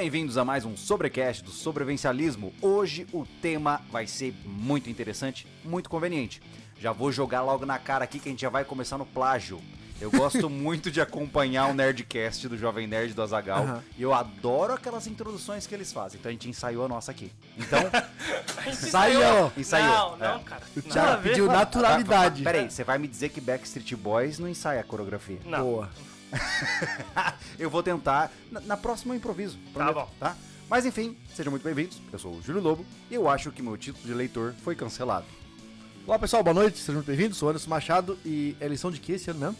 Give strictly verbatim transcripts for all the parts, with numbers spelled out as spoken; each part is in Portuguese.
bem-vindos a mais um Sobrecast do Sobrevivencialismo. Hoje o tema vai ser muito interessante, muito conveniente. Já vou jogar logo na cara aqui que a gente já vai começar no plágio. Eu gosto muito de acompanhar o Nerdcast do Jovem Nerd do Azaghal. Uhum. E eu adoro aquelas introduções que eles fazem. Então a gente ensaiou a nossa aqui. Então, ensaiou! Ensaiou. Não, não, é. cara. O Thiago pediu naturalidade. Ah, peraí, você vai me dizer que Backstreet Boys não ensaia a coreografia? Não. Boa. Eu vou tentar. Na, na próxima eu improviso. Prometo, tá bom. Tá? Mas enfim, sejam muito bem-vindos. Eu sou o Júlio Lobo e eu acho que meu título de leitor foi cancelado. Olá pessoal, boa noite, sejam muito bem-vindos. Sou Anderson Machado e é eleição de que esse ano mesmo?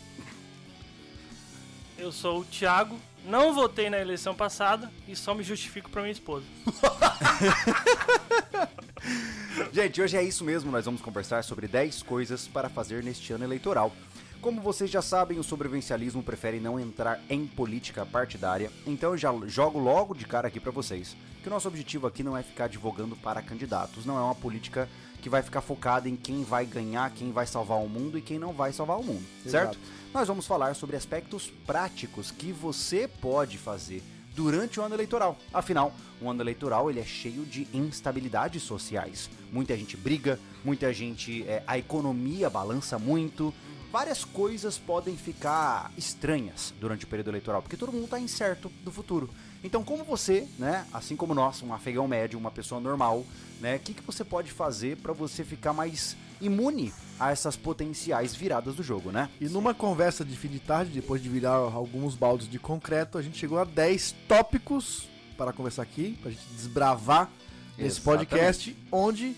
Eu sou o Thiago, não votei na eleição passada e só me justifico pra minha esposa. Gente, hoje é isso mesmo, nós vamos conversar sobre dez coisas para fazer neste ano eleitoral. Como vocês já sabem, o sobrevivencialismo prefere não entrar em política partidária, então eu já jogo logo de cara aqui pra vocês que o nosso objetivo aqui não é ficar advogando para candidatos, não é uma política que vai ficar focada em quem vai ganhar, quem vai salvar o mundo e quem não vai salvar o mundo, certo? Exato. Nós vamos falar sobre aspectos práticos que você pode fazer durante o ano eleitoral. Afinal, o ano eleitoral ele é cheio de instabilidades sociais. Muita gente briga, muita gente... É, a economia balança muito. Várias coisas podem ficar estranhas durante o período eleitoral, porque todo mundo está incerto do futuro. Então, como você, né, assim como nós, um afegão médio, uma pessoa normal, né, o que, que você pode fazer para você ficar mais imune a essas potenciais viradas do jogo, né? E numa conversa de fim de tarde, depois de virar alguns baldes de concreto, a gente chegou a dez tópicos para conversar aqui, para a gente desbravar esse podcast, onde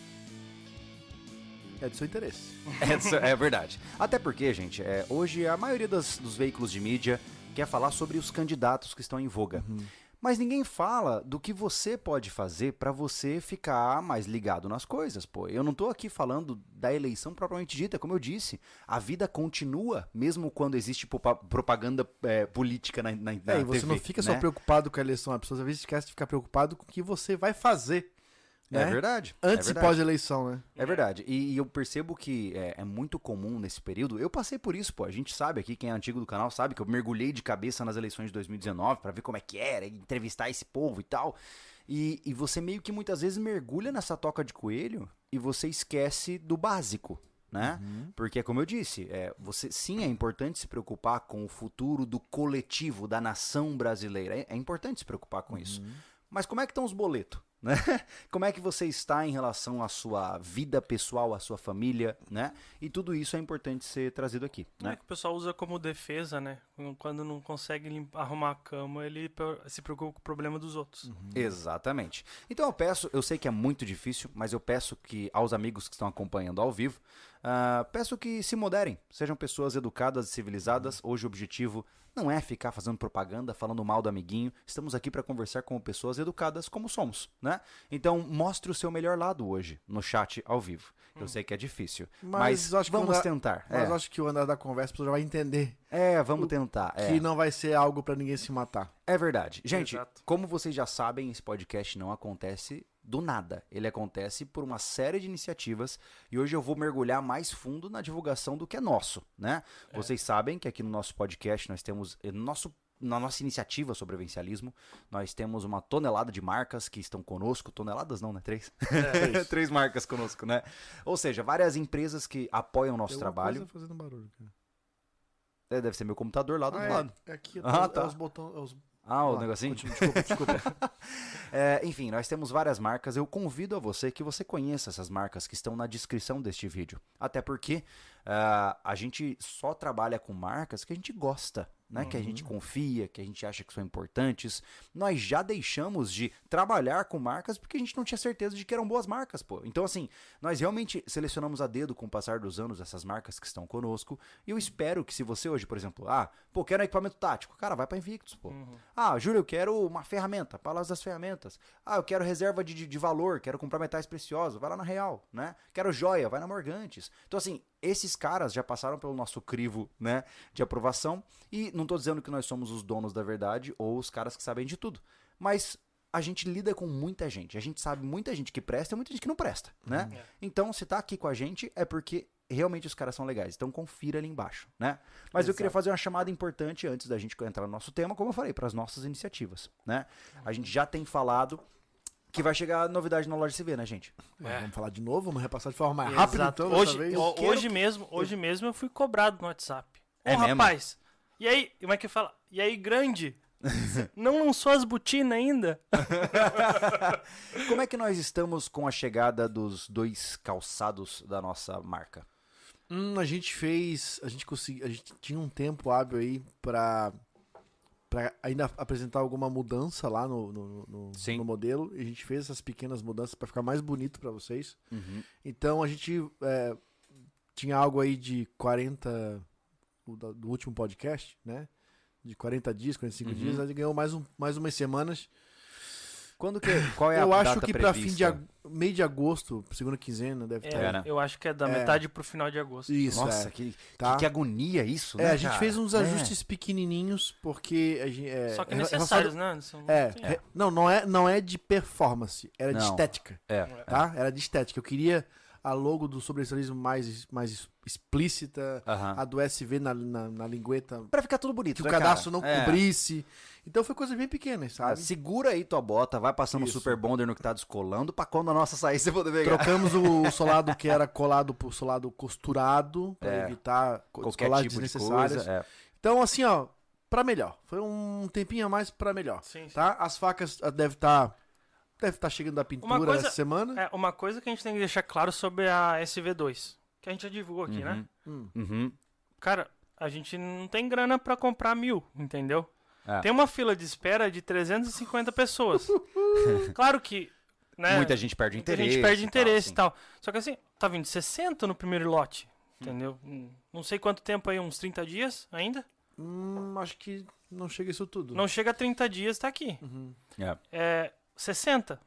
é de seu interesse. É, é verdade. Até porque, gente, é, hoje a maioria das, dos veículos de mídia quer falar sobre os candidatos que estão em voga. Uhum. Mas ninguém fala do que você pode fazer para você ficar mais ligado nas coisas, pô. Eu não tô aqui falando da eleição propriamente dita, como eu disse. A vida continua, mesmo quando existe propaganda é, política na, na, na é, e você T V, não fica né? só preocupado com a eleição. A pessoa às vezes esquece de ficar preocupado com o que você vai fazer. É né? verdade. Antes é e pós-eleição, né? É verdade. E, e eu percebo que é, é muito comum nesse período. Eu passei por isso, pô. A gente sabe aqui, quem é antigo do canal sabe que eu mergulhei de cabeça nas eleições de dois mil e dezenove pra ver como é que era, entrevistar esse povo e tal. E, e você meio que muitas vezes mergulha nessa toca de coelho e você esquece do básico, né? Uhum. Porque, como eu disse, é, você, sim, é importante se preocupar com o futuro do coletivo, da nação brasileira. É, é importante se preocupar com uhum. isso. Mas como é que estão os boletos? Né? Como é que você está em relação à sua vida pessoal, à sua família, né? E tudo isso é importante ser trazido aqui, né? É que o pessoal usa como defesa, né? Quando não consegue limpar, arrumar a cama, ele se preocupa com o problema dos outros. Uhum. Exatamente. Então eu peço, eu sei que é muito difícil, mas eu peço que aos amigos que estão acompanhando ao vivo, uh, peço que se moderem, sejam pessoas educadas e civilizadas. Hoje o objetivo não é ficar fazendo propaganda, falando mal do amiguinho. Estamos aqui para conversar com pessoas educadas como somos, né? Então mostre o seu melhor lado hoje no chat ao vivo. Eu hum. sei que é difícil, mas, mas acho vamos andar, tentar. Mas é. acho que o andar da conversa a pessoa já vai entender. É, vamos tentar. Que é. não vai ser algo para ninguém se matar. É verdade. Gente, Exato. Como vocês já sabem, esse podcast não acontece do nada. Ele acontece por uma série de iniciativas e hoje eu vou mergulhar mais fundo na divulgação do que é nosso, né? É. Vocês sabem que aqui no nosso podcast nós temos no nosso Na nossa iniciativa sobrevivencialismo, nós temos uma tonelada de marcas que estão conosco. Toneladas não, né? Três? É, Três marcas conosco, né? Ou seja, várias empresas que apoiam o nosso Tem trabalho. Coisa fazendo barulho, cara. É, deve ser meu computador lá do ah, outro é, lado. É aqui, ah, é tá. os botões... É os... Ah, o ah, negocinho? Desculpa, desculpa. é, enfim, nós temos várias marcas. Eu convido a você que você conheça essas marcas que estão na descrição deste vídeo. Até porque uh, a gente só trabalha com marcas que a gente gosta. Né, uhum. Que a gente confia, que a gente acha que são importantes. Nós já deixamos de trabalhar com marcas porque a gente não tinha certeza de que eram boas marcas, pô. Então, assim, nós realmente selecionamos a dedo com o passar dos anos essas marcas que estão conosco. E eu espero que se você hoje, por exemplo, ah, pô, quero um equipamento tático, cara, vai pra Invictus, pô. Uhum. Ah, Júlio, eu quero uma ferramenta, Palácio das Ferramentas. Ah, eu quero reserva de, de, de valor, quero comprar metais preciosos, vai lá na Real, né? Quero joia, vai na Morgantes. Então, assim, esses caras já passaram pelo nosso crivo, né, de aprovação. E não tô dizendo que nós somos os donos da verdade ou os caras que sabem de tudo. Mas a gente lida com muita gente. A gente sabe muita gente que presta e muita gente que não presta, né? Uhum. Então, se tá aqui com a gente é porque realmente os caras são legais. Então confira ali embaixo, né? Mas Exato. Eu queria fazer uma chamada importante antes da gente entrar no nosso tema, como eu falei, para as nossas iniciativas, né? A gente já tem falado que vai chegar novidade na loja C V, né, gente? É. Vamos falar de novo, vamos repassar de forma mais rápida, então, hoje, vez. Eu, hoje mesmo, hoje mesmo eu fui cobrado no WhatsApp. Ô, é rapaz, mesmo? E aí, como é que fala? E aí, grande? Não lançou as botinas ainda? Como é que nós estamos com a chegada dos dois calçados da nossa marca? Hum, a gente fez, a gente conseguiu, a gente tinha um tempo hábil aí pra, pra ainda apresentar alguma mudança lá no, no, no, no modelo. E a gente fez essas pequenas mudanças pra ficar mais bonito pra vocês. Uhum. Então a gente é, tinha algo aí de quarenta do, do último podcast, né? De quarenta dias, quarenta e cinco uhum. dias, a gente ganhou mais, um, mais umas semanas. Quando que, qual é a eu data acho que prevista? Pra fim de ag... meio de agosto, segunda quinzena, deve é, estar. É, né? Eu acho que é da é. metade pro final de agosto. Isso, Nossa, é. que, tá? que, que agonia isso, é, né, a gente cara? fez uns É. ajustes pequenininhos, porque a gente... É, Só que é necessários, relacionado... né? São... É, Sim. é, não, não é, não é de performance, era Não. de estética, É. tá? Era de estética. Eu queria a logo do sobrenaturalismo mais, mais explícita, Aham. a do S V na, na, na lingueta, Pra ficar tudo bonito, que né, o cadastro cara? não É. cobrisse. Então foi coisas bem pequenas, Ah, sabe? segura aí tua bota, vai passando o Isso. Super Bonder no que tá descolando, pra quando a nossa sair você poder pegar. Trocamos o solado que era colado por solado costurado, pra É. evitar Qualquer descolagens tipo de desnecessárias. coisa. É. Então, assim, ó, pra melhor. Foi um tempinho a mais pra melhor, Sim, sim. tá? As facas ah, deve estar deve tá chegando da pintura Uma coisa- essa semana. É, uma coisa que a gente tem que deixar claro sobre a S V dois, que a gente já divulgou aqui, né? Hum. Uhum. Cara, a gente não tem grana pra comprar mil, entendeu? É. Tem uma fila de espera de trezentas e cinquenta pessoas. Claro que, né? Muita gente perde muita interesse. gente perde e tal, interesse assim. e tal. Só que assim, tá vindo sessenta no primeiro lote, entendeu? Hum, Não sei quanto tempo aí, uns trinta dias ainda? Hum, acho que não chega isso tudo. Não chega a trinta dias, tá aqui. Uhum. É. É sessenta.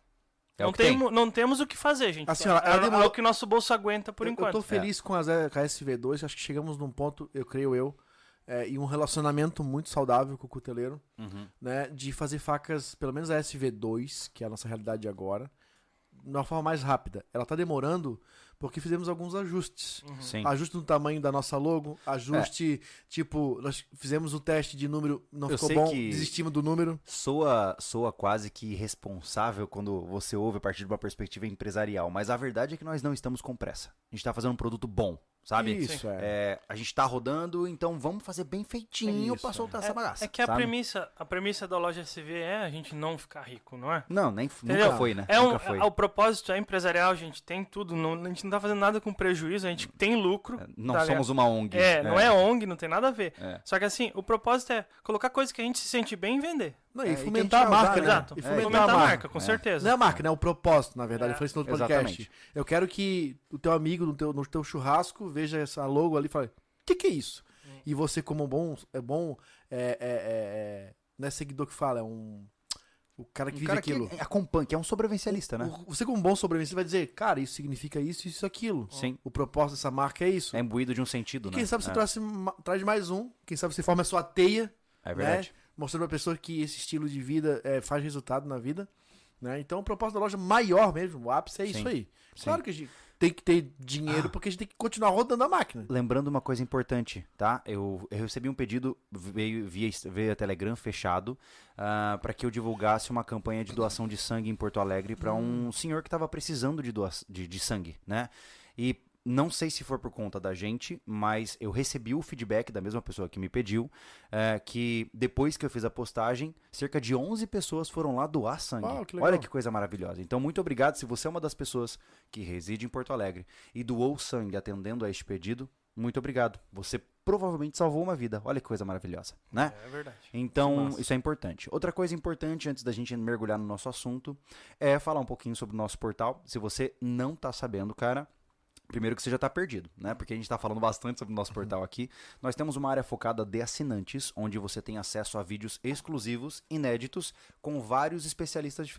É não, o que tem. temo- não temos o que fazer, gente. Assim, ó, é, ela é demorou- o que nosso bolso aguenta por eu, enquanto. eu tô feliz com, as, com a S V dois, acho que chegamos num ponto, eu creio eu, é, e um relacionamento muito saudável com o cuteleiro, Uhum. né? De fazer facas, pelo menos a S V dois, que é a nossa realidade agora, de uma forma mais rápida. Ela tá demorando porque fizemos alguns ajustes. Sim. Ajuste no tamanho da nossa logo, ajuste, tipo, nós fizemos o teste de número, não Eu ficou sei bom, que- desistimos do número. Soa, soa quase que irresponsável quando você ouve a partir de uma perspectiva empresarial, mas a verdade é que nós não estamos com pressa. A gente tá fazendo um produto bom, sabe? Isso, é. É, a gente tá rodando, então vamos fazer bem feitinho Isso, pra soltar essa bagaça. É que a sabe? premissa, a premissa da loja S V é a gente não ficar rico, não é? Não, nem, Entendeu? nunca foi, né? É um, nunca foi. é- o propósito é empresarial, a gente tem tudo, não, a gente não tá fazendo nada com prejuízo, a gente tem lucro. Não tá somos uma O N G. É, não é ONG, não tem nada a ver. É. Só que assim, o propósito é colocar coisas que a gente se sente bem e vender. Não, É, e e que a fomentar a gente vai marca, usar, né? né? Exato. E É, fomentar Fomentar a a marca. marca, com É. certeza. Não é a marca, né? É o propósito, na verdade. É, Eu falei isso no outro podcast. exatamente. Eu quero que o teu amigo no teu, no teu churrasco veja essa logo ali e fale, o que, que é isso? Hum. E você, como um bom, é bom, é, é, é, é- não é seguidor que fala, é um... O cara que Um vive cara aquilo. que acompanha, que é um sobrevivencialista, né? O- Você, como um bom sobrevivente, vai dizer, cara, isso significa isso, isso, aquilo. Sim. O propósito dessa marca é isso. É imbuído de um sentido, E né? quem sabe você é. traz, ma- traz mais um, quem sabe você forma a sua teia, É verdade. né? Mostrando pra pessoa que esse estilo de vida é, faz resultado na vida, né? Então o propósito da loja maior mesmo, o ápice é Sim, isso aí. sim. Claro que a gente tem que ter dinheiro porque a gente tem que continuar rodando a máquina. Lembrando uma coisa importante, tá? Eu, eu recebi um pedido veio, via, via Telegram fechado para que eu divulgasse uma campanha de doação de sangue em Porto Alegre para um senhor que estava precisando de, doa, de, de sangue, né? E não sei se for por conta da gente, mas eu recebi o feedback da mesma pessoa que me pediu, é, que depois que eu fiz a postagem, cerca de onze pessoas foram lá doar sangue. Uau, que legal. Olha que coisa maravilhosa. Então, muito obrigado. Se você é uma das pessoas que reside em Porto Alegre e doou sangue atendendo a este pedido, muito obrigado. Você provavelmente salvou uma vida. Olha que coisa maravilhosa, né? É verdade. Então, Massa. isso é importante. Outra coisa importante, antes da gente mergulhar no nosso assunto, é falar um pouquinho sobre o nosso portal. Se você não tá sabendo, cara, primeiro que você já tá perdido, né? Porque a gente tá falando bastante sobre o nosso portal aqui. Nós temos uma área focada de assinantes, onde você tem acesso a vídeos exclusivos, inéditos, com vários especialistas diferentes.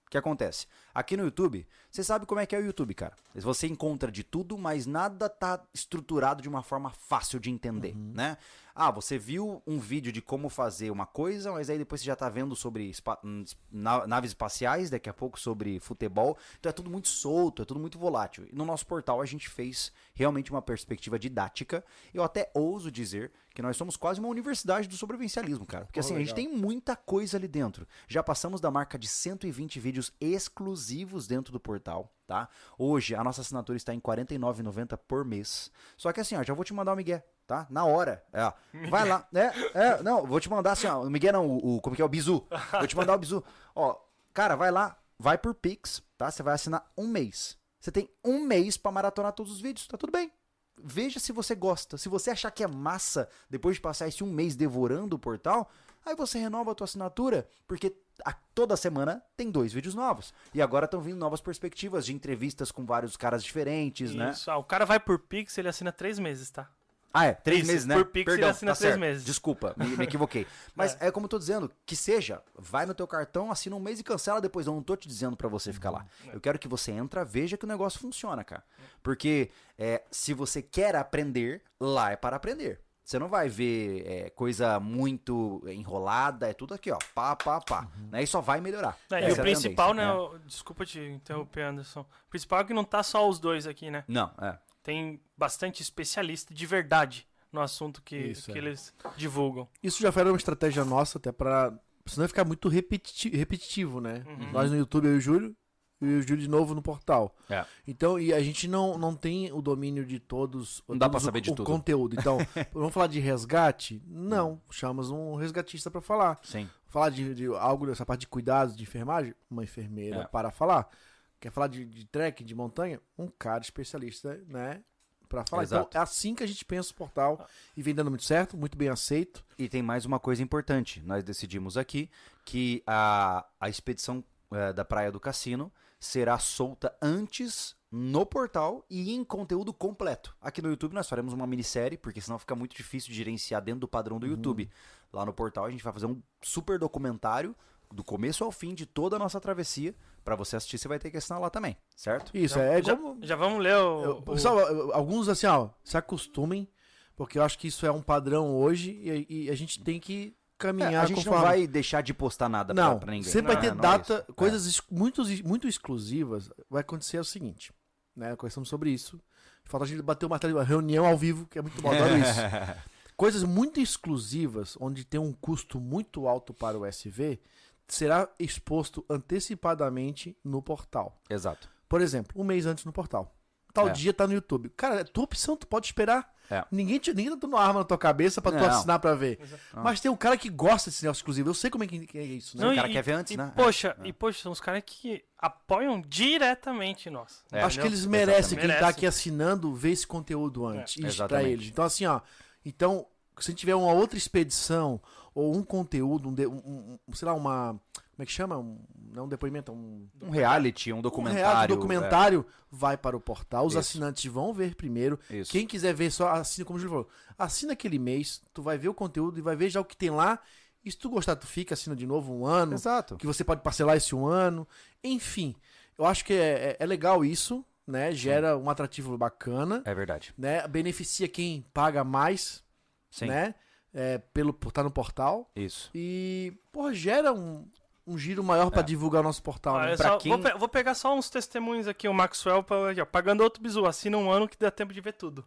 O que acontece? Aqui no YouTube, você sabe como é que é o YouTube, cara. Você encontra de tudo, mas nada tá estruturado de uma forma fácil de entender, uhum. né? Ah, você viu um vídeo de como fazer uma coisa, mas aí depois você já tá vendo sobre espa- naves espaciais, daqui a pouco sobre futebol. Então é tudo muito solto, é tudo muito volátil. E no nosso portal a gente fez realmente uma perspectiva didática. Eu até ouso dizer que nós somos quase uma universidade do sobrevivencialismo, cara. Porque oh, assim, legal. A gente tem muita coisa ali dentro. Já passamos da marca de cento e vinte vídeos exclusivos dentro do portal, tá? Hoje a nossa assinatura está em quarenta e nove reais e noventa centavos por mês. Só que assim, ó, já vou te mandar o migué. Tá? Na hora. É, vai lá. É, é, não, vou te mandar assim, ó. O Miguel não, o, o como que é? O Bizu. Vou te mandar o Bizu. Ó, cara, vai lá, vai por Pix, tá? Você vai assinar um mês. Você tem um mês pra maratonar todos os vídeos, tá tudo bem. Veja se você gosta. Se você achar que é massa, depois de passar esse um mês devorando o portal, aí você renova a tua assinatura, porque a, toda semana tem dois vídeos novos. E agora estão vindo novas perspectivas de entrevistas com vários caras diferentes, Isso. né? Ah, o cara vai por Pix, ele assina três meses, tá? Ah, é, três Isso, meses, né? Por Pix Perdão, ele assina tá três certo. meses. Desculpa, me, me equivoquei. Mas é. é como eu tô dizendo, que seja, vai no teu cartão, assina um mês e cancela depois. Eu não tô te dizendo pra você ficar lá. É. Eu quero que você entra, veja que o negócio funciona, cara. Porque é, se você quer aprender, lá é para aprender. Você não vai ver é, coisa muito enrolada, é tudo aqui, ó, pá, pá, pá. Uhum. Né? E só vai melhorar. É, e o principal, né, o, desculpa te interromper, Anderson. O principal é que não tá só os dois aqui, né? Não, é. Tem bastante especialista de verdade no assunto que, Isso, que é. eles divulgam. Isso já foi uma estratégia nossa, até pra senão ficar muito repeti- repetitivo, né? Uhum. Nós no YouTube, eu e o Júlio, e o Júlio de novo no portal. É. Então, e a gente não, não tem o domínio de todos, não dá todos pra saber o, de o tudo. conteúdo. Então, vamos falar de resgate? Não, chamamos um resgatista pra falar. Sim. Falar de, de algo dessa parte de cuidados, de enfermagem, uma enfermeira é. para falar. Quer falar de, de trek, de montanha? Um cara especialista, né? Pra falar. Exato. Então, é assim que a gente pensa o portal e vem dando muito certo, muito bem aceito. E tem mais uma coisa importante. Nós decidimos aqui que a, a expedição é, da Praia do Cassino será solta antes no portal e em conteúdo completo. Aqui no YouTube nós faremos uma minissérie, porque senão fica muito difícil de gerenciar dentro do padrão do uhum. YouTube. Lá no portal a gente vai fazer um super documentário do começo ao fim de toda a nossa travessia. Pra você assistir, você vai ter que assinar lá também, certo? Isso, já, é já, como... Já vamos ler o... Eu, pessoal, o... alguns assim, ó, se acostumem, porque eu acho que isso é um padrão hoje e, e a gente tem que caminhar é, a gente conforme... não vai deixar de postar nada não, pra, pra ninguém. Sempre não, vai ter não data, é coisas é. muito, muito exclusivas. Vai acontecer o seguinte, né? Conversamos sobre isso. Falta a gente bater uma, uma reunião ao vivo, que é muito bom, adoro isso. Coisas muito exclusivas, onde tem um custo muito alto para o S V... será exposto antecipadamente no portal. Exato. Por exemplo, um mês antes no portal. Tal é. dia tá no YouTube. Cara, é tua opção, tu pode esperar. É. Ninguém, te, ninguém tá dando arma na tua cabeça pra não. tu assinar pra ver. Exato. Mas tem um cara que gosta desse negócio exclusivo. Eu sei como é que, que é isso, né? Não, o cara e, quer ver antes, e, né? Poxa, é. e poxa, são os caras que apoiam diretamente nós. É. Acho que eles merecem, quem Merece. tá aqui assinando, ver esse conteúdo antes. É. Isso pra eles. Então, assim, ó. Então, se tiver uma outra expedição ou um conteúdo, um, um, um sei lá, uma... Como é que chama? Um, não um depoimento, um... Um reality, um documentário. Um reality, documentário é. vai para o portal. Os Isso. assinantes vão ver primeiro. Isso. Quem quiser ver, só assina, como o Júlio falou. Assina aquele mês, tu vai ver o conteúdo e vai ver já o que tem lá. E se tu gostar, tu fica, assina de novo um ano. Exato. Que você pode parcelar esse um ano. Enfim, eu acho que é, é, é legal isso, né? Gera Sim. um atrativo bacana. É verdade. Né? Beneficia quem paga mais, Sim. né? É, pelo, por estar no portal. Isso. E, pô, gera um... um giro maior pra é. divulgar o nosso portal. Ah, né? só, quem... vou, pe vou pegar só uns testemunhos aqui. O Maxwell ó, pagando outro bizu. Assina um ano que dá tempo de ver tudo.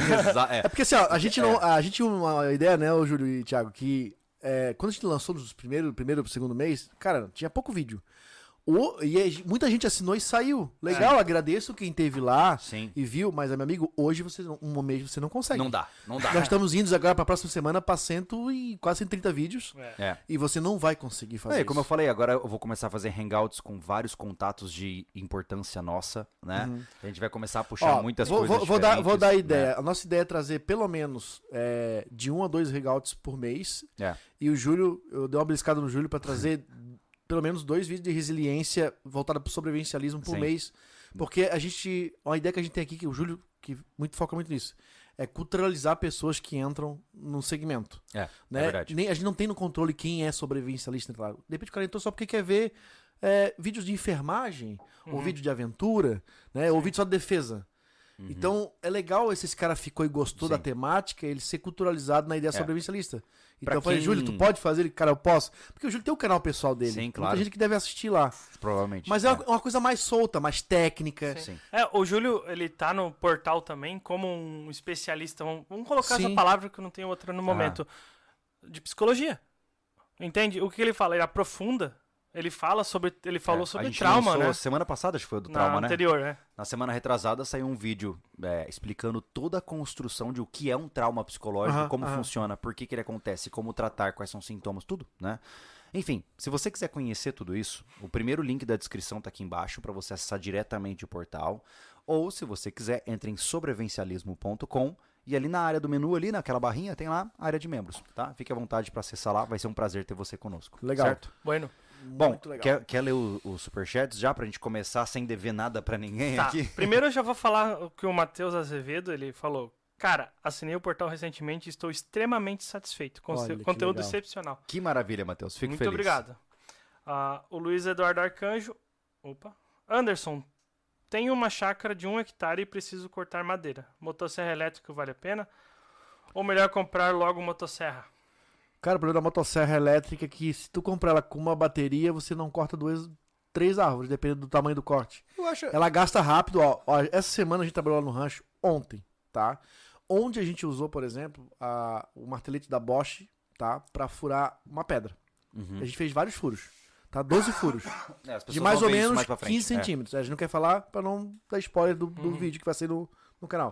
é. é porque assim, ó, a gente não. A gente tinha uma ideia, né, o Júlio e Thiago, que é, quando a gente lançou nos primeiros, primeiro e segundo mês, cara, tinha pouco vídeo. O, e muita gente assinou e saiu. Legal, é. agradeço quem teve lá Sim. e viu, mas, meu amigo, hoje você, um mês você não consegue. Não dá, não dá. Nós estamos indo agora para a próxima semana para cento e quase cento e trinta vídeos. É. E você não vai conseguir fazer é, isso. Como eu falei, agora eu vou começar a fazer hangouts com vários contatos de importância nossa, né? Uhum. A gente vai começar a puxar Ó, muitas vou, coisas vou, vou dar, vou dar a né? ideia. A nossa ideia é trazer pelo menos é, de um a dois hangouts por mês. É. E o Júlio, eu dei uma beliscada no Júlio para trazer... pelo menos dois vídeos de resiliência voltada para o sobrevivencialismo por Sim. mês. Porque a gente... Uma ideia que a gente tem aqui, que o Júlio que muito foca muito nisso, é culturalizar pessoas que entram no segmento. É, né? é verdade. Nem, a gente não tem no controle quem é sobrevivencialista. Claro. De repente o cara entrou só porque quer ver é, vídeos de enfermagem, Uhum. ou vídeo de aventura, né? Ou vídeo só de defesa. Uhum. Então, é legal se esse cara ficou e gostou Sim. da temática, ele ser culturalizado na ideia É. sobrevivencialista. Então Pra eu falei, quem- Júlio, tu pode fazer? Ele, cara, eu posso. Porque o Júlio tem o canal pessoal dele. Sim, Muita claro. gente que deve assistir lá. Provavelmente. Mas é uma, uma coisa mais solta, mais técnica. Sim. Sim. É, o Júlio, ele tá no portal também como um especialista, vamos, vamos colocar Sim. essa palavra que eu não tenho outra no momento, de psicologia. Entende? O que ele fala? Ele aprofunda, ele fala sobre, ele falou É, sobre a gente trauma, lançou né? Semana passada, acho que foi do Na trauma, né? anterior, né? Na semana retrasada saiu um vídeo é, explicando toda a construção de o que é um trauma psicológico, Aham, como aham. funciona, por que, que ele acontece, como tratar, quais são os sintomas, tudo, né? Enfim, se você quiser conhecer tudo isso, o primeiro link da descrição tá aqui embaixo para você acessar diretamente o portal. Ou, se você quiser, entre em sobrevivencialismo ponto com e ali na área do menu, ali naquela barrinha, tem lá a área de membros, tá? Fique à vontade para acessar lá, vai ser um prazer ter você conosco. Legal. Certo? Bueno, Bom, Muito legal. quer, quer ler o- os superchats já pra gente começar sem dever nada pra ninguém tá. aqui? Primeiro eu já vou falar o que o Matheus Azevedo, ele falou. Cara, assinei o portal recentemente e estou extremamente satisfeito. com Olha, seu que conteúdo legal. excepcional. Que maravilha, Matheus. Fico Muito feliz. obrigado. Ah, o Luiz Eduardo Arcanjo. Opa. Anderson, tenho uma chácara de um hectare e preciso cortar madeira. Motosserra elétrica vale a pena? Ou melhor comprar logo motosserra? Cara, o problema da motosserra elétrica é que se tu comprar ela com uma bateria, você não corta duas, três árvores, dependendo do tamanho do corte. Eu acho... Ela gasta rápido, ó, ó. Essa semana a gente trabalhou lá no rancho, ontem, tá? Onde a gente usou, por exemplo, a, o martelete da Bosch, tá? Pra furar uma pedra. Uhum. A gente fez vários furos, tá? doze furos. É, as pessoas De mais vão ou ver isso menos mais pra frente. quinze centímetros. A gente não quer falar pra não dar spoiler do, do Uhum. vídeo que vai sair no, no canal.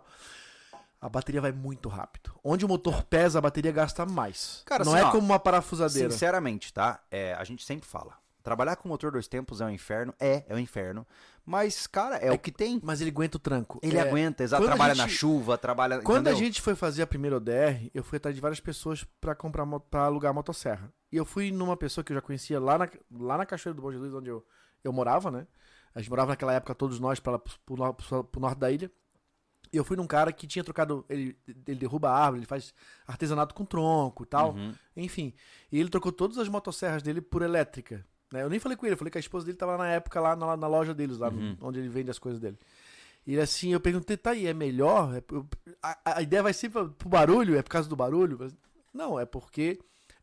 A bateria vai muito rápido. Onde o motor pesa, a bateria gasta mais. Cara, não assim, é ó, como uma É. parafusadeira. Sinceramente, tá? É, a gente sempre fala. Trabalhar com motor dois tempos é um inferno. É, é um inferno. Mas, cara, é, É o que tem. Mas ele aguenta o tranco. Ele É, aguenta, exato. quando a Trabalha na gente- chuva, trabalha... Quando entendeu? a gente foi fazer a primeira O D R, eu fui atrás de várias pessoas pra comprar mo- pra alugar a motosserra. E eu fui numa pessoa que eu já conhecia lá na, lá na Cachoeira do Bom Jesus, onde eu, eu morava, né? A gente morava naquela época, todos nós, pra, pro, pro, pro, pro norte da ilha. E eu fui num cara que tinha trocado. Ele, ele derruba árvore, ele faz artesanato com tronco e tal. Uhum. Enfim. E ele trocou todas as motosserras dele por elétrica. Né? Eu nem falei com ele, eu falei que a esposa dele tava na época lá na, na loja deles, lá no- Uhum. onde ele vende as coisas dele. E ele assim, eu perguntei, tá aí, é melhor? É, eu- a, a ideia vai ser pra, pro barulho? É por causa do barulho? Mas, não, é porque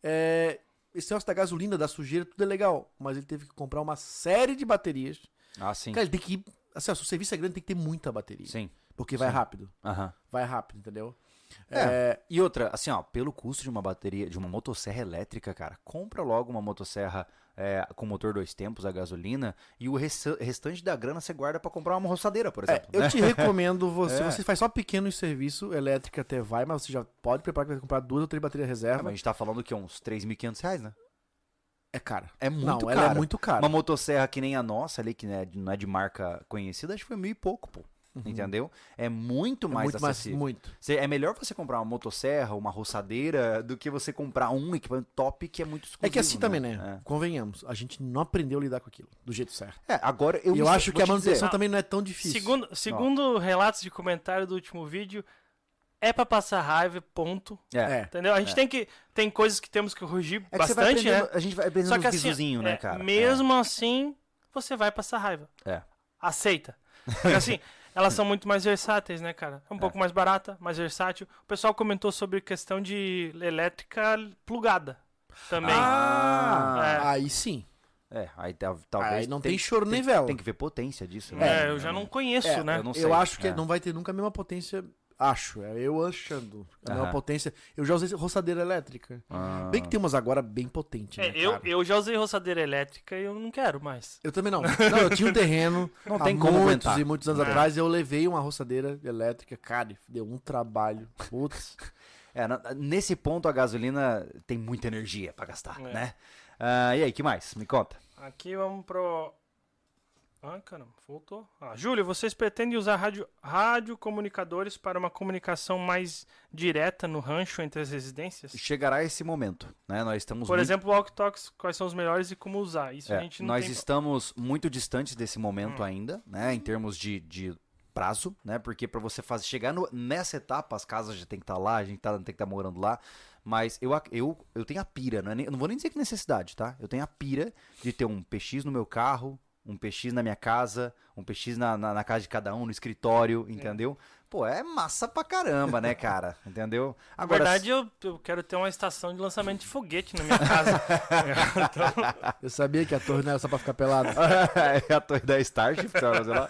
é, esse negócio da gasolina, da sujeira, tudo é legal. Mas ele teve que comprar uma série de baterias. Ah, sim. Cara, ele tem que ir. Assim, ó, se o serviço é grande, tem que ter muita bateria. Sim. Porque vai Sim. rápido. Aham. Vai rápido, entendeu? É. É, E outra, assim, ó, pelo custo de uma bateria, de uma motosserra elétrica, cara, compra logo uma motosserra é, com motor dois tempos, a gasolina, e o res- restante da grana você guarda pra comprar uma roçadeira, por é, exemplo. eu né? te recomendo, você, É. você faz só pequenos serviços, elétrica até vai, mas você já pode preparar que vai comprar duas ou três baterias É, reserva. mas a gente tá falando que uns três mil e quinhentos reais, né? É cara. É muito Não, caro. ela é muito cara. Uma motosserra que nem a nossa ali, que não é de, não é de marca conhecida, acho que foi mil e pouco, pô. Entendeu? É muito É mais muito mais, acessível. muito. Você- é melhor você comprar uma motosserra, uma roçadeira, do que você comprar um equipamento top que é muito exclusivo. É que assim também, né? É. Convenhamos, a gente não aprendeu a lidar com aquilo do jeito certo. É, agora eu E eu me- acho vou que a te dizer, manutenção Ah, também não é tão difícil. Segundo, segundo relatos de comentário do último vídeo, é pra passar raiva, ponto. É. É. Entendeu? A gente É. tem que. Tem coisas que temos que corrigir É que você vai bastante, né? aprendendo- A gente vai aprendendo Só que uns assim, vizuzinhos, é, né, cara? mesmo assim, você vai passar raiva. É. Aceita. Porque assim, elas são muito mais versáteis, né, cara? É um pouco mais barata, mais versátil. O pessoal comentou sobre questão de elétrica plugada também. Ah, É. aí sim. É, aí tal- talvez. Aí não tem choro nem vela. Tem que ver potência disso, É, né? eu já não conheço, É, né? eu não Eu sei, acho que é. não vai ter nunca a mesma potência. Acho, é eu achando. A mesma Aham. potência. Eu já usei roçadeira elétrica. Ah. Bem que tem umas agora bem potentes. É, né, eu, cara? eu já usei roçadeira elétrica e eu não quero mais. Eu também não. Não, eu tinha um terreno Não há tem como muitos aguentar. e muitos anos É. atrás. Eu levei uma roçadeira elétrica, cara, deu um trabalho. Putz. É, na- nesse ponto a gasolina tem muita energia pra gastar, É. né? Ah, e aí, que mais? Me conta. Aqui vamos pro. Ah, caramba, voltou. Ah, Júlio, vocês pretendem usar rádio, radiocomunicadores para uma comunicação mais direta no rancho entre as residências? Chegará esse momento, né? Nós estamos Por muito... exemplo, walk-talks, quais são os melhores e como usar? Isso É, a gente não nós tem... estamos muito distantes desse momento Hum. ainda, né? Em termos de, de prazo, né? Porque para você fazer chegar no- nessa etapa, as casas já tem que estar lá, a gente tá, tem que estar morando lá. Mas eu, ac- eu, eu tenho a pira, não é nem- eu não vou nem dizer que necessidade, tá? Eu tenho a pira de ter um P X no meu carro, um P X na minha casa, um P X na, na, na casa de cada um, no escritório, entendeu? Pô, é massa pra caramba, né, cara? Entendeu? Na verdade, eu, eu quero ter uma estação de lançamento de foguete na minha casa. Então, Eu sabia que a torre não era só pra ficar pelado. é a torre da Starship, tá vendo lá?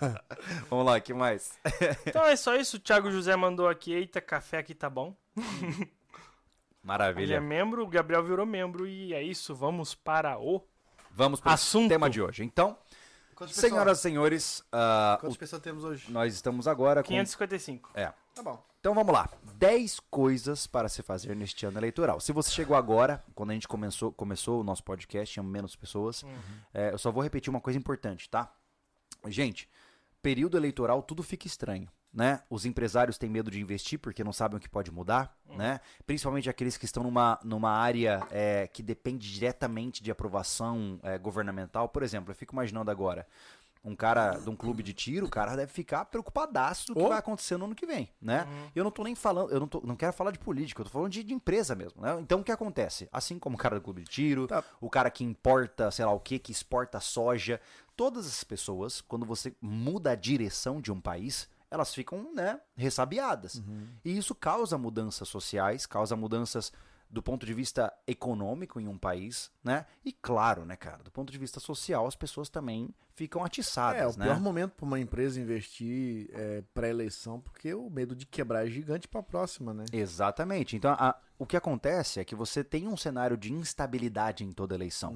Vamos lá, o que mais? então é só isso. O Thiago José mandou aqui. Eita, café aqui tá bom. Ele é Maravilha. membro, o Gabriel virou membro. E é isso, vamos para o... Vamos para o Assunto. tema de hoje. Então, senhoras e senhores, ah, Quantas o- pessoas temos hoje? nós estamos agora com... quinhentos e cinquenta e cinco. É. Tá bom. Então vamos lá. dez coisas para se fazer neste ano eleitoral. Se você chegou agora, quando a gente começou, começou o nosso podcast, tinha menos pessoas, é, eu só vou repetir uma coisa importante, tá? Gente, período eleitoral tudo fica estranho, né? Os empresários têm medo de investir porque não sabem o que pode mudar, né? Principalmente aqueles que estão numa, numa área é, que depende diretamente de aprovação é, governamental. Por exemplo, eu fico imaginando agora, um cara de um clube de tiro, o cara deve ficar preocupadaço do que Oh. vai acontecer no ano que vem, né? Eu não tô nem falando, eu não, tô, não quero falar de política, eu tô falando de, de empresa mesmo, né? Então o que acontece? Assim como o cara do clube de tiro, Tá. o cara que importa, sei lá o que, que exporta soja, todas as pessoas, quando você muda a direção de um país, elas ficam, né, ressabiadas. E isso causa mudanças sociais, causa mudanças do ponto de vista econômico em um país, né? E claro, né, cara, do ponto de vista social, as pessoas também ficam atiçadas, É, o né? pior momento para uma empresa investir é pré-eleição, porque o medo de quebrar é gigante para a próxima, né? Exatamente. Então, a- o que acontece é que você tem um cenário de instabilidade em toda eleição.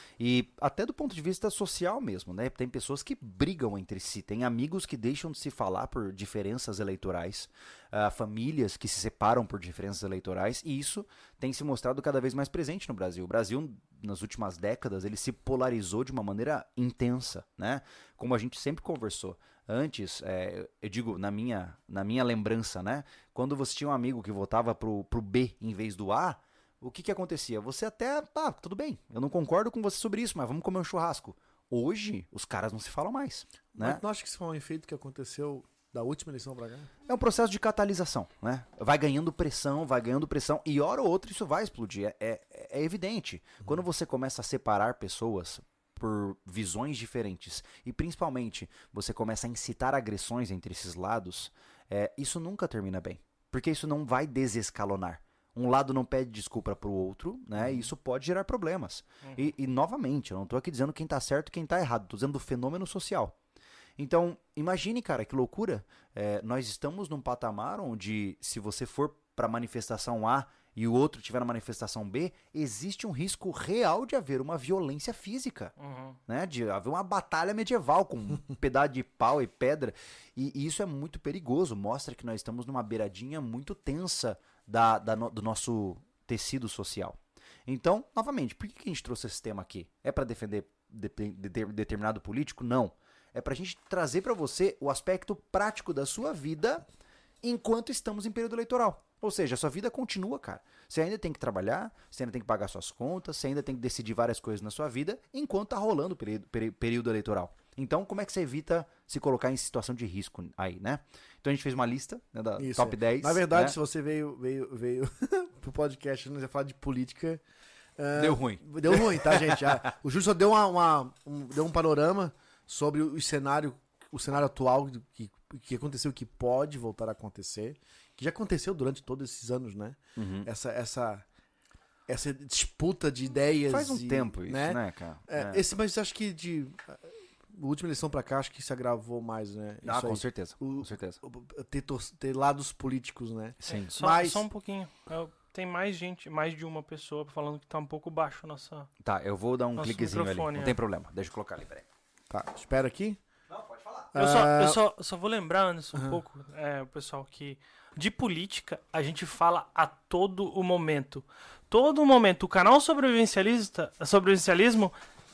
E até do ponto de vista social mesmo, né? Tem pessoas que brigam entre si, tem amigos que deixam de se falar por diferenças eleitorais, ah, famílias que se separam por diferenças eleitorais, e isso tem se mostrado cada vez mais presente no Brasil. O Brasil, nas últimas décadas, ele se polarizou de uma maneira intensa, né? Como a gente sempre conversou. Antes, é, eu digo, na minha, na minha lembrança, né? Quando você tinha um amigo que votava pro, pro B em vez do A, o que que acontecia? Você até, tá, tudo bem, eu não concordo com você sobre isso, mas vamos comer um churrasco. Hoje, os caras não se falam mais, né? Mas não acha que isso foi um efeito que aconteceu da última eleição para cá? É um processo de catalisação, né? Vai ganhando pressão, vai ganhando pressão, e hora ou outra isso vai explodir, é, é, é evidente. Quando você começa a separar pessoas por visões diferentes, e principalmente você começa a incitar agressões entre esses lados, é, isso nunca termina bem, porque isso não vai desescalonar. Um lado não pede desculpa pro outro, né? E isso pode gerar problemas. E, e, novamente, eu não tô aqui dizendo quem tá certo e quem tá errado, tô dizendo do fenômeno social. Então, imagine, cara, que loucura. É, nós estamos num patamar onde, se você for pra manifestação A e o outro tiver na manifestação B, existe um risco real de haver uma violência física, Uhum. né? De haver uma batalha medieval com um pedaço de pau e pedra. E, e isso é muito perigoso, mostra que nós estamos numa beiradinha muito tensa da, da no- do nosso tecido social. Então, novamente, por que que a gente trouxe esse tema aqui? É para defender de- de- de- determinado político? Não. É pra gente trazer pra você o aspecto prático da sua vida enquanto estamos em período eleitoral. Ou seja, a sua vida continua, cara. Você ainda tem que trabalhar, você ainda tem que pagar suas contas, você ainda tem que decidir várias coisas na sua vida enquanto tá rolando o período, peri- período eleitoral. Então, como é que você evita se colocar em situação de risco aí, né? Então a gente fez uma lista, né, da Isso, top é. dez. Na verdade, né? se você veio, veio, veio pro podcast, não ia falar de política. ah, Deu ruim. Deu ruim, tá, gente? Ah, o Júlio só deu, uma, uma- um, deu um panorama sobre o cenário, o cenário atual do que, que aconteceu, que pode voltar a acontecer, que já aconteceu durante todos esses anos, né? Uhum. Essa, essa, essa disputa de ideias. Faz um e, tempo isso, né, cara? É, É. Esse, mas acho que de a última eleição pra cá, acho que se agravou mais, né? Ah, Isso com aí. certeza, O- com certeza. Ter, tor- ter lados políticos, né? Sim. Só, Mas- só um pouquinho. Eu- tem mais gente, mais de uma pessoa falando que tá um pouco baixo a nossa... Tá, eu vou dar um Nosso cliquezinho ali, microfone, não é. tem problema. Deixa eu colocar ali, peraí. Tá, espera aqui. Não, pode falar. Eu, só, Ah, eu só, só vou lembrar, Anderson, um pouco, é, o pessoal, que de política a gente fala a todo o momento. Todo o momento. O canal sobrevivencialista, sobrevivencialismo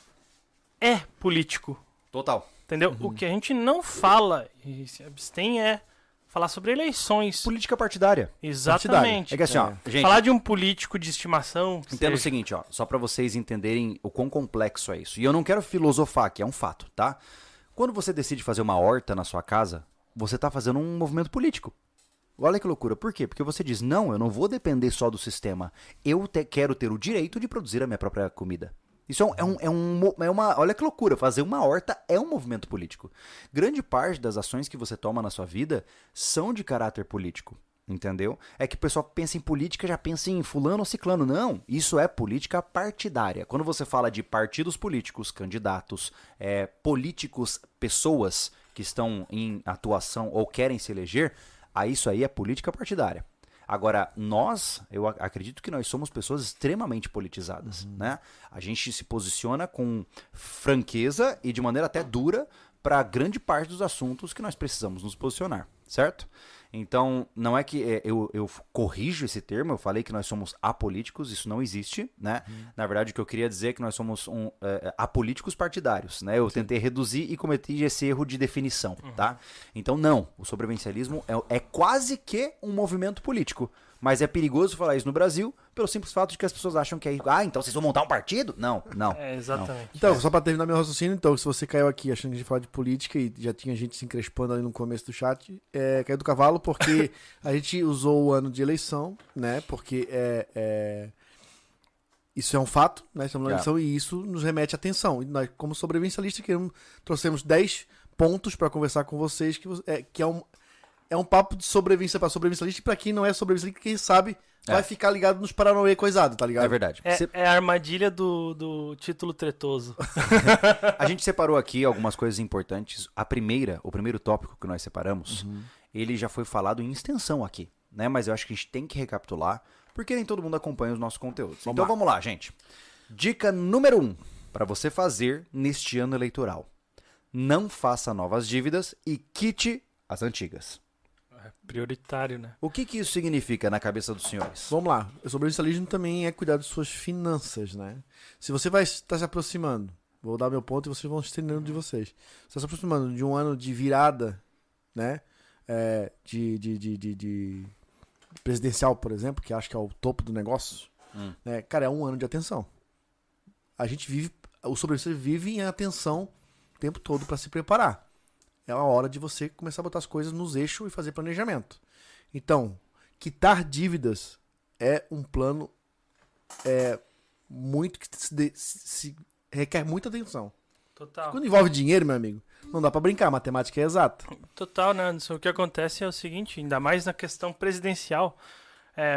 é político, Total. entendeu? O que a gente não fala e se abstém é falar sobre eleições. Política partidária. Exatamente. É que assim, ó, É. gente, Falar de um político de estimação. que entenda o seja. seguinte, ó, só pra vocês entenderem o quão complexo é isso. E eu não quero filosofar aqui, é um fato, tá? Quando você decide fazer uma horta na sua casa, você tá fazendo um movimento político. Olha que loucura. Por quê? Porque você diz, não, eu não vou depender só do sistema. Eu te- quero ter o direito de produzir a minha própria comida. Isso é, um, é, um, é, um, mo- é uma... Olha que loucura. Fazer uma horta é um movimento político. Grande parte das ações que você toma na sua vida são de caráter político. Entendeu? É que o pessoal pensa em política, já pensa em fulano ou ciclano. Não, isso é política partidária. Quando você fala de partidos políticos, candidatos, é, políticos, pessoas que estão em atuação ou querem se eleger, aí isso aí é política partidária. Agora, nós, eu ac- acredito que nós somos pessoas extremamente politizadas, Uhum. né? A gente se posiciona com franqueza e de maneira até dura para grande parte dos assuntos que nós precisamos nos posicionar, certo? Então, não é que é, eu, eu corrijo esse termo, eu falei que nós somos apolíticos, isso não existe, né? Uhum. Na verdade, o que eu queria dizer é que nós somos um, é, apolíticos partidários, né? Eu tentei reduzir e cometi esse erro de definição, tá? Então, não, o sobrevivencialismo é, é quase que um movimento político, mas é perigoso falar isso no Brasil pelo simples fato de que as pessoas acham que é, ah, então vocês vão montar um partido? Não, não. É, exatamente. Então, só pra terminar meu raciocínio, então, se você caiu aqui achando que a gente fala de política e já tinha gente se encrespando ali no começo do chat, é, caiu do cavalo porque a gente usou o ano de eleição, né? Porque é, é, isso é um fato, né? Estamos na É. eleição e isso nos remete à atenção. E nós, como sobrevivencialistas, queremos, trouxemos dez pontos pra conversar com vocês, que, vo- é, que é um, é um papo de sobrevivência pra sobrevivencialista e pra quem não é sobrevivencialista, quem sabe É. vai ficar ligado nos Paranauê coisado, tá ligado? É verdade. É, Você- é a armadilha do, do título tretoso. A gente separou aqui algumas coisas importantes. A primeira, o primeiro tópico que nós separamos, ele já foi falado em extensão aqui, né? Mas eu acho que a gente tem que recapitular, porque nem todo mundo acompanha os nossos conteúdos. então lá. vamos lá, gente. Dica número um para você fazer neste ano eleitoral: não faça novas dívidas e quite as antigas. É prioritário, né? O que que isso significa na cabeça dos senhores? Vamos lá. O sobrevivencialismo também é cuidar de suas finanças, né? Se você vai estar se aproximando, vou dar meu ponto e vocês vão estendendo de vocês. Você está se aproximando de um ano de virada, né? É, de, de, de, de, de presidencial, por exemplo, que acho que é o topo do negócio. Hum. Né? Cara, é um ano de atenção. A gente vive, o sobrevivencialista vive em atenção o tempo todo para se preparar. É a hora de você começar a botar as coisas nos eixos e fazer planejamento. Então, quitar dívidas é um plano é, muito que se, de- se requer muita atenção. Total. Quando envolve dinheiro, meu amigo, não dá pra brincar, a matemática é exata. Total, né, Anderson? O que acontece é o seguinte, ainda mais na questão presidencial, é,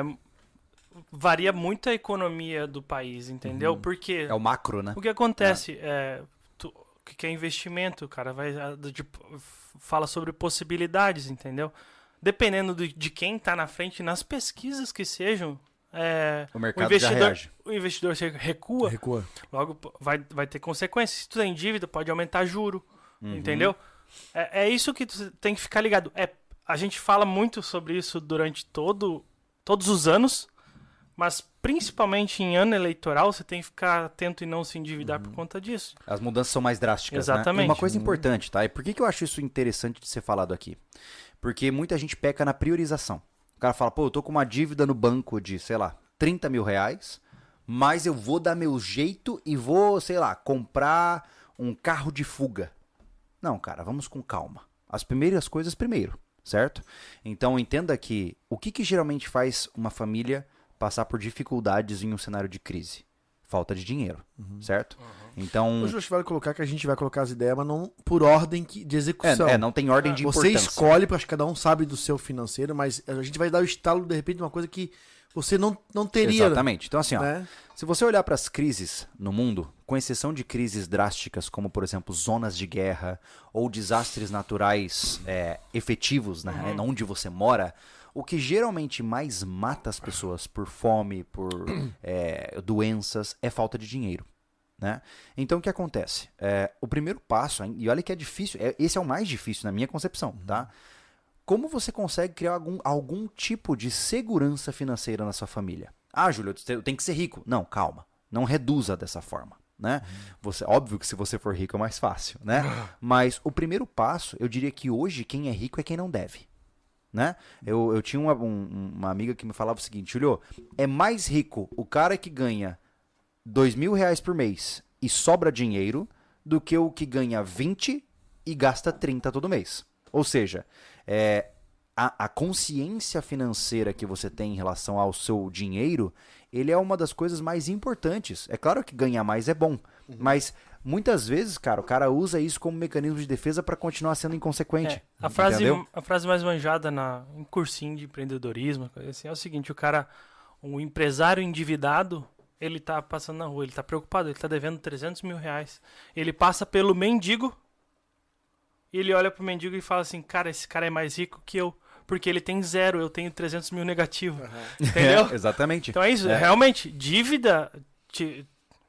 varia muito a economia do país, entendeu? Porque É o macro, né? o que acontece é, tu- o que que é investimento, o cara vai ah, de- fala sobre possibilidades, entendeu? Dependendo do- de quem tá na frente, nas pesquisas que sejam, é, O o mercado já investidor, reage. o investidor se recua, Recua. logo p- vai, vai ter consequências. Se tu tem dívida, pode aumentar juro, Uhum. entendeu? É, é isso que tu tem que ficar ligado. É, a gente fala muito sobre isso durante todo, todos os anos, mas principalmente em ano eleitoral, você tem que ficar atento e não se endividar por conta disso. As mudanças são mais drásticas, né? Exatamente. E uma coisa importante, tá? E por que, que eu acho isso interessante de ser falado aqui? Porque muita gente peca na priorização. O cara fala, pô, eu tô com uma dívida no banco de, sei lá, trinta mil reais, mas eu vou dar meu jeito e vou, sei lá, comprar um carro de fuga. Não, cara, vamos com calma. As primeiras coisas primeiro, certo? Então entenda que o que, que geralmente faz uma família passar por dificuldades em um cenário de crise? Falta de dinheiro, certo? Então, Hoje vale colocar que a gente vai colocar as ideias, mas não por ordem que- de execução. é, é, não tem ordem de Você importância. escolhe, porque cada um sabe do seu financeiro, mas a gente vai dar o estalo, de repente, de uma coisa que você não, não teria. Exatamente. Então, assim, ó, Né? se você olhar para as crises no mundo, com exceção de crises drásticas, como, por exemplo, zonas de guerra ou desastres naturais é, efetivos, né, onde você mora, o que geralmente mais mata as pessoas por fome, por é, doenças, é falta de dinheiro. Né? Então, o que acontece? É, o primeiro passo, e olha que é difícil, é, esse é o mais difícil na minha concepção, tá? Como você consegue criar algum, algum tipo de segurança financeira na sua família? Ah, Júlio, eu tenho que ser rico. Não, calma. Não reduza dessa forma. Né? Você, óbvio que se você for rico é mais fácil. Né? Mas o primeiro passo, eu diria que hoje quem é rico é quem não deve. Né? Eu, eu tinha uma, um, uma amiga que me falava o seguinte, Júlio, é mais rico o cara que ganha dois mil reais por mês e sobra dinheiro do que o que ganha vinte e gasta trinta todo mês. Ou seja, é, a, a consciência financeira que você tem em relação ao seu dinheiro, ele é uma das coisas mais importantes. É claro que ganhar mais é bom, uhum. mas muitas vezes, cara, o cara usa isso como mecanismo de defesa para continuar sendo inconsequente. É, a, frase, a frase mais manjada na, em cursinho de empreendedorismo coisa assim, é o seguinte, o cara, um empresário endividado, ele tá passando na rua, ele tá preocupado, ele tá devendo trezentos mil reais. Ele passa pelo mendigo e ele olha pro mendigo e fala assim, cara, esse cara é mais rico que eu. Porque ele tem zero, eu tenho trezentos mil negativo. Uhum. Entendeu? É, exatamente. Então é isso. É. Realmente, dívida te,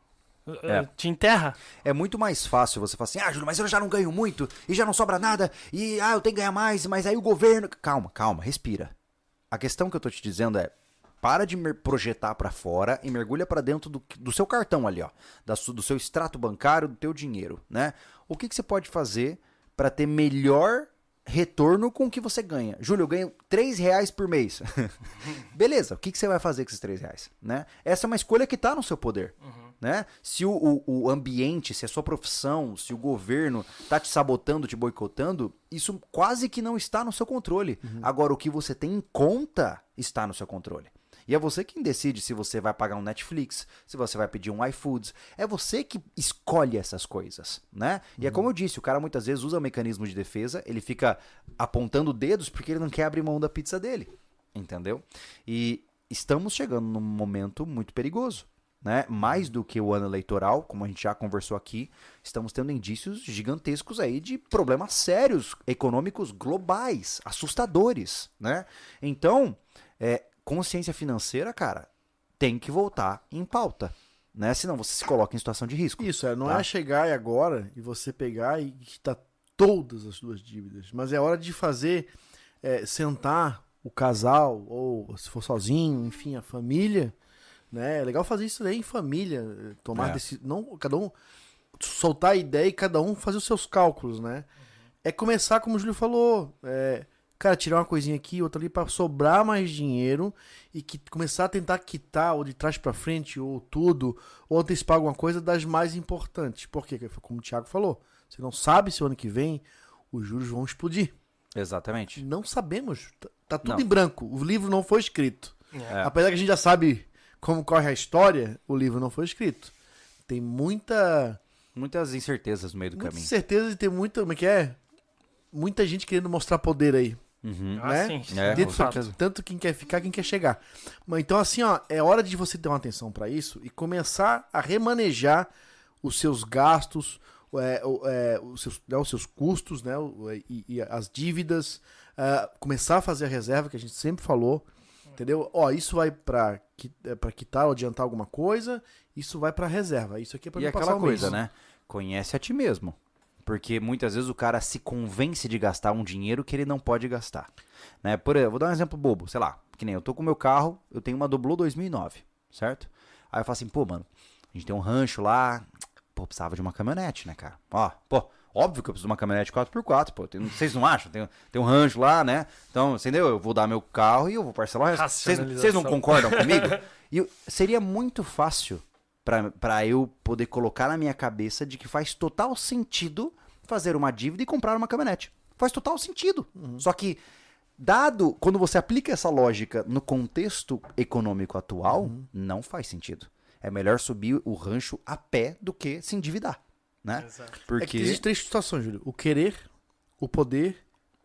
é. te enterra. É muito mais fácil você falar assim, ah, Júlio, mas eu já não ganho muito e já não sobra nada e ah, eu tenho que ganhar mais, mas aí o governo... Calma, calma, respira. A questão que eu tô te dizendo é, para de projetar para fora e mergulha para dentro do, do seu cartão ali, ó, da, do seu extrato bancário, do teu dinheiro, né? O que, que você pode fazer para ter melhor retorno com o que você ganha? Júlio, eu ganho três reais por mês. Beleza, o que, que você vai fazer com esses três reais? Né? Essa é uma escolha que está no seu poder. Uhum. Né? Se o, o, o ambiente, se a sua profissão, se o governo está te sabotando, te boicotando, isso quase que não está no seu controle. Uhum. Agora, o que você tem em conta está no seu controle. E é você quem decide se você vai pagar um Netflix, se você vai pedir um iFoods. É você que escolhe essas coisas, né? E uhum. é como eu disse, o cara muitas vezes usa o mecanismo de defesa, ele fica apontando dedos porque ele não quer abrir mão da pizza dele, entendeu? E estamos chegando num momento muito perigoso, né? Mais do que o ano eleitoral, como a gente já conversou aqui, estamos tendo indícios gigantescos aí de problemas sérios econômicos globais, assustadores, né? Então, é... consciência financeira, cara, tem que voltar em pauta, né? Senão você se coloca em situação de risco. Isso, é, não tá? é chegar agora e você pegar e quitar todas as suas dívidas, mas é hora de fazer, é, sentar o casal, ou se for sozinho, enfim, a família, né? É legal fazer isso aí em família, tomar é. decisão, não, cada um soltar a ideia e cada um fazer os seus cálculos, né? Uhum. É começar, como o Júlio falou, é... cara, tirar uma coisinha aqui, outra ali, pra sobrar mais dinheiro e que, começar a tentar quitar, ou de trás pra frente, ou tudo, ou antecipar alguma coisa das mais importantes. Por quê? Como o Thiago falou, você não sabe se o ano que vem os juros vão explodir. Exatamente. Não sabemos. Tá, tá tudo não. em branco. O livro não foi escrito. É. Apesar que a gente já sabe como corre a história, o livro não foi escrito. Tem muita... muitas incertezas no meio do muita caminho. Certeza e tem muita... Como é que é? Muita gente querendo mostrar poder aí. Uhum. Ah, né? sim. É, Dentro, tanto quem quer ficar, quem quer chegar. Mas então, assim, ó, é hora de você ter uma atenção para isso e começar a remanejar os seus gastos, é, é, os, seus, né, os seus custos, né, e, e as dívidas, uh, começar a fazer a reserva, que a gente sempre falou, entendeu? Ó, isso vai para para quitar ou adiantar alguma coisa, isso vai para reserva, isso aqui é para E aquela coisa, né? Conhece a ti mesmo. Porque muitas vezes o cara se convence de gastar um dinheiro que ele não pode gastar. Né? Por exemplo, vou dar um exemplo bobo. Sei lá, que nem eu tô com o meu carro, eu tenho uma Doblo dois mil e nove, certo? Aí eu falo assim, pô, mano, a gente tem um rancho lá, pô, precisava de uma caminhonete, né, cara? Ó, pô, óbvio que eu preciso de uma caminhonete quatro por quatro, pô. Tem, vocês não acham? Tem, tem um rancho lá, né? Então, entendeu? Eu vou dar meu carro e eu vou parcelar o resto. Vocês, vocês não concordam comigo? E eu, seria muito fácil para eu poder colocar na minha cabeça de que faz total sentido fazer uma dívida e comprar uma caminhonete. Faz total sentido. Uhum. Só que, dado, quando você aplica essa lógica no contexto econômico atual, uhum. não faz sentido. É melhor subir o rancho a pé do que se endividar, né? Exato. Porque... É que existem três situações, Júlio. O querer, o poder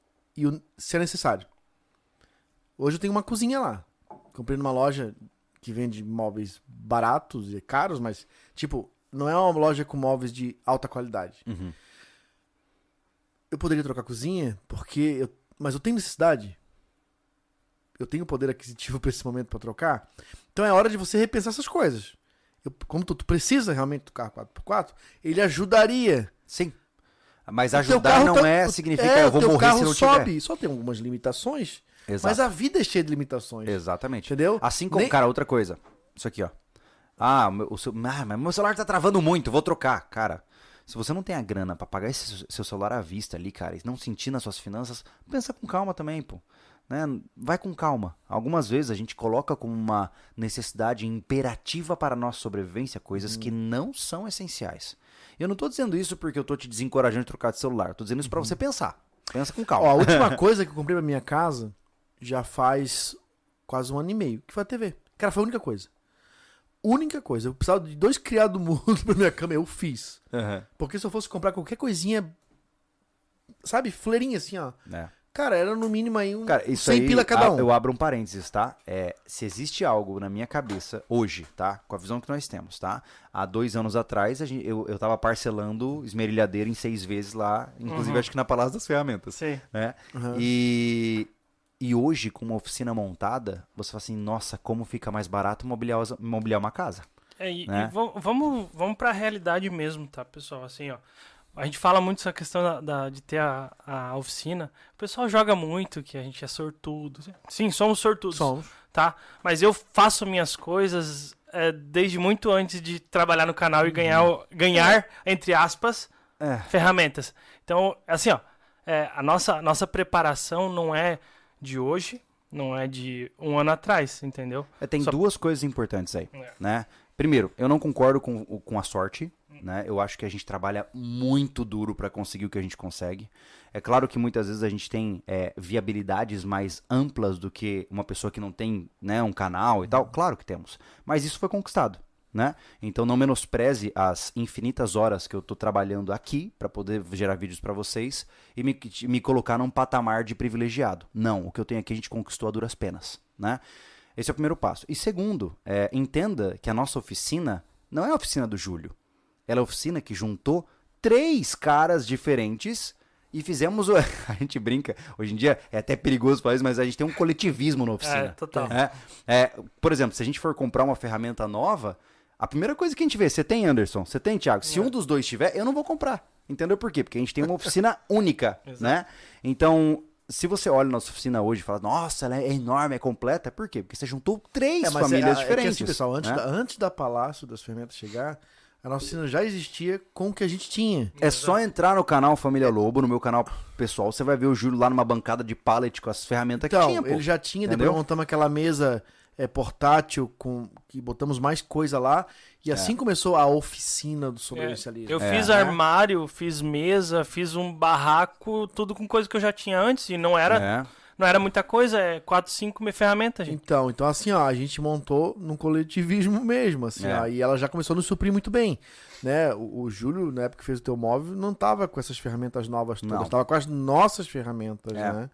e o ser necessário. Hoje eu tenho uma cozinha lá. Comprei numa loja que vende móveis baratos e caros, mas, tipo, não é uma loja com móveis de alta qualidade. Uhum. Eu poderia trocar a cozinha, porque eu... mas eu tenho necessidade. Eu tenho poder aquisitivo para esse momento para trocar. Então é hora de você repensar essas coisas. Eu, como tu, tu precisa realmente do carro quatro por quatro, ele ajudaria. Sim. Mas O ajudar não tá... é, significa é, eu vou morrer carro se não sobe. tiver. Só tem algumas limitações, Exato. mas a vida é cheia de limitações. Exatamente. Entendeu? Assim como, Nem... cara, outra coisa. Isso aqui, ó. Ah, o meu, o seu... ah, mas meu celular tá travando muito, vou trocar. Cara, se você não tem a grana pra pagar esse seu celular à vista ali, cara, e não sentir nas suas finanças, pensa com calma também, pô. Né? Vai com calma. Algumas vezes a gente coloca como uma necessidade imperativa para a nossa sobrevivência coisas hum. que não são essenciais. Eu não tô dizendo isso porque eu tô te desencorajando de trocar de celular. Eu tô dizendo isso pra você pensar. Pensa com Ó, calma. a última coisa que eu comprei pra minha casa já faz quase um ano e meio, que foi a T V. Cara, foi a única coisa. Única coisa. Eu precisava de dois criados mudos pra minha cama, eu fiz. Uhum. Porque se eu fosse comprar qualquer coisinha, sabe, fleirinha assim, ó. É. Cara, era no mínimo aí um Cara, isso cem aí, pila cada a- um. eu abro um parênteses, tá? É, se existe algo na minha cabeça hoje, tá? Com a visão que nós temos, tá? Há dois anos atrás, a gente, eu, eu tava parcelando esmerilhadeira em seis vezes lá, inclusive Uhum. acho que na Palácio das Ferramentas, Sim. né? Uhum. E, e hoje, com uma oficina montada, você fala assim, nossa, como fica mais barato mobiliar, os- mobiliar uma casa. É, e, Né? e vam- vamos, vamos pra realidade mesmo, tá, pessoal? Assim, ó. A gente fala muito essa questão da, da- de ter a, a oficina. O pessoal joga muito que a gente é sortudo. Sim, somos sortudos, Somos. tá? Mas eu faço minhas coisas é, desde muito antes de trabalhar no canal e ganhar, o- ganhar entre aspas, É. ferramentas. Então, assim, ó, é, a nossa, a nossa preparação não é de hoje, não é de um ano atrás, entendeu? É, tem Só- duas coisas importantes aí, É. né? Primeiro, eu não concordo com, o- com a sorte, né? Eu acho que a gente trabalha muito duro para conseguir o que a gente consegue. É claro que muitas vezes a gente tem é, viabilidades mais amplas do que uma pessoa que não tem, né, um canal e tal. Claro que temos, mas isso foi conquistado, né? Então não menospreze as infinitas horas que eu tô trabalhando aqui para poder gerar vídeos para vocês e me, me colocar num patamar de privilegiado. Não, o que eu tenho aqui a gente conquistou a duras penas, né? Esse é o primeiro passo. E segundo, é, entenda que a nossa oficina não é a oficina do Júlio. Ela é a oficina que juntou três caras diferentes e fizemos... o- a gente brinca, hoje em dia é até perigoso falar isso, mas a gente tem um coletivismo na oficina. É, total. É, é, por exemplo, se a gente for comprar uma ferramenta nova, a primeira coisa que a gente vê, você tem, Anderson, você tem, Thiago? Se É. um dos dois tiver, eu não vou comprar. Entendeu por quê? Porque a gente tem uma oficina única, Exato. né? Então... Se você olha a nossa oficina hoje e fala, nossa, ela é enorme, é completa, por quê? Porque você juntou três É, mas famílias é, é que diferentes. assim, pessoal, antes, né? da, antes da Palácio das Ferramentas chegar, a nossa oficina já existia com o que a gente tinha. É só entrar no canal Família Lobo, no meu canal pessoal, você vai ver o Júlio lá numa bancada de pallet com as ferramentas que Então, tinha, pô. ele já tinha, Entendeu? depois montamos aquela mesa é, portátil, com que botamos mais coisa lá, e assim começou a oficina do sobrevivencialismo. Eu É. fiz Né? armário, fiz mesa, fiz um barraco, tudo com coisa que eu já tinha antes e não era, É. não era muita coisa, é quatro, cinco mil ferramentas, gente. Então, então assim, ó, a gente montou num coletivismo mesmo, assim, É. ó, e ela já começou a nos suprir muito bem, né? O, o Júlio, na época que fez o teu móvel, não tava com essas ferramentas novas todas, Não. tava com as nossas ferramentas, É. né?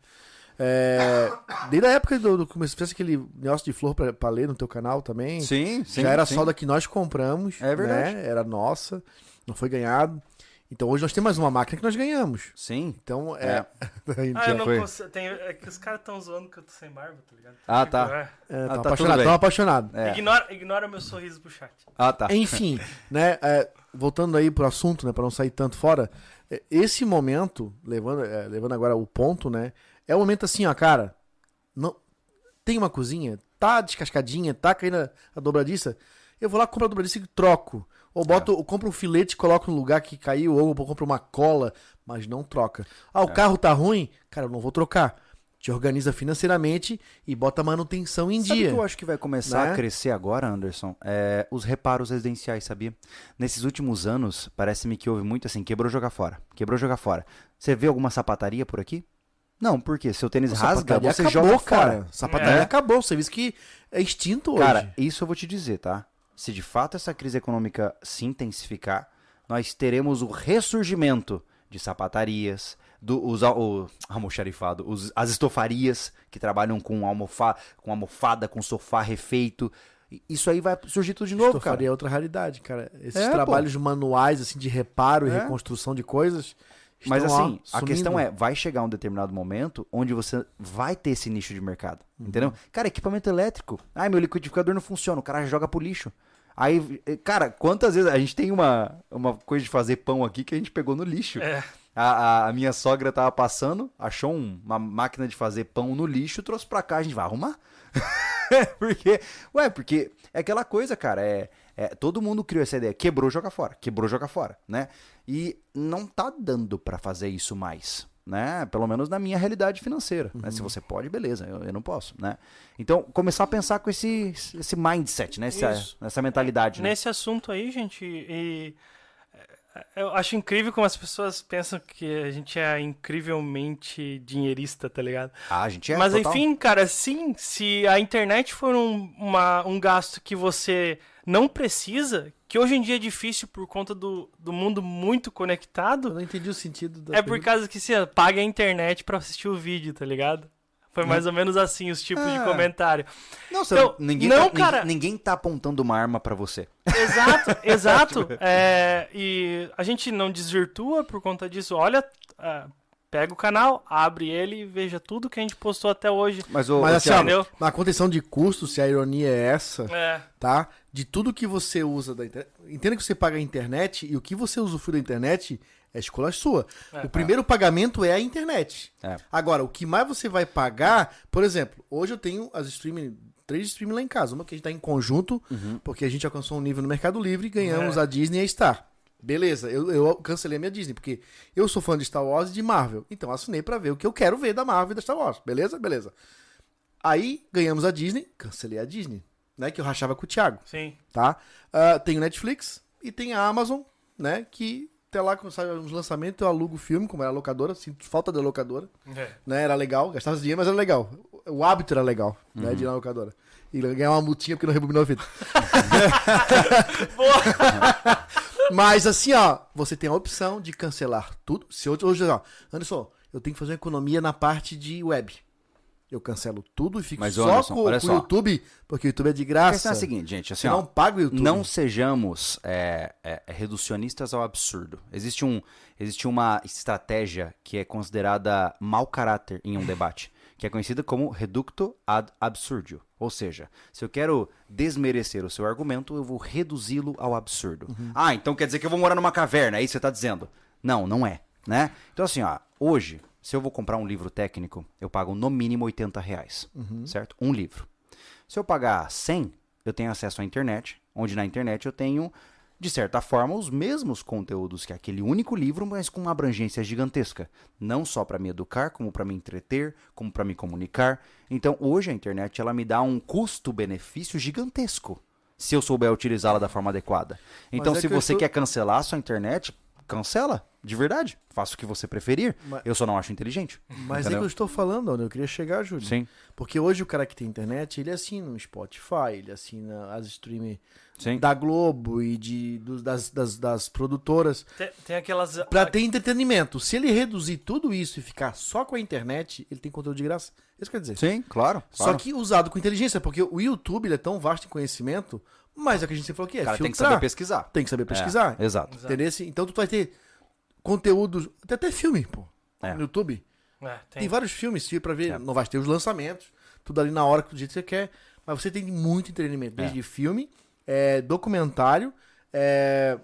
É, desde a época do, do começo, fez aquele negócio de flor pra, pra ler no teu canal também, Sim, sim. já era sim. solda que nós compramos, É verdade. né? Era nossa, não foi ganhado. Então hoje nós temos mais uma máquina que nós ganhamos. Sim. Então é. Ah, eu não foi. consigo. Tem, é que os caras estão zoando que eu tô sem barba, tá ligado? Ah, Tipo, tá. é. é, Ah, tão tá tudo apaixonado, bem. tão apaixonado. É. Ignora, ignora meu sorriso pro chat. Ah, tá. Enfim, né? é, voltando aí pro assunto, né? Pra não sair tanto fora. é, Esse momento, levando, é, levando agora o ponto, né? É o momento assim, ó, cara. Não, tem uma cozinha, tá descascadinha, tá caindo a, a dobradiça. Eu vou lá, compro a dobradiça e troco. Ou boto, eu compro um filete e coloco no lugar que caiu, ou eu compro uma cola, mas não troca. Ah, o carro tá ruim? Cara, eu não vou trocar. Te organiza financeiramente e bota a manutenção em Sabe dia. o que eu acho que vai começar Né? a crescer agora, Anderson? É os reparos residenciais, sabia? Nesses últimos anos, parece-me que houve muito assim, quebrou, jogar fora. Quebrou, jogar fora. Você vê alguma sapataria por aqui? Não, porque seu tênis A rasga, sapataria você acabou, joga cara. fora. Sapataria É. acabou. Serviço que é extinto hoje. Cara, isso eu vou te dizer, tá? Se de fato essa crise econômica se intensificar, nós teremos o ressurgimento de sapatarias, do, os, o almoxarifado, os, as estofarias que trabalham com, almofa, com almofada, com sofá refeito. Isso aí vai surgir tudo de novo, cara. Estofaria é outra realidade, cara. Esses É, trabalhos manuais, assim, de reparo e É. reconstrução de coisas. Mas estão, ó, assim, a sumindo. questão é, vai chegar um determinado momento onde você vai ter esse nicho de mercado, Uhum. entendeu? Cara, equipamento elétrico, ai, meu liquidificador não funciona, o cara já joga pro lixo. Aí, cara, quantas vezes, a gente tem uma, uma coisa de fazer pão aqui que a gente pegou no lixo. É. A, a, a minha sogra tava passando, achou um- uma máquina de fazer pão no lixo, trouxe pra cá, a gente vai arrumar. porque, ué, porque é aquela coisa, cara, é, é, todo mundo criou essa ideia, quebrou, joga fora, quebrou, joga fora, né? E não tá dando pra fazer isso mais, né? Pelo menos na minha realidade financeira, né? Se você pode, beleza, eu, eu não posso, né? Então, começar a pensar com esse, esse mindset, né? Essa, Isso. essa mentalidade, né? Nesse assunto aí, gente, e Eu acho incrível como as pessoas pensam que a gente é incrivelmente dinheirista, tá ligado? Ah, a gente é Mas total. enfim, cara, sim, se a internet for um, uma, um gasto que você não precisa, que hoje em dia é difícil por conta do, do mundo muito Eu conectado, não entendi o sentido da é por pergunta. causa que você paga a internet pra assistir o vídeo, tá ligado? Foi mais ou menos assim os tipos de Ah. comentário. Não, você Então, ninguém, não, tá, cara. ninguém, ninguém tá apontando uma arma pra você. Exato, exato. É, e a gente não desvirtua por conta disso. Olha, é, pega o canal, abre ele e veja tudo que a gente postou até hoje. Mas, o, Mas assim, ó, Entendeu? na contenção de custos, se a ironia é essa, É, tá? De tudo que você usa da internet. Entenda que você paga a internet e o que você usufrui da internet é escolha sua. É. O primeiro pagamento é a internet. É. Agora, o que mais você vai pagar, por exemplo, hoje eu tenho as streaming, três streaming lá em casa. Uma que a gente tá em conjunto, porque a gente alcançou um nível no Mercado Livre e ganhamos É. a Disney e a Star. Beleza, eu, eu cancelei a minha Disney, porque eu sou fã de Star Wars e de Marvel. Então assinei pra ver o que eu quero ver da Marvel e da Star Wars. Beleza? Beleza. Aí ganhamos a Disney, cancelei a Disney, né? Que eu rachava com o Thiago, sim. tá? Ah, tem o Netflix e tem a Amazon, né? Que até lá, quando sai os lançamentos, eu alugo o filme, como era locadora, sinto falta da locadora, É. né? Era legal, gastava dinheiro, mas era legal. O hábito era legal, né? De ir na locadora. E ganhar uma multinha porque não rebobinou a fita. Mas assim, ó, você tem a opção de cancelar tudo. Se hoje, hoje ó, Anderson, eu tenho que fazer uma economia na parte de web. Eu cancelo tudo e fico Mas, só Anderson, com, olha com só. o YouTube, porque o YouTube é de A graça. questão é a seguinte, gente, assim, Você ó, não paga o YouTube. não sejamos é, é, reducionistas ao absurdo. Existe, um, existe uma estratégia que é considerada mau caráter em um debate, que é conhecida como reducto ad absurdio. Ou seja, se eu quero desmerecer o seu argumento, eu vou reduzi-lo ao absurdo. Ah, então quer dizer que eu vou morar numa caverna, é isso que você está dizendo? Não, não é, né? Então assim, ó, hoje, se eu vou comprar um livro técnico, eu pago no mínimo oitenta reais, certo? Um livro. Se eu pagar cem, eu tenho acesso à internet, onde na internet eu tenho, de certa forma, os mesmos conteúdos que aquele único livro, mas com uma abrangência gigantesca. Não só para me educar, como para me entreter, como para me comunicar. Então, hoje a internet ela me dá um custo-benefício gigantesco, se eu souber utilizá-la da forma adequada. Então, é se que eu você estou- quer cancelar a sua internet, cancela, de verdade. Faça o que você preferir. Mas- Eu só não acho inteligente. Mas é entendeu? que eu estou falando, onde eu queria chegar, Júlio. Sim, Porque hoje o cara que tem internet, ele assina no Spotify, ele assina as streaming sim. da Globo e de, dos- das, das, das produtoras Tem, tem aquelas. pra ter entretenimento. Se ele reduzir tudo isso e ficar só com a internet, ele tem conteúdo de graça. Isso quer dizer. Sim, claro. Só claro. que usado com inteligência, porque o YouTube ele é tão vasto em conhecimento, mas é o que a gente sempre falou que é O cara tem que filtrar. saber pesquisar. Tem que saber pesquisar. É, exato. Exato. Entendeu? Então tu vai ter conteúdos, até, até filme, pô, É. no YouTube. É, Tem, tem. vários filmes pra ver, É. não vai ter os lançamentos, tudo ali na hora, do jeito que você quer, mas você tem muito entretenimento, É. desde filme, é, documentário, é,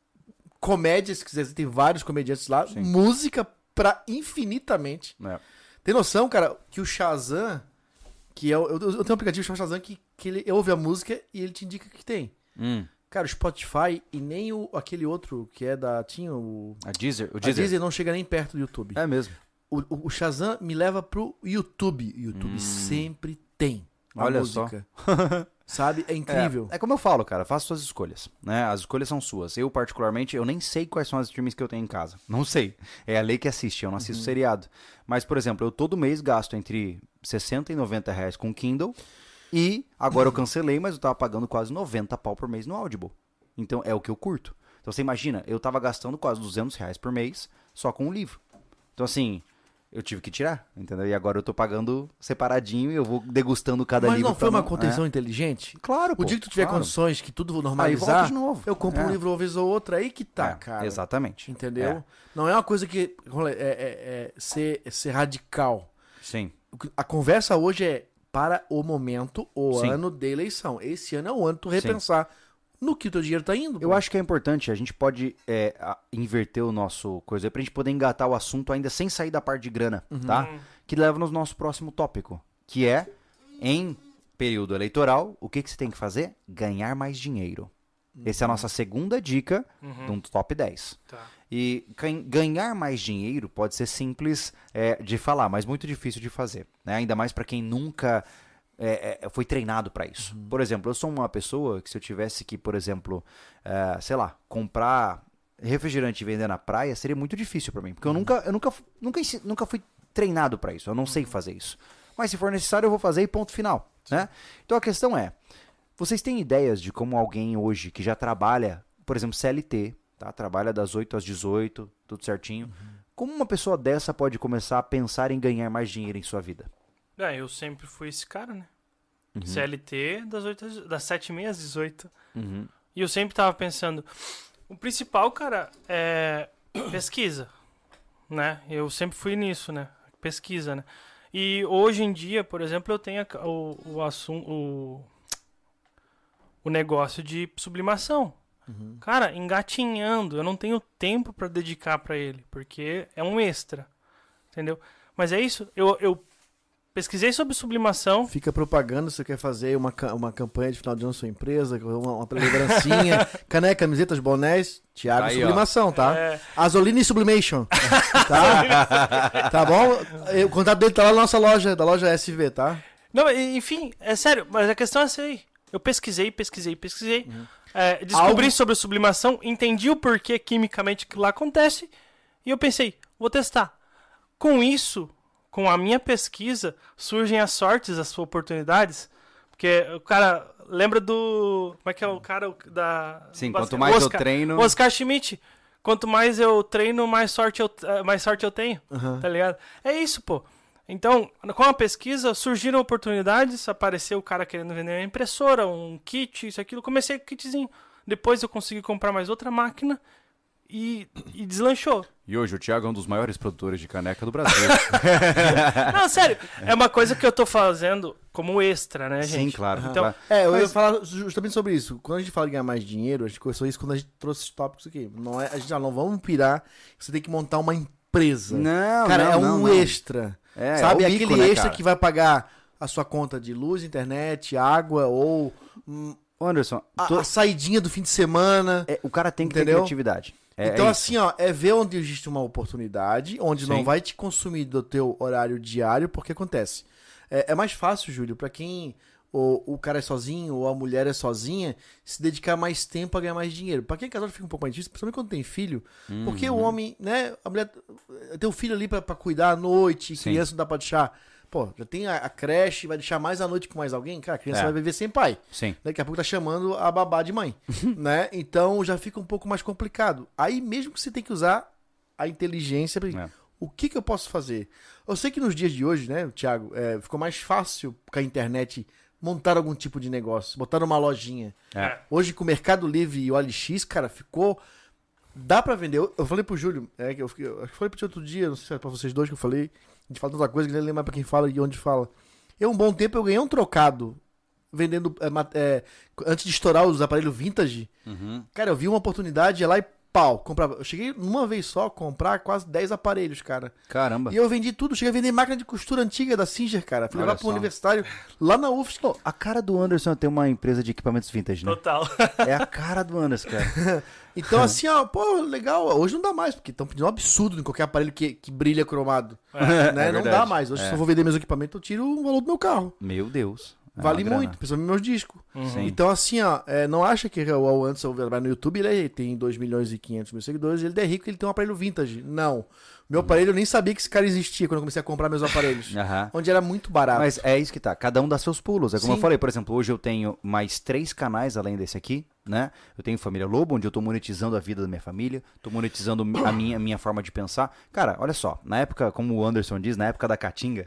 comédia, se quiser, tem vários comediantes lá, Sim. música pra infinitamente. É. Tem noção, cara, que o Shazam, que é, o- eu, eu tenho um aplicativo chamado Shazam que, que ele ouve a música e ele te indica que tem. Hum, Cara, o Spotify e nem o, aquele outro que é da, tinha o... a Deezer, o A Deezer. Deezer não chega nem perto do YouTube. É mesmo. O, o, o Shazam me leva pro YouTube. O YouTube sempre tem a Hum. Olha música. Sabe? É incrível. É, é como eu falo, cara, faça suas escolhas, né? As escolhas são suas. Eu, particularmente, eu nem sei quais são as streams que eu tenho em casa. Não sei. É a lei que assiste, eu não assisto seriado. Mas, por exemplo, eu todo mês gasto entre sessenta e noventa reais com Kindle e agora eu cancelei, mas eu tava pagando quase noventa pau por mês no Audible. Então, é o que eu curto. Então, você imagina, eu tava gastando quase duzentos reais por mês só com um livro. Então, assim, eu tive que tirar, entendeu? E agora eu tô pagando separadinho e eu vou degustando cada Mas livro. não foi pra uma contenção inteligente? Claro, pô. O dia que tu tiver claro. condições que tudo Aí normalizar, volta de novo. eu compro É. um livro uma vez ou outra, aí que tá, É, cara. Exatamente. Entendeu? É, Não é uma coisa que é, é- é ser, ser radical. sim. A conversa hoje é para o momento, o Sim. ano de eleição. Esse ano é o ano de tu repensar no que o teu dinheiro tá indo. Eu pô. acho que é importante, a gente pode é, a- inverter o nosso coisa aí pra gente poder engatar o assunto ainda sem sair da parte de grana, tá? Que leva no nosso próximo tópico, que é, em período eleitoral, o que, que você tem que fazer? Ganhar mais dinheiro. Essa é a nossa segunda dica de um top dez. Tá. E gan- ganhar mais dinheiro pode ser simples é, de falar, mas muito difícil de fazer, né? Ainda mais para quem nunca é, é, foi treinado para isso. Por exemplo, eu sou uma pessoa que se eu tivesse que, por exemplo, é, sei lá, comprar refrigerante e vender na praia seria muito difícil pra mim. Porque eu nunca, eu nunca, nunca, ensi- nunca fui treinado pra isso. Eu não sei fazer isso. Mas se for necessário, eu vou fazer e ponto final. Né? Então a questão é, vocês têm ideias de como alguém hoje que já trabalha, por exemplo, C L T, tá? Trabalha das oito às dezoito, tudo certinho. Uhum. Como uma pessoa dessa pode começar a pensar em ganhar mais dinheiro em sua vida? É, eu sempre fui esse cara, né? Uhum. C L T das, oito, às- das sete e meia às dezoito. Uhum. E eu sempre tava pensando, o principal, cara, é pesquisa, né? Eu sempre fui nisso, né? Pesquisa, né? E hoje em dia, por exemplo, eu tenho a- o, o assunto, o, o negócio de sublimação. Uhum. Cara, engatinhando, eu não tenho tempo pra dedicar pra ele, porque é um extra, entendeu? Mas é isso, eu, eu pesquisei sobre sublimação. Fica propaganda, você quer fazer uma, ca- uma campanha de final de ano na sua empresa, uma, uma lembrancinha, caneca, camisetas, bonés, Thiago Aí, ó. Sublimação, tá? É, Azolini Sublimation, tá? Tá bom? O contato dele tá lá na nossa loja, da loja S V, tá? não, e- enfim, é sério, mas a questão é essa aí. Eu pesquisei, pesquisei, pesquisei. É, descobri Algo- sobre sublimação, entendi o porquê quimicamente que lá acontece. E eu pensei, vou testar. Com isso, com a minha pesquisa, surgem as sortes, as oportunidades. Porque o cara, lembra do... Como é que é o cara da... Sim, do quanto basquete? mais eu Oscar- treino... Oscar Schmidt. Quanto mais eu treino, mais sorte eu, eh, mais sorte eu tenho. Uhum. Tá ligado? É isso, pô. Então, com a pesquisa, surgiram oportunidades, apareceu o cara querendo vender uma impressora, um kit, isso, aquilo. Comecei com o kitzinho. Depois eu consegui comprar mais outra máquina e, e deslanchou. E hoje o Thiago é um dos maiores produtores de caneca do Brasil. Não, sério, é uma coisa que eu tô fazendo como extra, né, gente? Sim, claro. Então, claro. É, eu ia Mas- falar justamente sobre isso. Quando a gente fala de ganhar mais dinheiro, a gente começou isso quando a gente trouxe esses tópicos aqui. Não é, a gente já não vamos pirar, você tem que montar uma empresa. Não, Cara, não, é um não, não. extra. É, Sabe, é o bico, aquele né, extra cara? que vai pagar a sua conta de luz, internet, água ou hum, Ô, Anderson, a, to- a saidinha do fim de semana. é, o cara tem que ter Entendeu? criatividade. É- então, é isso. assim, ó, é ver onde existe uma oportunidade, onde Sim. não vai te consumir do teu horário diário, porque acontece. É, é mais fácil, Júlio, pra quem o, o cara é sozinho ou a mulher é sozinha, se dedicar mais tempo a ganhar mais dinheiro. Pra quem é casado fica um pouco mais difícil, principalmente quando tem filho, porque Uhum. o homem, né, a mulher tem o filho ali pra, pra cuidar à noite, Sim. criança não dá pra deixar. Pô, já tem a, a creche, vai deixar mais à noite com mais alguém? Cara, a criança É. vai viver sem pai. Sim. Daqui a pouco tá chamando a babá de mãe, né? Então já fica um pouco mais complicado. Aí mesmo que você tem que usar a inteligência, pra- É. o que que eu posso fazer? Eu sei que nos dias de hoje, né, Thiago, é, ficou mais fácil com a internet montar algum tipo de negócio, botar uma lojinha. É. Hoje com o Mercado Livre e o O L X, cara, ficou... Dá pra vender. Eu, eu falei pro Júlio, é, que eu, fiquei- eu falei pro Tio outro dia, não sei se é pra vocês dois que eu falei, a gente fala tanta coisa que nem lembra pra quem fala e onde fala. Eu, um bom tempo, eu ganhei um trocado vendendo, é, ma- é, antes de estourar os aparelhos vintage. Uhum. Cara, eu vi uma oportunidade, ia lá e pau, comprava. Eu cheguei numa vez só a comprar quase dez aparelhos, cara. Caramba. E eu vendi tudo, cheguei a vender máquina de costura antiga da Singer, cara. Fui Olha levar pro só. universitário lá na U F S C. A cara do Anderson é ter uma empresa de equipamentos vintage, né? Total. É a cara do Anderson, cara. Então, assim, ó, pô, legal. Hoje não dá mais, porque estão pedindo um absurdo em qualquer aparelho que, que brilha cromado. né? É não verdade. dá mais. Hoje, É. se eu vou vender meus equipamentos, eu tiro o valor do meu carro. Meu Deus. É vale uma grana. muito, principalmente meus discos. Sim. Então, assim, ó, é, não acha que o Al Anderson vai no YouTube, ele tem dois milhões e quinhentos mil seguidores, ele é rico, ele tem um aparelho vintage. Não. Meu aparelho, eu nem sabia que esse cara existia quando eu comecei a comprar meus aparelhos. Aham. Onde era muito barato. Mas é isso que tá. Cada um dá seus pulos. É como Sim. eu falei, por exemplo, hoje eu tenho mais três canais além desse aqui, né? Eu tenho Família Lobo, onde eu tô monetizando a vida da minha família, tô monetizando a minha, a minha forma de pensar. Cara, olha só, na época, como o Anderson diz, na época da Caatinga,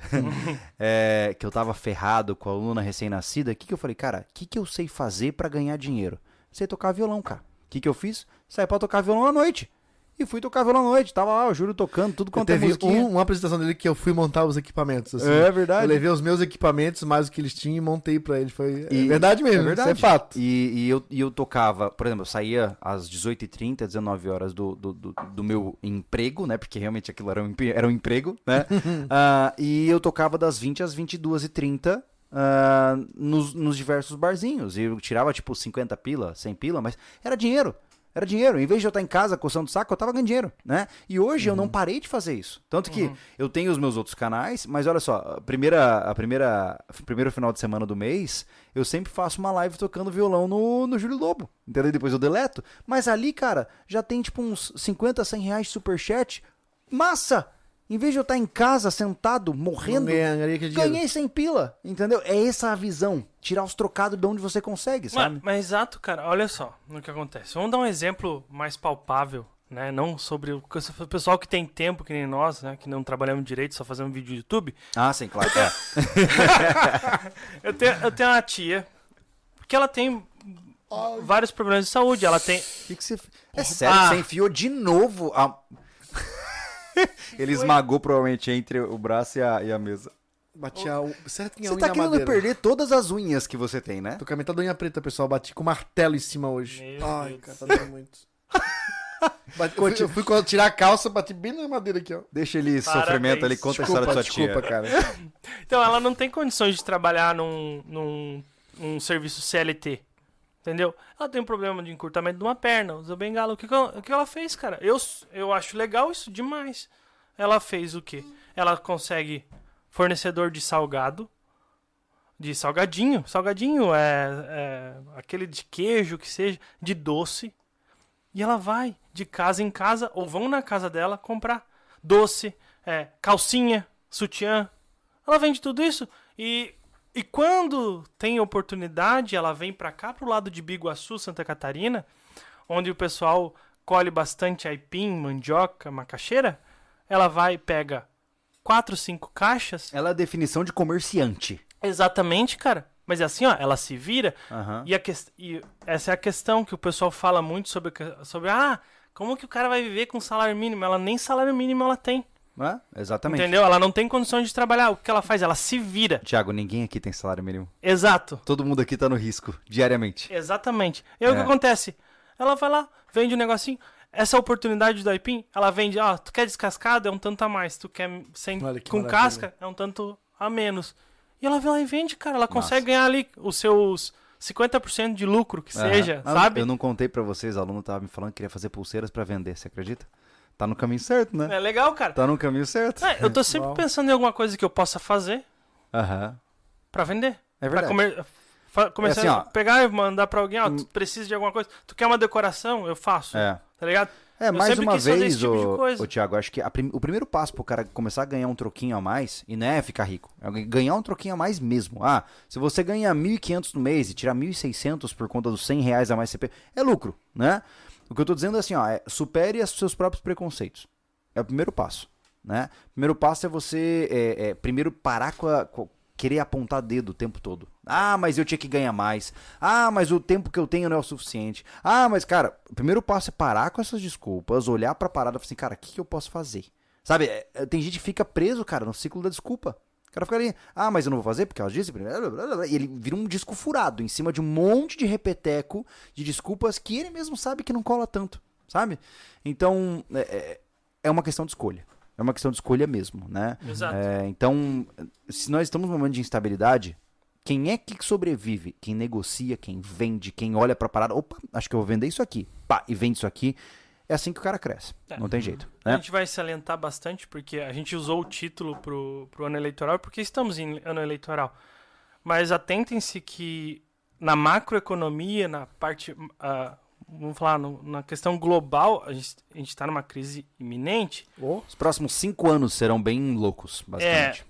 é, que eu tava ferrado com a aluna recém-nascida, o que que eu falei? Cara, o que que eu sei fazer pra ganhar dinheiro? Sei tocar violão, cara. O que que eu fiz? Saí pra tocar violão à noite. E fui tocar violão à noite. Tava lá o Júlio tocando, tudo Eu quanto é teve musiquinha. um- uma apresentação dele que eu fui montar os equipamentos. Assim. É verdade. Eu levei os meus equipamentos, mais o que eles tinham, e montei pra eles. Foi E- é verdade mesmo, é verdade. isso é fato. E, e eu, e eu tocava, por exemplo, eu saía às dezoito e trinta, dezenove horas do, do, do, do meu emprego, né? Porque realmente aquilo era um, empre- era um emprego, né? Ah, e eu tocava das vinte às vinte e duas e trinta nos, nos diversos barzinhos. E eu tirava tipo cinquenta pila, cem pila, mas era dinheiro. Era dinheiro. Em vez de eu estar em casa coçando o saco, eu tava ganhando dinheiro, né? E hoje Uhum. eu não parei de fazer isso. Tanto que Uhum. eu tenho os meus outros canais, mas olha só, a primeira, a primeira, o primeiro final de semana do mês, eu sempre faço uma live tocando violão no, no Júlio Lobo, entendeu? Depois eu deleto. Mas ali, cara, já tem tipo uns cinquenta, cem reais de superchat. Massa! Em vez de eu estar em casa, sentado, morrendo, ganharia aquele dinheiro. ganhei cem pila, entendeu? É essa a visão. Tirar os trocados de onde você consegue, sabe? Mas, mas exato, cara, olha só no que acontece. Vamos dar um exemplo mais palpável, né? Não sobre o o pessoal que tem tempo, que nem nós, né? Que não trabalhamos direito, só fazemos vídeo no YouTube. Ah, sim, claro. É. Eu tenho, eu tenho uma tia que ela tem vários problemas de saúde. Ela tem. Que que você... É sério, Ah. você enfiou de novo a... Ele esmagou provavelmente entre o braço e a, e a mesa. Bati a... u- certinho a Você unha tá na querendo madeira. perder todas as unhas que você tem, né? Tô com a metade da unha preta, pessoal. Bati com martelo em cima hoje. Meu Ai, Deus cara, tá doendo muito. Bati, eu, fui, eu fui co- tirar a calça, bati bem na madeira aqui, ó. Deixa ele Parabéns. sofrimento ali, conta a história da sua desculpa, tia. cara. Então, ela não tem condições de trabalhar num, num, num serviço C L T. Entendeu? Ela tem um problema de encurtamento de uma perna, usa bengala. O que, que, ela, o que ela fez, cara? Eu, eu acho legal isso demais. Ela fez o quê? Ela consegue fornecedor de salgado, de salgadinho. Salgadinho é, é aquele de queijo que seja, de doce. E ela vai de casa em casa, ou vão na casa dela comprar doce, é, calcinha, sutiã. Ela vende tudo isso e, e quando tem oportunidade, ela vem pra cá, pro lado de Biguaçu, Santa Catarina, onde o pessoal colhe bastante aipim, mandioca, macaxeira. Ela vai e pega quatro, cinco caixas. Ela é a definição de comerciante. Exatamente, cara. Mas é assim, ó, ela se vira. Aham. E, a que... e essa é a questão que o pessoal fala muito sobre, sobre, ah, como que o cara vai viver com salário mínimo? Ela nem salário mínimo ela tem, É, exatamente. entendeu? Ela não tem condições de trabalhar. O que ela faz? Ela se vira. Tiago, ninguém aqui tem salário mínimo. Exato, Todo mundo aqui tá no risco, diariamente. exatamente. E aí o que É. acontece? Ela vai lá, vende um negocinho. Essa oportunidade do aipim, ela vende, ó, tu quer descascado? É um tanto a mais. Tu quer sem, Olha que com maravilha. casca? É um tanto a menos. E ela vai lá e vende, cara. Ela consegue ganhar ali os seus cinquenta por cento de lucro, que Aham. seja, Ah, sabe? Eu não contei pra vocês, o aluno tava me falando que queria fazer pulseiras pra vender, você acredita? Tá no caminho certo, né? É legal, cara. Tá no caminho certo. É, eu tô sempre Uau. pensando em alguma coisa que eu possa fazer Aham. pra vender. É Pra verdade. comer, fa- começar É assim, ó. a pegar e mandar pra alguém, ó, tu precisa de alguma coisa. Tu quer uma decoração? Eu faço. É. Tá ligado? É, Eu mais sempre uma quis fazer vez, esse tipo de ô, coisa. ô Thiago, acho que a prim- o primeiro passo pro cara começar a ganhar um troquinho a mais, e não é ficar rico, é ganhar um troquinho a mais mesmo. Ah, se você ganha mil e quinhentos no mês e tirar mil e seiscentos por conta dos cem reais a mais C P, é lucro, né? O que eu tô dizendo é assim, ó, é, supere os seus próprios preconceitos. É o primeiro passo, né? O primeiro passo é você, é, é, primeiro parar com a... com- querer apontar dedo o tempo todo. Ah, mas eu tinha que ganhar mais. Ah, mas o tempo que eu tenho não é o suficiente. Ah, mas, cara, o primeiro passo é parar com essas desculpas, olhar pra parada e falar assim, cara, o que, que eu posso fazer? Sabe, é, é, tem gente que fica preso, cara, no ciclo da desculpa. O cara fica ali, ah, mas eu não vou fazer porque ela disse, blá, blá, blá, blá, e ele vira um disco furado em cima de um monte de repeteco de desculpas que ele mesmo sabe que não cola tanto, sabe? Então, é, é- é uma questão de escolha. É uma questão de escolha mesmo, né? Exato. É, então, se nós estamos num momento de instabilidade, quem é que sobrevive? Quem negocia, quem vende, quem olha pra parada, opa, acho que eu vou vender isso aqui, pá, e vende isso aqui. É assim que o cara cresce. É. Não tem jeito, A né? gente vai se alentar bastante, porque a gente usou o título pro, pro ano eleitoral, porque estamos em ano eleitoral. Mas atentem-se que na macroeconomia, na parte, ah, vamos falar, no- na questão global, a gente a está numa crise iminente. Os próximos cinco anos serão bem loucos, basicamente.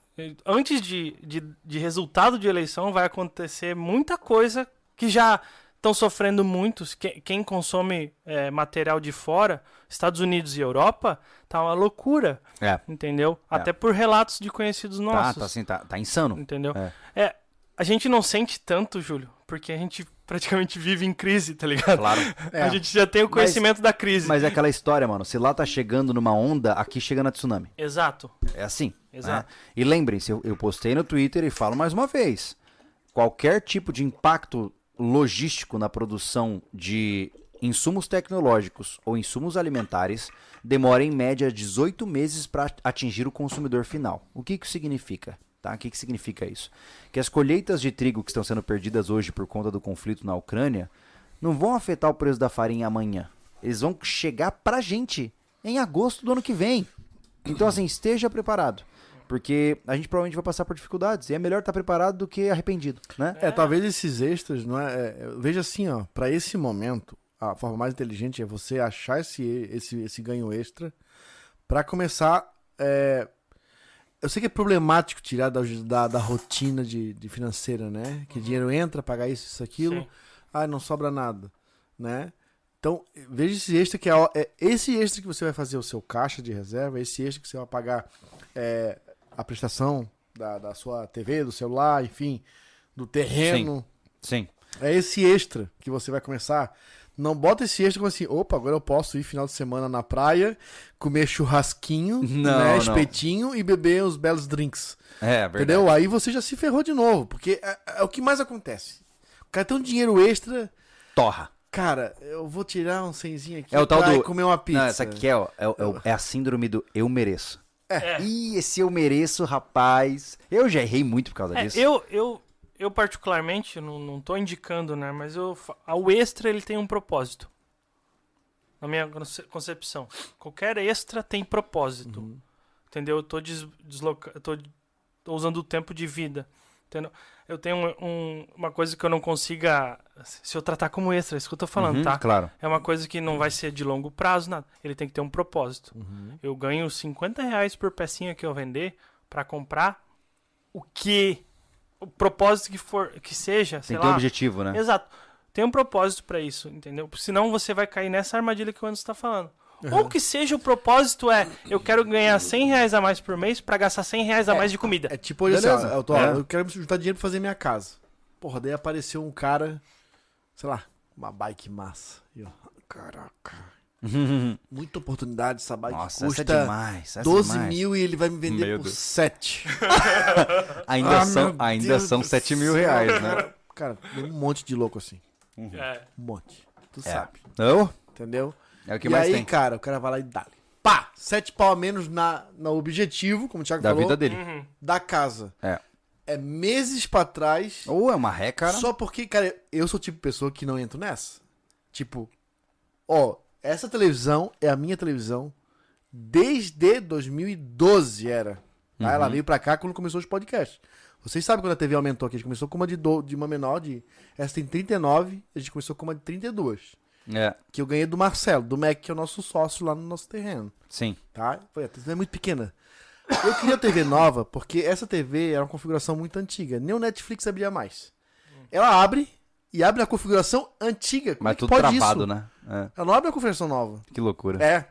Antes de, de, de resultado de eleição, vai acontecer muita coisa que já estão sofrendo muitos. Que- Quem consome é, material de fora, Estados Unidos e Europa, tá uma loucura, É, entendeu? É. Até por relatos de conhecidos tá, nossos, tá assim, tá, tá insano. entendeu? É. É, a gente não sente tanto, Júlio, porque a gente praticamente vive em crise, tá ligado? Claro. É. A gente já tem o conhecimento da crise. Mas é aquela história, mano. Se lá tá chegando numa onda, aqui chega na tsunami. Exato. É assim. Exato. Né? E lembrem-se, eu, eu postei no Twitter e falo mais uma vez. Qualquer tipo de impacto logístico na produção de insumos tecnológicos ou insumos alimentares demora em média dezoito meses para atingir o consumidor final. O que que significa? Tá? O que que significa isso? Que as colheitas de trigo que estão sendo perdidas hoje por conta do conflito na Ucrânia não vão afetar o preço da farinha amanhã. Eles vão chegar pra gente em agosto do ano que vem. Então, assim, esteja preparado. Porque a gente provavelmente vai passar por dificuldades. E é melhor estar preparado do que arrependido, né? É, talvez esses extras, não é, é, veja assim, ó, pra esse momento, a forma mais inteligente é você achar esse, esse, esse ganho extra pra começar... É, eu sei que é problemático tirar da, da, da rotina de, de financeira, né? Que dinheiro entra, pagar isso, isso, aquilo, Sim. ah, não sobra nada, né? Então, veja esse extra que é, é esse extra que você vai fazer o seu caixa de reserva, esse extra que você vai pagar é, a prestação da, da sua T V, do celular, enfim, do terreno. Sim. É esse extra que você vai começar. Não bota esse extra como assim, opa, agora eu posso ir final de semana na praia, comer churrasquinho, Não, né, não. espetinho e beber uns belos drinks. É, verdade. Entendeu? Aí você já se ferrou de novo, porque é, é o que mais acontece. O cara tem um dinheiro extra, Torra. cara, eu vou tirar um cenzinho aqui É o tal pra do... ir comer uma pizza. Não, essa aqui é, ó, é, o- é, o- é a síndrome do eu mereço. É. Ih, esse eu mereço, rapaz. Eu já errei muito por causa É, disso. eu, eu, eu particularmente, não, não tô indicando, né? Mas eu, fa- o extra, ele tem um propósito. Na minha conce- concepção. Qualquer extra tem propósito. Uhum. Entendeu? Eu tô, des, desloca, eu tô, tô usando o tempo de vida. Entendeu? Eu tenho um, um- uma coisa que eu não consiga... Se eu tratar como extra, é isso que eu tô falando, Uhum, tá? Claro. É uma coisa que não vai ser de longo prazo, nada. Ele tem que ter um propósito. Uhum. Eu ganho cinquenta reais por pecinha que eu vender pra comprar o que... O propósito que for, que seja, sei Tem que ter um lá. objetivo, né? Exato. Tem um propósito pra isso, entendeu? Senão você vai cair nessa armadilha que o Anderson tá falando. Ou que seja o propósito é, eu quero ganhar cem reais a mais por mês pra gastar cem reais a mais de comida. É tipo, olha assim, Beleza. ó, eu, tô, ó, É. eu quero juntar dinheiro pra fazer minha casa. Porra, daí apareceu um cara, sei lá, uma bike massa. E eu, caraca, muita oportunidade, essa bike Nossa, custa essa é demais. Essa é doze demais. mil e ele vai me vender Meu por Deus. sete. Ainda Ah, são, meu ainda Deus são do sete mil céu, reais, né? cara. Cara, tem um monte de louco assim. É. Um monte. Tu É. sabe, Não? entendeu? É o que e mais aí, tem. cara, o cara vai lá e dá. Pá! Sete pau a menos na, no objetivo, como o Thiago Da falou, vida dele. Uhum. da casa. É. É meses pra trás. Ou é uma ré, cara. Só porque, cara, eu sou o tipo de pessoa que não entro nessa. Tipo, ó, essa televisão é a minha televisão desde dois mil e doze, era. Tá? Ela veio pra cá quando começou os podcasts. Vocês sabem quando a T V aumentou aqui? A gente começou com uma de, do, de uma menor, de essa tem trinta e nove, a gente começou com uma de trinta e dois. É, Que eu ganhei do Marcelo, do Mac, que é o nosso sócio lá no nosso terreno. sim. Tá? Foi, a T V é muito pequena. Eu queria T V nova, porque essa T V era uma configuração muito antiga. Nem o Netflix abria mais. Ela abre e abre na configuração antiga. Como Mas é que tudo pode travado, isso? né? É. Ela não abre a configuração nova. Que loucura. É.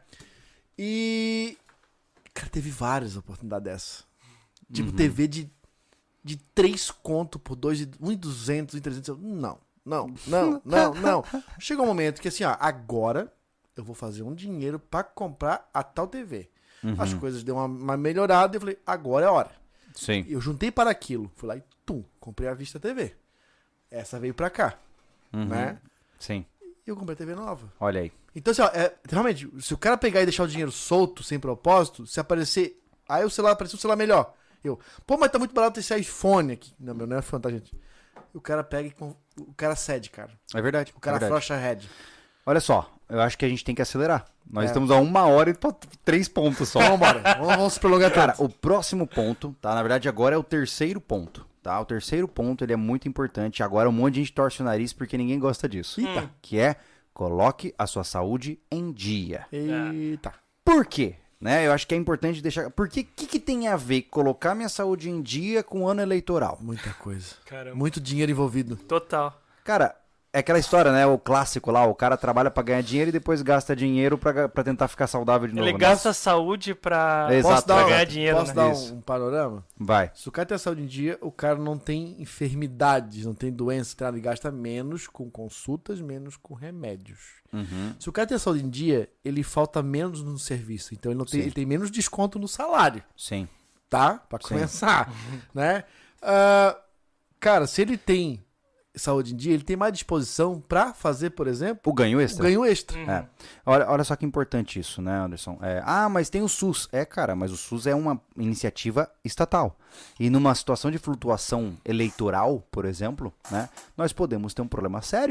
E... Cara, teve várias oportunidades dessa. Tipo, T V de, de três conto por dois, um e duzentos, um e trezentos. Eu, Não, não, não, não, não. Chegou um momento que assim, ó, agora eu vou fazer um dinheiro pra comprar a tal T V. Uhum. As coisas deu uma, uma melhorada e eu falei, agora é a hora. Sim. Eu juntei para aquilo. Fui lá e tum, comprei a Vista T V. Essa veio pra cá, Uhum. né? Sim. E eu comprei a T V nova. Olha aí. Então, assim, ó, é, realmente, se o cara pegar e deixar o dinheiro solto, sem propósito, se aparecer. Aí o celular apareceu um celular melhor. Eu, pô, mas tá muito barato esse iPhone aqui. Não, meu, não é iPhone, tá, gente? E o cara pega e. com- O cara cede, cara. É verdade. O cara é verdade. frouxa a head. Olha só, eu acho que a gente tem que acelerar. Nós É. estamos a uma hora e pra três pontos só. Então vambora. vamos, vamos se prolongar, Cara, tanto. o próximo ponto, tá? Na verdade, agora é o terceiro ponto, tá? O terceiro ponto, ele é muito importante. Agora um monte de gente torce o nariz porque ninguém gosta disso. Eita. Que é, coloque a sua saúde em dia. Eita. Por quê? Né? Eu acho que é importante deixar... Porque o que, que tem a ver colocar minha saúde em dia com o ano eleitoral? Muita coisa. Caramba. Muito dinheiro envolvido. Total. Cara, é aquela história, né? O clássico lá, o cara trabalha pra ganhar dinheiro e depois gasta dinheiro pra, pra tentar ficar saudável de novo. Ele né? gasta a saúde pra, Exato, Posso pra dar, um- ganhar dinheiro, posso né? dar Isso. um, um panorama? Vai. Se o cara tem a saúde em dia, o cara não tem enfermidades, não tem doença, tá? Ele gasta menos com consultas, menos com remédios. Uhum. Se o cara tem a saúde em dia, ele falta menos no serviço. Então ele, não tem, Sim. ele tem menos desconto no salário, Sim. tá? Pra Sim. começar, né? Ah, cara, se ele tem saúde em dia, ele tem mais disposição pra fazer, por exemplo, O ganho o extra. ganho extra. Uhum. É. Olha, olha só que importante isso, né, Anderson? É, ah, mas tem o SUS. É, cara, mas o SUS é uma iniciativa estatal. E numa situação de flutuação eleitoral, por exemplo, né, nós podemos ter um problema sério.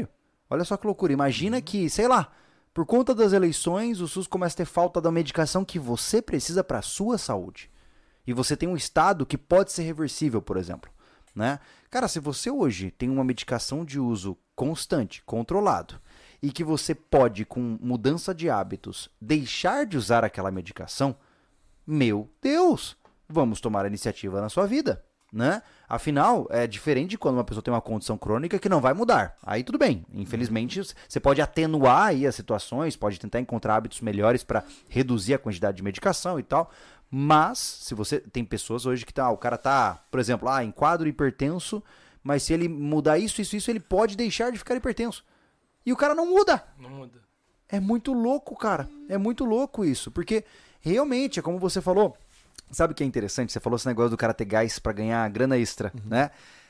Olha só que loucura. Imagina que, sei lá, por conta das eleições, o SUS começa a ter falta da medicação que você precisa para a sua saúde. E você tem um estado que pode ser reversível, por exemplo. Né? Cara, se você hoje tem uma medicação de uso constante, controlado, e que você pode, com mudança de hábitos, deixar de usar aquela medicação, meu Deus, vamos tomar a iniciativa na sua vida. Né? Afinal, é diferente de quando uma pessoa tem uma condição crônica que não vai mudar. Aí tudo bem. Infelizmente, você pode atenuar aí as situações, pode tentar encontrar hábitos melhores para reduzir a quantidade de medicação e tal. Mas, se você tem pessoas hoje que tá, o cara tá, por exemplo, ah, em quadro hipertenso, mas se ele mudar isso, isso, isso, ele pode deixar de ficar hipertenso. E o cara não muda. Não muda. É muito louco, cara. É muito louco isso. Porque, realmente, é como você falou. Sabe o que é interessante? Você falou esse negócio do cara ter gás pra ganhar grana extra, uhum. né?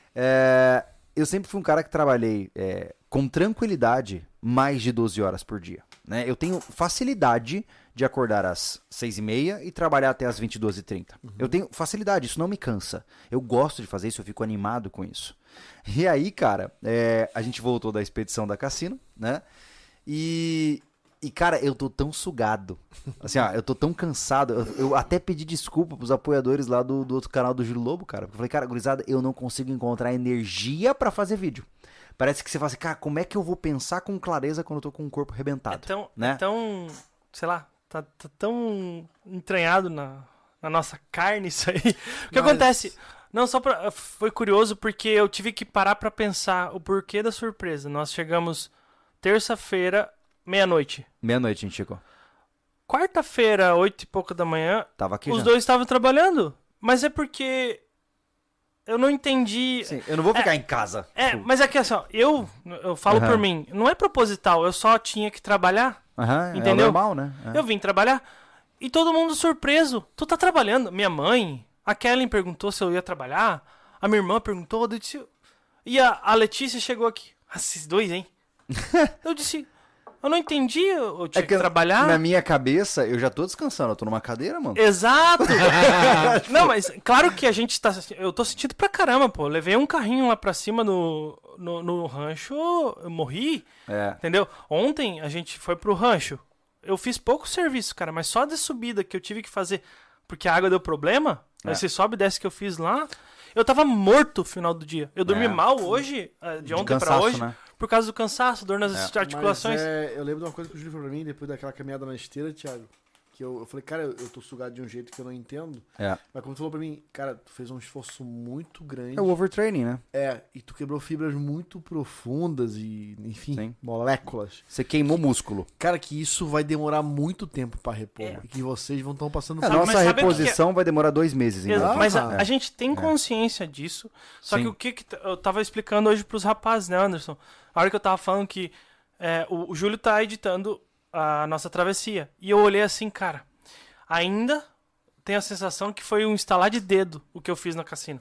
É, eu sempre fui um cara que trabalhei é, com tranquilidade mais de doze horas por dia. Né? Eu tenho facilidade de acordar às seis e meia e trabalhar até às vinte e duas e trinta. Uhum. Eu tenho facilidade, isso não me cansa. Eu gosto de fazer isso, eu fico animado com isso. E aí, cara, é, a gente voltou da expedição da Cassino, né? E... E, cara, eu tô tão sugado. Assim, ó, eu tô tão cansado. Eu, eu até pedi desculpa pros apoiadores lá do, do outro canal do Júlio Lobo, cara. Eu falei, cara, gurizada, eu não consigo encontrar energia pra fazer vídeo. Parece que você fala assim, cara, como é que eu vou pensar com clareza quando eu tô com o corpo arrebentado? É tão, né? é tão sei lá, tá, tá tão entranhado na, na nossa carne isso aí. O que Mas... acontece... Não, só pra... Foi curioso porque eu tive que parar pra pensar o porquê da surpresa. Nós chegamos terça-feira... Meia-noite. Meia-noite, a gente chegou. Quarta-feira, oito e pouco da manhã, Tava aqui os já. dois estavam trabalhando. Mas é porque eu não entendi... Sim, eu não vou ficar é, em casa. É, mas é que assim, ó, eu, eu falo uhum. por mim, não é proposital, eu só tinha que trabalhar. Uhum, entendeu? É normal, né? É. Eu vim trabalhar e todo mundo surpreso. Tu tá trabalhando? Minha mãe, a Kellen perguntou se eu ia trabalhar, a minha irmã perguntou, eu disse... E a, a Letícia chegou aqui. Esses dois, hein? Eu disse... Eu não entendi, eu tinha é que, que trabalhar. Na minha cabeça, eu já tô descansando, eu tô numa cadeira, mano. Exato! Não, mas claro que a gente tá... Eu tô sentindo pra caramba, pô. Eu levei um carrinho lá pra cima no, no, no rancho, eu morri, é. entendeu? Ontem a gente foi pro rancho. Eu fiz pouco serviço, cara, mas só de subida que eu tive que fazer, porque a água deu problema, é. Aí você sobe e desce que eu fiz lá, eu tava morto no final do dia. Eu dormi é. mal hoje, de ontem de cansaço, pra hoje... Né? Por causa do cansaço, dor nas é. articulações. Mas, é, eu lembro de uma coisa que o Júlio falou pra mim, depois daquela caminhada na esteira, Thiago, que eu, eu falei, cara, eu, eu tô sugado de um jeito que eu não entendo. É. Mas como tu falou pra mim, cara, tu fez um esforço muito grande. É o overtraining, né? É, e tu quebrou fibras muito profundas e, enfim, Sim. moléculas. Você queimou músculo. Cara, que isso vai demorar muito tempo pra repor. É. E que vocês vão estar passando por A nossa reposição que... vai demorar dois meses. Ainda. Ah, mas a, é. a gente tem consciência disso. Só Sim. que o que, que eu tava explicando hoje pros rapazes, né, Anderson? A hora que eu tava falando que é, o, o Júlio tá editando a nossa travessia. E eu olhei assim, cara, ainda tenho a sensação que foi um estalar de dedo o que eu fiz na Cassino.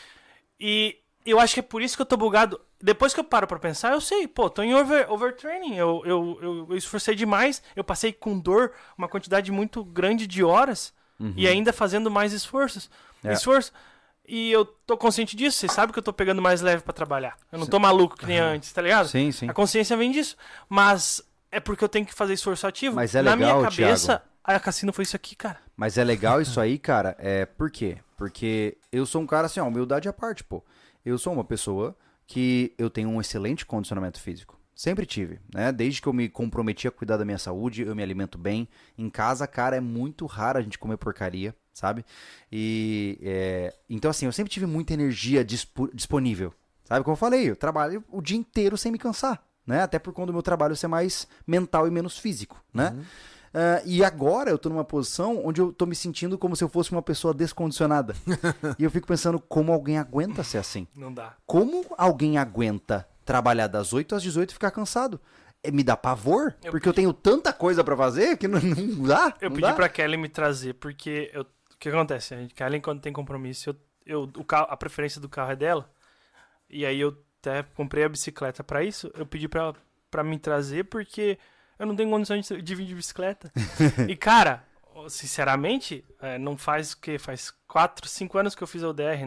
E eu acho que é por isso que eu tô bugado. Depois que eu paro pra pensar, eu sei, pô, tô em over, overtraining. Eu, eu, eu, eu esforcei demais, eu passei com dor uma quantidade muito grande de horas uhum. e ainda fazendo mais esforços. É. Esforço. E eu tô consciente disso, você sabe que eu tô pegando mais leve pra trabalhar. Eu não tô maluco que nem uhum. antes, tá ligado? Sim, sim. A consciência vem disso. Mas é porque eu tenho que fazer esforço ativo. Mas é legal, Na minha cabeça, Thiago. a Cassino foi isso aqui, cara. Mas é legal isso aí, cara. É, por quê? Porque eu sou um cara assim, ó, humildade à parte, pô. Eu sou uma pessoa que eu tenho um excelente condicionamento físico. Sempre tive, né? Desde que eu me comprometi a cuidar da minha saúde, eu me alimento bem. Em casa, cara, é muito raro a gente comer porcaria, sabe? E é... então, assim, eu sempre tive muita energia disp... disponível, sabe? Como eu falei, eu trabalho o dia inteiro sem me cansar, né? Até por conta do meu trabalho ser mais mental e menos físico, né? Uhum. Uh, e agora eu tô numa posição onde eu tô me sentindo como se eu fosse uma pessoa descondicionada. E eu fico pensando como alguém aguenta ser assim. Não dá. Como alguém aguenta trabalhar das oito às dezoito e ficar cansado? É, me dá pavor, eu porque pedi... eu tenho tanta coisa pra fazer que não, não dá. Eu não pedi dá. pra Kelly me trazer, porque eu... o que acontece? A Kelly, quando tem compromisso, eu, eu, o carro, a preferência do carro é dela. E aí eu até comprei a bicicleta pra isso. Eu pedi pra ela pra me trazer, porque eu não tenho condições de, de vir de bicicleta. E, cara, sinceramente, é, não faz o quê? Faz quatro, cinco anos que eu fiz a U D R, né?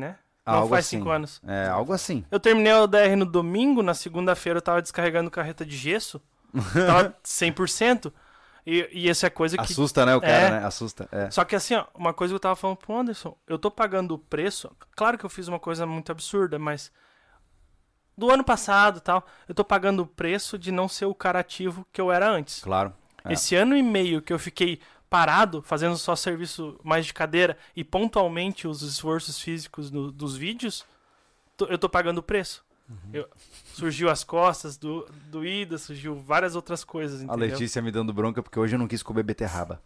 Não Algo faz assim. cinco anos. É, algo assim. Eu terminei o D R no domingo, na segunda-feira eu tava descarregando carreta de gesso. Tava cem por cento. E, e essa é coisa que... Assusta, né, o cara, É. né? Assusta, é. Só que assim, ó, uma coisa que eu tava falando pro Anderson, eu tô pagando o preço... Claro que eu fiz uma coisa muito absurda, mas... Do ano passado e tal, eu tô pagando o preço de não ser o cara ativo que eu era antes. Claro. É. Esse ano e meio que eu fiquei parado, fazendo só serviço mais de cadeira e pontualmente os esforços físicos no- dos vídeos, tô- eu tô pagando o preço. Uhum. Eu- surgiu as costas do, doídas, surgiu várias outras coisas, A entendeu? Letícia me dando bronca porque hoje eu não quis comer beterraba.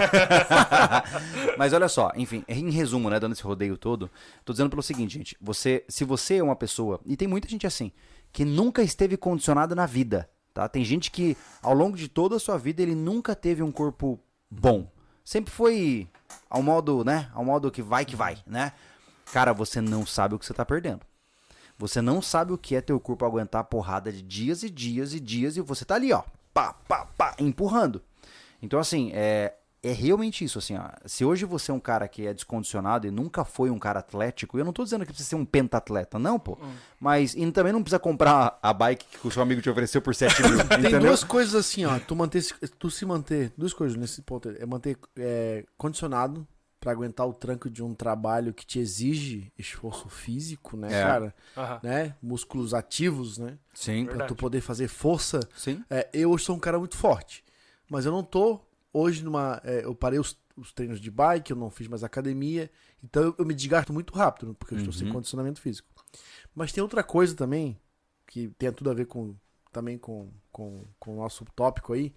Mas olha só, enfim, em resumo, né, dando esse rodeio todo, tô dizendo pelo seguinte, gente, você, se você é uma pessoa, e tem muita gente assim, que nunca esteve condicionada na vida, tá? Tem gente que ao longo de toda a sua vida ele nunca teve um corpo bom. Sempre foi ao modo, né, ao modo que vai que vai, né? Cara, você não sabe o que você tá perdendo. Você não sabe o que é teu corpo aguentar a porrada de dias e dias e dias e você tá ali, ó, pá, pá, pá, empurrando. Então, assim, é, é realmente isso, assim, ó. Se hoje você é um cara que é descondicionado e nunca foi um cara atlético, eu não tô dizendo que precisa ser um pentatleta, não, pô. Hum. Mas, e também não precisa comprar a bike que o seu amigo te ofereceu por sete mil, Tem entendeu? duas coisas assim, ó. Tu, manter, tu se manter. Duas coisas nesse ponto. É manter é, condicionado pra aguentar o tranco de um trabalho que te exige esforço físico, né, É. cara? Aham. Né? Músculos ativos, né? Sim, Pra Verdade. tu poder fazer força. sim. É, eu hoje sou um cara muito forte. Mas eu não tô hoje numa. é, eu parei os, os treinos de bike, eu não fiz mais academia. Então eu, eu me desgasto muito rápido, porque eu estou sem Uhum. condicionamento físico. Mas tem outra coisa também, que tem tudo a ver com também com, com, com o nosso tópico aí,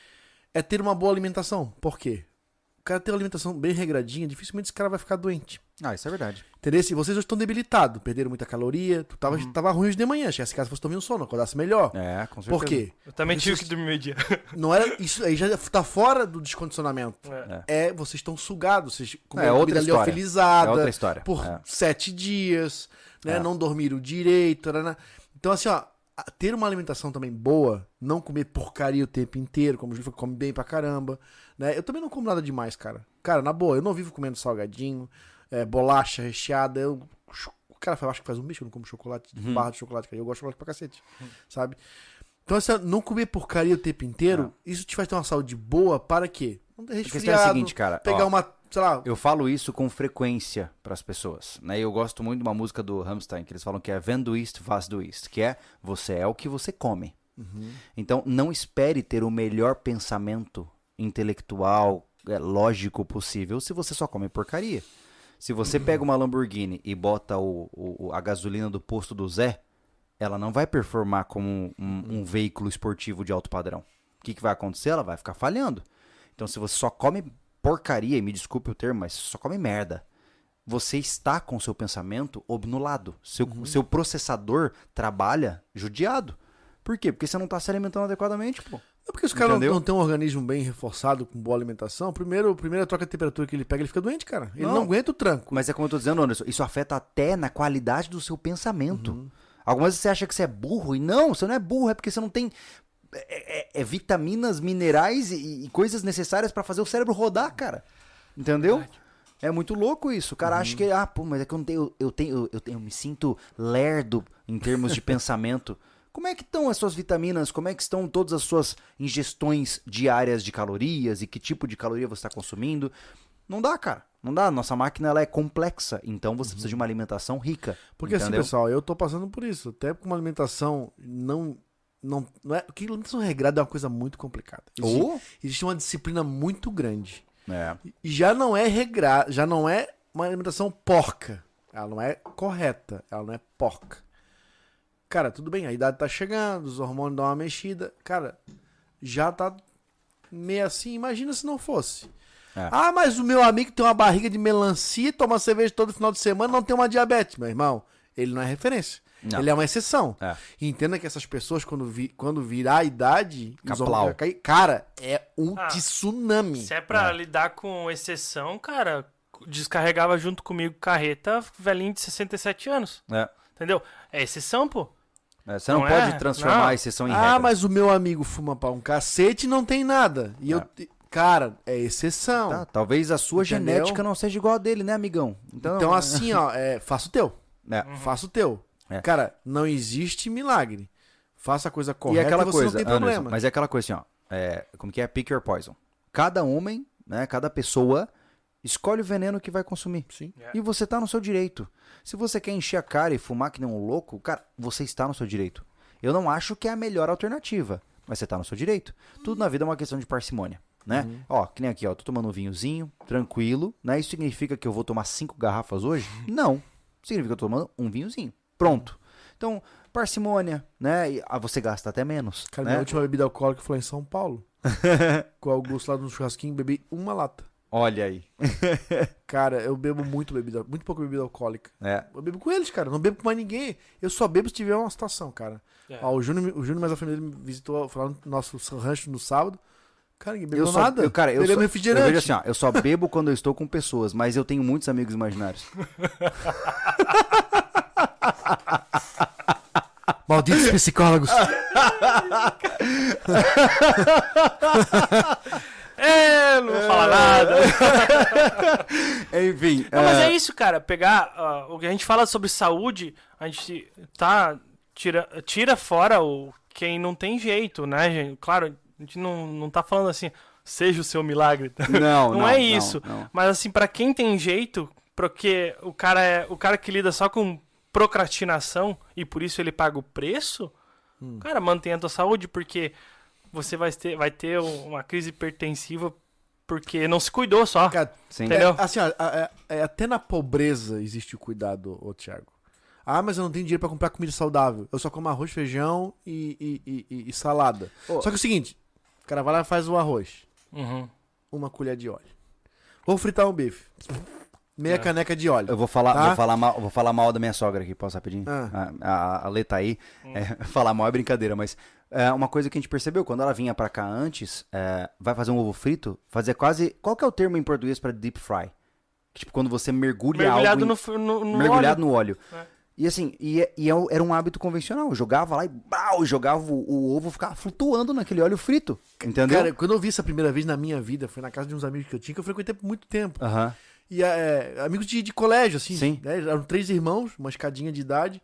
é ter uma boa alimentação. Por quê? O cara ter uma alimentação bem regradinha, dificilmente esse cara vai ficar doente. Ah, isso é verdade. Entendeu? Se vocês hoje estão debilitados, perderam muita caloria, tu tava, tava ruim hoje de manhã, chegasse em casa fosse dormir um sono, acordasse melhor. É, com certeza. Por quê? Eu também Porque tive se- que dormir meio dia. Não era, isso aí já tá fora do descondicionamento. É. É, vocês estão sugados, vocês É comeram outra comida história. liofilizada É outra história. por É. sete dias, né? É. Não dormiram direito. Né? Então, assim, ó, a- ter uma alimentação também boa, não comer porcaria o tempo inteiro, como o Júlio falou, come bem pra caramba, né? Eu também não como nada demais, cara. Cara, na boa, eu não vivo comendo salgadinho, é, bolacha recheada, eu... O cara fala, acho que faz um bicho, eu não como chocolate, Uhum. barra de chocolate, cara. Eu gosto de chocolate pra cacete, sabe? Então, assim, ó, não comer porcaria o tempo inteiro, isso te faz ter uma saúde boa para quê? Não ter A questão é a resfriado, seguinte, cara. pegar ó, uma, sei lá, Eu falo isso com frequência pras pessoas, né? Eu gosto muito de uma música do Rammstein, que eles falam que é Wenn du isst, was du isst, que é você é o que você come. Então, não espere ter o melhor pensamento intelectual, é, lógico possível se você só come porcaria. Se você pega uma Lamborghini e bota o, o- a gasolina do posto do Zé, ela não vai performar como um, um- um veículo esportivo de alto padrão. O que, que vai acontecer? Ela vai ficar falhando. Então, se você só come porcaria, e me desculpe o termo, mas só come merda, você está com seu pensamento obnulado. Seu, seu processador trabalha judiado. Por quê? Porque você não está se alimentando adequadamente, pô. É porque os caras não, Entendeu? não têm um organismo bem reforçado, com boa alimentação. Primeiro, primeira troca de temperatura que ele pega, ele fica doente, cara. Ele não, Não. aguenta o tranco. Mas é como eu tô dizendo, Anderson, isso afeta até na qualidade do seu pensamento. Algumas vezes você acha que você é burro, e não, você não é burro, é porque você não tem é, é- é vitaminas, minerais e, e coisas necessárias pra fazer o cérebro rodar, cara. Entendeu? É muito louco isso. O cara acha que, ah, pô, mas é que eu não tenho, eu tenho, eu tenho, eu me sinto lerdo em termos de pensamento. Como é que estão as suas vitaminas? Como é que estão todas as suas ingestões diárias de calorias e que tipo de caloria você está consumindo? Não dá, cara. Não dá. Nossa máquina ela é complexa, então você precisa de uma alimentação rica. Porque assim, entendeu? pessoal, eu tô passando por isso. Até com uma alimentação não... Não, não é, porque alimentação regrada é uma coisa muito complicada. Existe, Ou- existe uma disciplina muito grande. É. E já não é regra, já não é uma alimentação porca. Ela não é correta, ela não é porca. Cara, tudo bem, a idade tá chegando, os hormônios dão uma mexida. Cara, já tá meio assim, imagina se não fosse. É. Ah, mas o meu amigo tem uma barriga de melancia, toma cerveja todo final de semana, não tem uma diabetes, meu irmão. Ele não é referência. Não. Ele é uma exceção. É. E entenda que essas pessoas, quando, vi, quando virar a idade, os Caplau. hormônios vão cair. Cara, é um Ah, tsunami. Se é pra lidar com exceção, cara, descarregava junto comigo carreta velhinho de sessenta e sete anos. É. Entendeu? É exceção, pô. É, você não, Não pode é? transformar Não. a exceção em Ah, regra. mas o meu amigo fuma pra um cacete e não tem nada. E É. eu. te- Cara, é exceção. Tá, talvez a sua Entendeu? genética não seja igual a dele, né, amigão? Então, Então, assim, ó, é, faça o teu. É. Uhum. Faça o teu. É. Cara, não existe milagre. Faça a coisa E correta é aquela e você coisa, não tem Anderson, problema. mas é aquela coisa assim, ó. É, como que é? Pick your poison. Cada homem, né? Cada pessoa escolhe o veneno que vai consumir. Sim. É. E você tá no seu direito. Se você quer encher a cara e fumar que nem um louco, cara, você está no seu direito. Eu não acho que é a melhor alternativa, mas você tá no seu direito. Tudo na vida é uma questão de parcimônia, né? Uhum. Ó, que nem aqui, ó, tô tomando um vinhozinho, tranquilo, né? Isso significa que eu vou tomar cinco garrafas hoje? Não. Significa que eu tô tomando um vinhozinho. Pronto. Então, parcimônia, né? E, ah, você gasta até menos, Cara, né? minha última bebida alcoólica foi lá em São Paulo. Com o Augusto lá no churrasquinho, bebi uma lata. Olha aí. Cara, eu bebo muito bebida, muito pouco bebida alcoólica. É. Eu bebo com eles, cara. Não bebo com mais ninguém. Eu só bebo se tiver uma situação, cara. É. Ó, o Júnior, o Júnior mais a família dele me visitou, foi lá no nosso rancho no sábado. Cara, ninguém bebeu Eu só, nada. eu, cara, eu, Bebemos só, eu refrigerante. vejo assim, ó, eu só bebo quando eu estou com pessoas, mas eu tenho muitos amigos imaginários. Malditos psicólogos. É, não vou falar nada. Enfim. Não, mas é isso, cara. Pegar ó, o que a gente fala sobre saúde, a gente tá tira, tira fora o quem não tem jeito, né, gente? Claro, a gente não, não tá falando assim, seja o seu milagre. Não, não, não é não, isso. não. Mas assim, pra quem tem jeito, porque o cara é o cara que lida só com procrastinação e por isso ele paga o preço, Hum. cara, mantenha a tua saúde, porque você vai ter, vai ter uma crise hipertensiva porque não se cuidou só. Cara, Sim. Entendeu? é, assim, ó, é- é- até na pobreza existe o cuidado, ô Thiago. Ah, mas eu não tenho dinheiro pra comprar comida saudável. Eu só como arroz, feijão e, e- e- e- e salada. Ô. Só que é o seguinte, o cara vai lá e faz o arroz. Uhum. Uma colher de óleo. Vou fritar um bife. Meia É. caneca de óleo. Eu vou falar, Tá? vou, falar mal, vou falar mal da minha sogra aqui, posso rapidinho? Ah. A, a, a Lê tá aí. É, falar mal é brincadeira, mas é, uma coisa que a gente percebeu, quando ela vinha pra cá antes, é, vai fazer um ovo frito, fazer quase... Qual que é o termo em português pra deep fry? Tipo, quando você mergulha Mergulhado algo em- no, f- no, no mergulhado óleo. no óleo. É. E assim, e, e é um- era um hábito convencional. Eu jogava lá e bau, jogava o, o ovo, ficava flutuando naquele óleo frito. Entendeu? Cara, quando eu vi essa primeira vez na minha vida, foi na casa de uns amigos que eu tinha, que eu frequentei por muito tempo. Aham. E é, amigos de, de colégio, assim. Sim. Né? Eram três irmãos, uma escadinha de idade.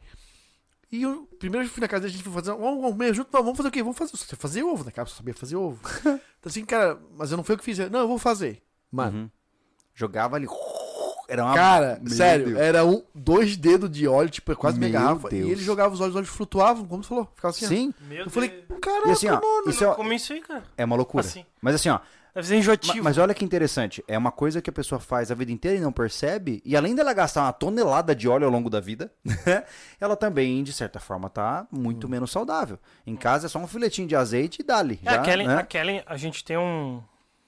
E eu, primeiro eu fui na casa dele, a gente foi fazer. Vamos, vamos comer junto, vamos fazer o quê? Vamos fazer, você fazer ovo, né? Cara, eu sabia fazer ovo. Então assim, cara, mas eu não foi o que fiz. Não, eu vou fazer. Mano, Uhum. Jogava ali. Era uma... cara, Meu sério, Deus. um, era um, dois dedos de óleo, tipo, quase minha Meu garrafa. Deus. E ele jogava os olhos, os olhos flutuavam, como você falou. Ficava assim, ó. Sim, Meu Eu falei, Deus. caraca, E assim, ó, mano. isso Eu é- não comi isso aí, cara. é uma loucura. Assim. Mas assim, ó, Deve ser ma- enjoativo. mas olha que interessante. É uma coisa que a pessoa faz a vida inteira e não percebe. E além dela gastar uma tonelada de óleo ao longo da vida, né, ela também, de certa forma, tá muito Hum. menos saudável. Em casa é só um filetinho de azeite e dali. É, já, a Kellen, né? a Kellen, a gente tem um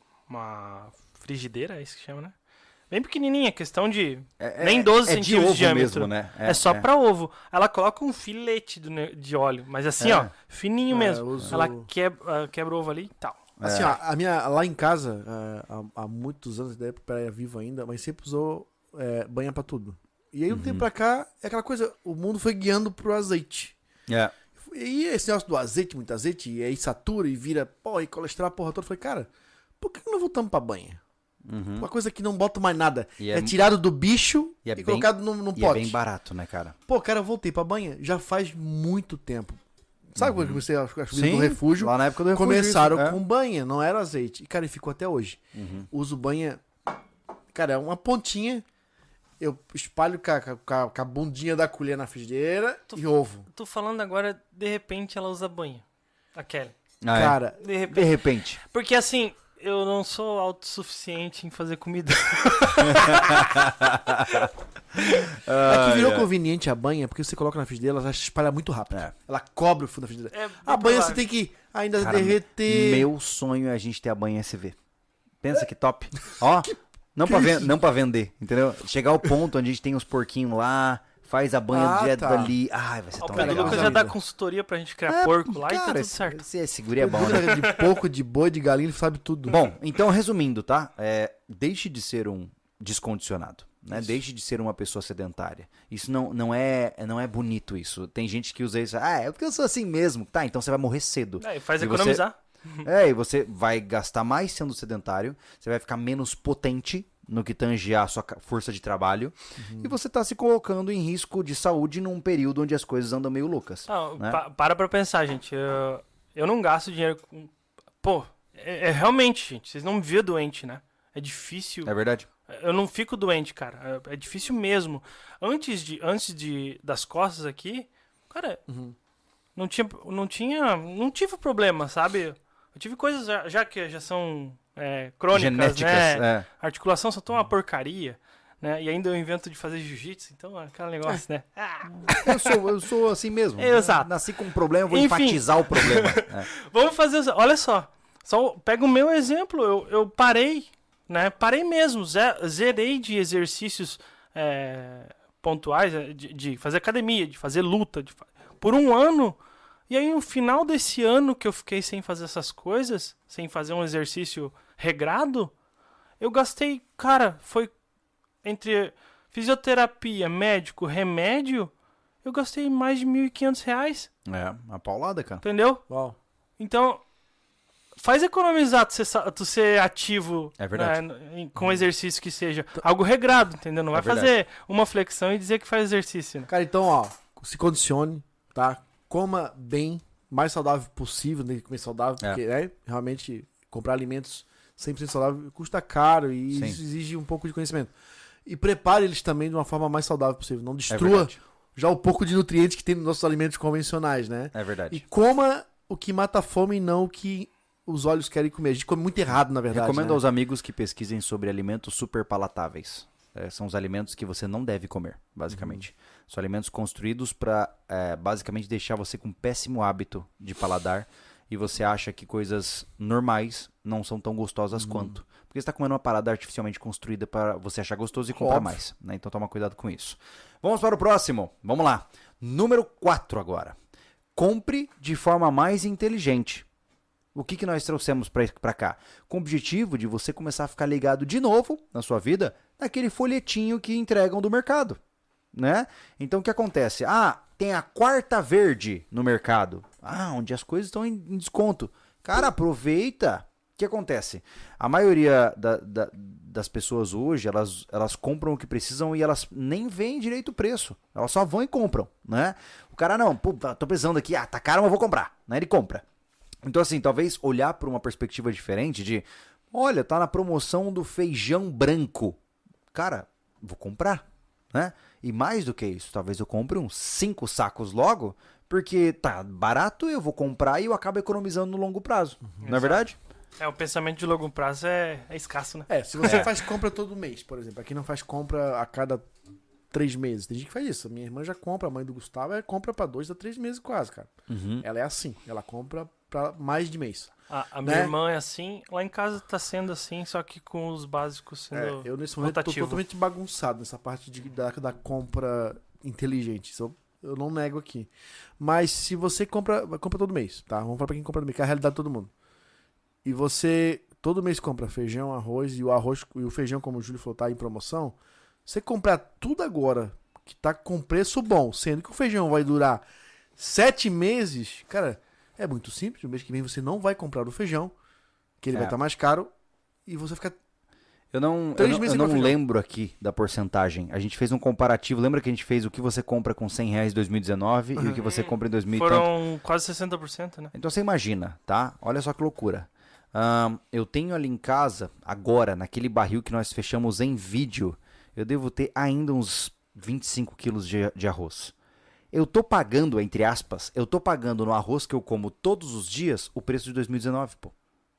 uma frigideira, é isso que chama, né? Bem pequenininha, questão de É- nem é- doze é de centímetros ovo de diâmetro. mesmo, né? É, só pra ovo. Ela coloca um filete do ne- de óleo, mas assim, É. ó, fininho É, mesmo. eu uso- Ela quebra, quebra o ovo ali e tal. Assim, É. ó, a minha, lá em casa, é, há, há muitos anos, da época era vivo ainda, mas sempre usou é, banha pra tudo. E aí, um Uhum. tempo pra cá, é aquela coisa, o mundo foi guiando pro azeite. É. E esse negócio do azeite, muito azeite, e aí satura e vira, pô, e colesterol a porra toda. Eu falei, cara, por que não voltamos pra banha? Uhum. Uma coisa que não bota mais nada. E É, é- tirado do bicho e e, é bem- colocado num, num E é pote. bem barato, né, cara? Pô, cara, eu voltei pra banha já faz muito tempo. Sabe quando você as comidas Sim, do refúgio? lá na época do refúgio, Começaram isso, é. com banha, não era azeite. E, cara, e ficou até hoje. Uhum. Uso banha. Cara, é uma pontinha. Eu espalho com a, com a- com a bundinha da colher na frigideira Tu- e ovo. Tô falando agora, de repente ela usa banha. A Kelly. Ah, é. Cara, De De repente. repente. Porque assim, eu não sou autossuficiente em fazer comida. é que virou conveniente a banha, porque você coloca na frigideira, ela já espalha muito rápido. É. Ela cobre o fundo da frigideira. É bem A banha provável. você tem que ainda Cara, derreter. Meu sonho é a gente ter a banha S V. Pensa que top. Ó, não, pra ven- não pra vender, entendeu? Chegar ao ponto onde a gente tem os porquinhos lá, faz a banha Ah, direto tá. dali. Ai, vai ser Ó, o tão Cara, Pedro legal. Lucas já já dá vida. consultoria pra gente criar É, porco lá e tá cara, tudo certo. Esse, esse guri é bom, Dúvida né? de porco, de boi, de galinha, ele sabe tudo. Bom, então resumindo, tá? É, deixe de ser um descondicionado, né? Isso. Deixe de ser uma pessoa sedentária. Isso não, não, é, não é bonito isso. Tem gente que usa isso. Ah, é porque eu sou assim mesmo. Tá, então você vai morrer cedo. É, e faz E você- economizar. É, e você vai gastar mais sendo sedentário, você vai ficar menos potente, no que tange a sua força de trabalho, uhum. e você tá se colocando em risco de saúde num período onde as coisas andam meio loucas. Não, né? pa para pra pensar, gente. Eu, eu não gasto dinheiro com... Pô, é, é realmente, gente, vocês não me vêem doente, né? É difícil. É verdade. Eu não fico doente, cara. É, é difícil mesmo. Antes, de, antes de, das costas aqui, cara, uhum. não, tinha, não tinha... Não tive problema, sabe? Eu tive coisas já, já que já são é, crônicas, genéticas, né? É. A articulação só tão uma porcaria, né? E ainda eu invento de fazer jiu-jitsu, então é aquele negócio, né? Ah. Eu, sou, eu sou assim mesmo. É, exato. Nasci com um problema, eu vou Enfim. enfatizar o problema. É. Vamos fazer... Olha só. Só pega o meu exemplo. Eu, eu parei, né? Parei mesmo. Zerei de exercícios é, pontuais, de, de fazer academia, de fazer luta. De, por um ano... E aí, no final desse ano que eu fiquei sem fazer essas coisas, sem fazer um exercício regrado, eu gastei, cara, foi entre fisioterapia, médico, remédio, eu gastei mais de mil e quinhentos reais. É, uma paulada, cara. Entendeu? Uau. Então, faz economizar tu ser, tu ser ativo, é verdade. Né, com exercício que seja algo regrado, entendeu? Não vai é fazer uma flexão e dizer que faz exercício. Né? Cara, então, ó, se condicione, tá? Coma bem, mais saudável possível, né? Comer saudável, porque, é. né, realmente, comprar alimentos cem por cento saudável custa caro e Sim. isso exige um pouco de conhecimento. E prepare eles também de uma forma mais saudável possível. Não destrua é já o pouco de nutrientes que tem nos nossos alimentos convencionais, né? É verdade. E coma o que mata a fome e não o que os olhos querem comer. A gente come muito errado, na verdade. Recomendo né? aos amigos que pesquisem sobre alimentos super palatáveis. É, são os alimentos que você não deve comer, basicamente. Uhum. São alimentos construídos para, é, basicamente, deixar você com um péssimo hábito de paladar e você acha que coisas normais não são tão gostosas uhum. quanto. Porque você está comendo uma parada artificialmente construída para você achar gostoso e comprar Óbvio. mais. Né? Então toma cuidado com isso. Vamos para o próximo. Vamos lá. Número quatro agora. Compre de forma mais inteligente. O que, que nós trouxemos para cá? Com o objetivo de você começar a ficar ligado de novo na sua vida naquele folhetinho que entregam do mercado. Né? Então o que acontece? Ah, tem a quarta verde no mercado. Ah, onde as coisas estão em desconto. Cara, aproveita. O que acontece? A maioria da, da, das pessoas hoje, elas, elas compram o que precisam e elas nem veem direito o preço. Elas só vão e compram, né? O cara não, pô, tô precisando aqui, ah, tá caro, mas eu vou comprar. Né? Ele compra. Então assim, talvez olhar por uma perspectiva diferente de, olha, tá na promoção do feijão branco. Cara, vou comprar, né? E mais do que isso, talvez eu compre uns cinco sacos logo, porque tá barato, eu vou comprar e eu acabo economizando no longo prazo. Uhum. Não é verdade? É, o pensamento de longo prazo é, é escasso, né? É, se você é. faz compra todo mês, por exemplo. Aqui não faz compra a cada três meses. Tem gente que faz isso. Minha irmã já compra, a mãe do Gustavo é compra pra dois a três meses quase, cara. Uhum. Ela é assim, ela compra pra mais de mês. A, a minha né? irmã é assim, lá em casa tá sendo assim, só que com os básicos sendo é, eu nesse momento rotativo. Tô totalmente bagunçado nessa parte de, da, da compra inteligente. Isso eu não nego aqui. Mas se você compra, compra todo mês, tá? Vamos falar pra quem compra todo mês, que é a realidade de todo mundo. E você todo mês compra feijão, arroz, e o arroz e o feijão, como o Júlio falou, tá em promoção. Você comprar tudo agora, que tá com preço bom, sendo que o feijão vai durar sete meses, cara... É muito simples, no mês que vem você não vai comprar o feijão, que ele é. vai estar mais caro, e você fica... Eu não, eu não, eu não lembro aqui da porcentagem. A gente fez um comparativo, lembra que a gente fez o que você compra com cem reais em dois mil e dezenove uhum. e o que você compra em dois mil e tanto? Foram quase sessenta por cento, né? Então você imagina, tá? Olha só que loucura. Um, eu tenho ali em casa, agora, naquele barril que nós fechamos em vídeo, eu devo ter ainda uns vinte e cinco quilos de, de arroz. Eu tô pagando, entre aspas, eu tô pagando no arroz que eu como todos os dias o preço de dois mil e dezenove, pô.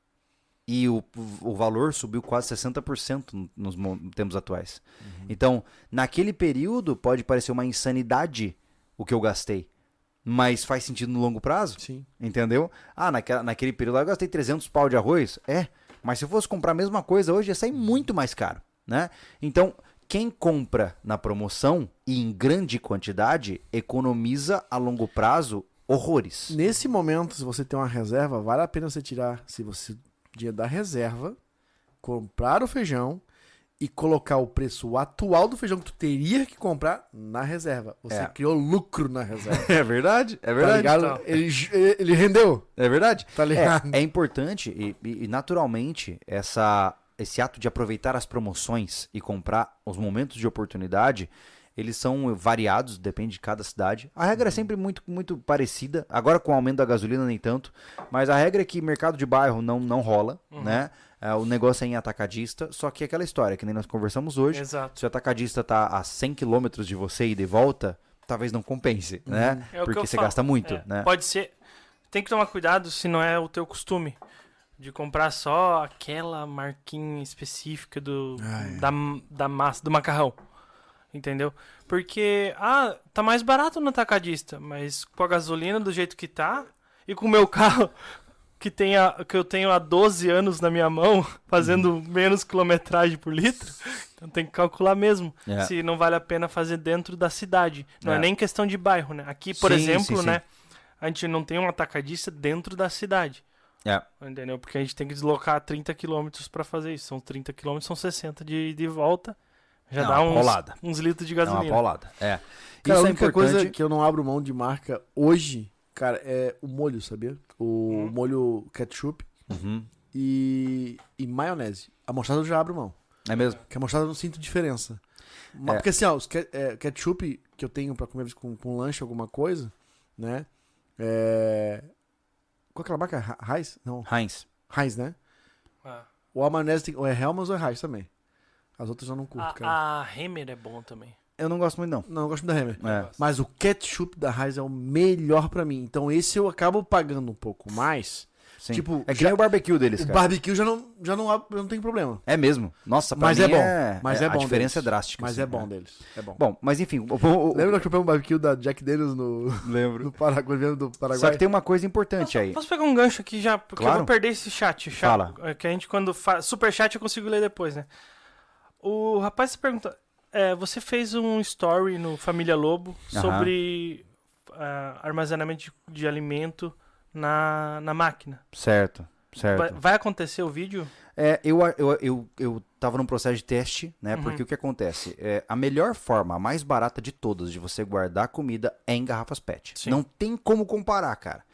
E o, o valor subiu quase sessenta por cento nos tempos atuais. Uhum. Então, naquele período pode parecer uma insanidade o que eu gastei. Mas faz sentido no longo prazo. Sim. Entendeu? Ah, naquela, naquele período lá eu gastei trezentos pau de arroz. É, mas se eu fosse comprar a mesma coisa hoje ia sair muito mais caro, né? Então... Quem compra na promoção e em grande quantidade economiza a longo prazo horrores. Nesse momento, se você tem uma reserva, vale a pena você tirar, se você dinheiro da reserva, comprar o feijão e colocar o preço atual do feijão que tu teria que comprar na reserva. Você é. criou lucro na reserva. É verdade, é verdade. Tá ligado? Ele, ele rendeu. É verdade. Tá ligado? É, é importante e, e naturalmente essa... esse ato de aproveitar as promoções e comprar os momentos de oportunidade, eles são variados, depende de cada cidade. A regra é sempre muito, muito parecida. Agora com o aumento da gasolina nem tanto, mas a regra é que mercado de bairro não, não rola, uhum. né? É, o negócio é em atacadista, só que é aquela história que nem nós conversamos hoje. Exato. Se o atacadista tá a cem quilômetros de você e de volta, talvez não compense, uhum. né? É Porque você falo. gasta muito, é, né? Pode ser. Tem que tomar cuidado se não é o teu costume de comprar só aquela marquinha específica do, da, da massa, do macarrão. Entendeu? Porque, ah, tá mais barato no atacadista, mas com a gasolina do jeito que tá, e com o meu carro, que, tem a, que eu tenho há doze anos na minha mão, fazendo uhum. menos quilometragem por litro, então tem que calcular mesmo, é. se não vale a pena fazer dentro da cidade. Não é, é nem questão de bairro, né? Aqui, por sim, exemplo, sim, né, sim. a gente não tem um atacadista dentro da cidade. É. Entendeu? Porque a gente tem que deslocar trinta quilômetros para fazer isso. São trinta quilômetros, são sessenta de, de volta. Já é dá uns, paulada. uns litros de gasolina. É uma paulada, é. Cara, Isso a única é importante... coisa que eu não abro mão de marca hoje, cara, é o molho, sabia? O hum. molho ketchup uhum. e, e maionese. A mostarda eu já abro mão. É mesmo? Porque a mostarda eu não sinto diferença. É. Porque assim, ó, os ke- é, ketchup que eu tenho pra comer com, com lanche, alguma coisa, né? É... Qual é aquela marca? Heinz? Não. Heinz. Heinz, né? Ah. Ou a maionese tem... ou é Hellmann's ou é Heinz também. As outras eu não curto, a, cara. A Hemmer é bom também. Eu não gosto muito, não. Não, eu gosto muito da Hemmer. É. Mas o ketchup da Heinz é o melhor pra mim. Então esse eu acabo pagando um pouco mais. Sim. Tipo, é que já, nem o barbecue deles, o cara. O barbecue já não, já não, eu não tem problema. É mesmo. Nossa, pra mas mim é bom. É, mas é, é bom a diferença deles. é drástica. Mas assim, é bom é. deles. É bom. Bom, mas enfim. O, o, o, Lembra que eu comprei um barbecue da Jack Daniels no, Lembro. no Paraguai, do Paraguai? Só que tem uma coisa importante posso, aí. Posso pegar um gancho aqui já? Porque claro. eu vou perder esse chat. chat Fala. Que a gente quando faz... Super chat eu consigo ler depois, né? O rapaz se pergunta... É, você fez um story no Família Lobo Aham. sobre uh, armazenamento de, de alimento na, na máquina. Certo, certo. Vai, vai acontecer o vídeo? É, eu, eu, eu, eu tava num processo de teste, né? Uhum. Porque o que acontece? É, a melhor forma, a mais barata de todas, de você guardar comida é em garrafas P E T. Sim. Não tem como comparar, cara.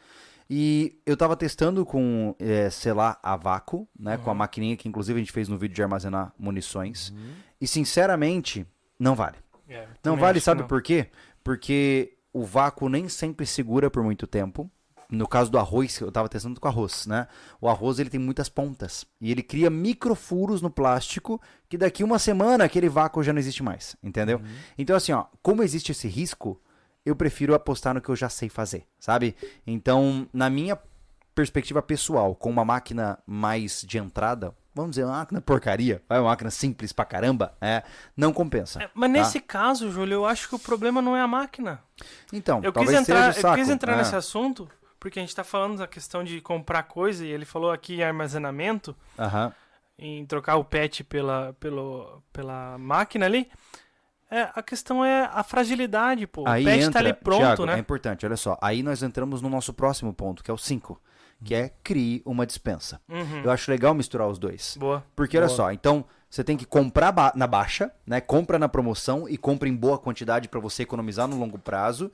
E eu tava testando com, é, sei lá, a vácuo, né? Uhum. Com a maquininha que inclusive a gente fez no vídeo de armazenar munições. Uhum. E sinceramente, não vale. É, não vale, sabe não. por quê? Porque o vácuo nem sempre segura por muito tempo. No caso do arroz, eu tava testando com arroz, né? O arroz, ele tem muitas pontas. E ele cria microfuros no plástico que daqui uma semana aquele vácuo já não existe mais, entendeu? Uhum. Então assim, ó, como existe esse risco, eu prefiro apostar no que eu já sei fazer, sabe? Então, na minha perspectiva pessoal, com uma máquina mais de entrada, vamos dizer, uma máquina porcaria, uma máquina simples pra caramba, é, não compensa. É, mas tá? nesse caso, Júlio, eu acho que o problema não é a máquina. Então, eu talvez quis entrar, seja o saco. Eu quis entrar é. nesse assunto, porque a gente tá falando da questão de comprar coisa, e ele falou aqui em armazenamento, Aham. em trocar o P E T pela, pelo, pela máquina ali. É, a questão é a fragilidade, pô. Aí o P E T entra, tá ali pronto, Thiago, né? É importante, olha só. Aí nós entramos no nosso próximo ponto, que é o cinco. Que é crie uma dispensa. Uhum. Eu acho legal misturar os dois. Boa. Porque olha boa. só, então você tem que comprar ba- na baixa, né? Compra na promoção e compra em boa quantidade para você economizar no longo prazo.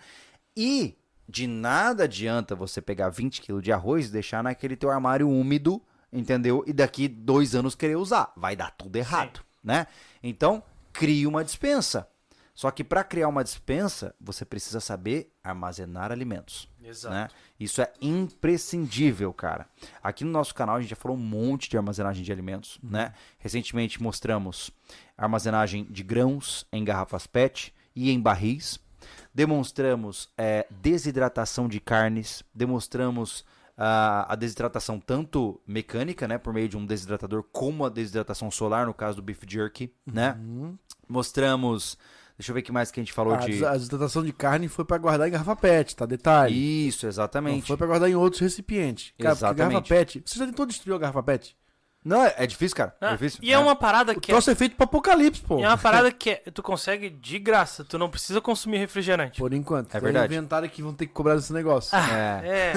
E de nada adianta você pegar vinte quilos de arroz e deixar naquele teu armário úmido, entendeu? E daqui dois anos querer usar. Vai dar tudo errado, Sim. né? Então, crie uma dispensa. Só que para criar uma dispensa, você precisa saber armazenar alimentos. Exato. Né? Isso é imprescindível, cara. Aqui no nosso canal a gente já falou um monte de armazenagem de alimentos, uhum. né? Recentemente mostramos armazenagem de grãos em garrafas P E T e em barris. Demonstramos é, desidratação de carnes. Demonstramos uh, a desidratação tanto mecânica, né? Por meio de um desidratador, como a desidratação solar, no caso do beef jerky, uhum. né? Mostramos... Deixa eu ver o que mais que a gente falou ah, de... A desidratação de carne foi para guardar em garrafa P E T, tá? Detalhe. Isso, exatamente. Não foi para guardar em outros recipientes. Cara, exatamente. Garrafa P E T... Você já tentou destruir a garrafa P E T? Não, é, é difícil, cara. Ah, é difícil. E é, é uma parada que... O troço é... é feito para apocalipse, pô. E é uma parada que é... tu consegue de graça. Tu não precisa consumir refrigerante. Por enquanto. É verdade. Inventaram que vão ter que cobrar desse negócio. Ah, é.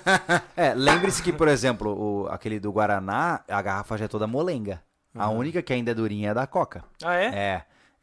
É. é, lembre-se que, por exemplo, o, aquele do Guaraná, a garrafa já é toda molenga. Uhum. A única que ainda é durinha é a da Coca. Ah, é? É.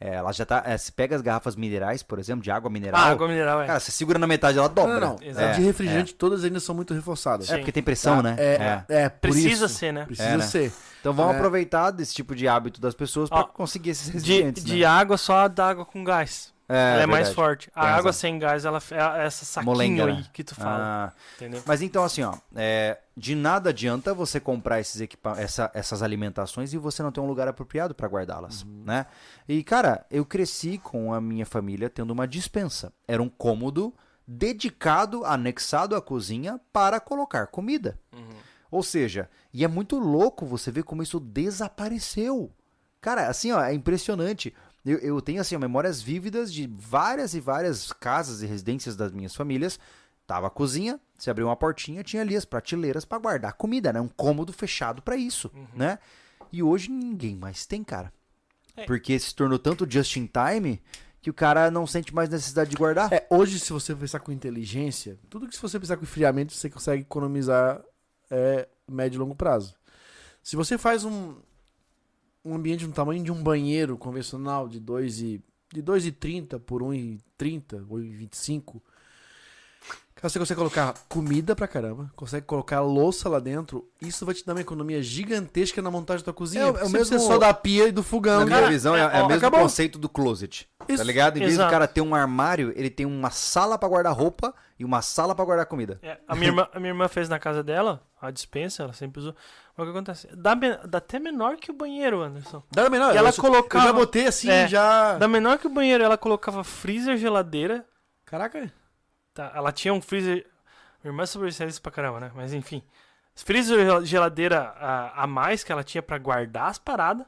É, ela já tá. É, se pega as garrafas minerais, por exemplo, de água mineral. Ah, água mineral, é. Cara, você segura na metade, ela dobra. Não, não. Exato. É, de refrigerante, todas ainda são muito reforçadas. É porque tem pressão, Tá? né? É, é. por Precisa isso, ser, né? Precisa É, né? ser. Então vamos É. aproveitar desse tipo de hábito das pessoas pra Ó, conseguir esses De, recipientes, de né? água, só a da água com gás. É, ela é verdade. mais forte. A Tem água razão. sem gás, ela é essa saquinho Molenga, aí né? que tu fala. Ah, Entendeu? mas então, assim, ó, é, de nada adianta você comprar esses equipa essa, essas alimentações e você não ter um lugar apropriado para guardá-las, né? E, cara, eu cresci com a minha família tendo uma despensa. Era um cômodo dedicado, anexado à cozinha para colocar comida. Uhum. Ou seja, e é muito louco você ver como isso desapareceu. Cara, assim, ó, é impressionante. Eu, eu tenho, assim, ó, memórias vívidas de várias e várias casas e residências das minhas famílias. Tava a cozinha, você abriu uma portinha, tinha ali as prateleiras para guardar comida, né? Um cômodo fechado para isso, Uhum. né? E hoje ninguém mais tem, cara. É. Porque se tornou tanto just in time que o cara não sente mais necessidade de guardar. É, hoje, se você pensar com inteligência, tudo que se você pensar com friamento, você consegue economizar é, médio e longo prazo. Se você faz um, um ambiente no tamanho de um banheiro convencional de dois e de e trinta por um e trinta, um e vinte e cinco, você consegue colocar comida pra caramba, consegue colocar louça lá dentro, isso vai te dar uma economia gigantesca na montagem da tua cozinha. É o- porque é o você precisa mesmo- só da pia e do fogão. Na minha Cara, visão, é, é, é ó, o mesmo acabou. conceito do closet. Tá Isso. ligado? Em vez do Exato. cara ter um armário, ele tem uma sala pra guardar roupa e uma sala pra guardar comida. É, a, minha irmã, a minha irmã fez na casa dela, a dispensa, ela sempre usou. Mas o que acontece? Dá, me- dá até menor que o banheiro, Anderson. Dá menor. E ela eu, colocava- Eu já botei assim, É. já... Dá menor que o banheiro, ela colocava freezer, geladeira. Caraca. Tá, ela tinha um freezer. Minha irmã é sobrecelista pra caramba, né? Mas enfim. Freezer, geladeira a, a mais que ela tinha pra guardar as paradas.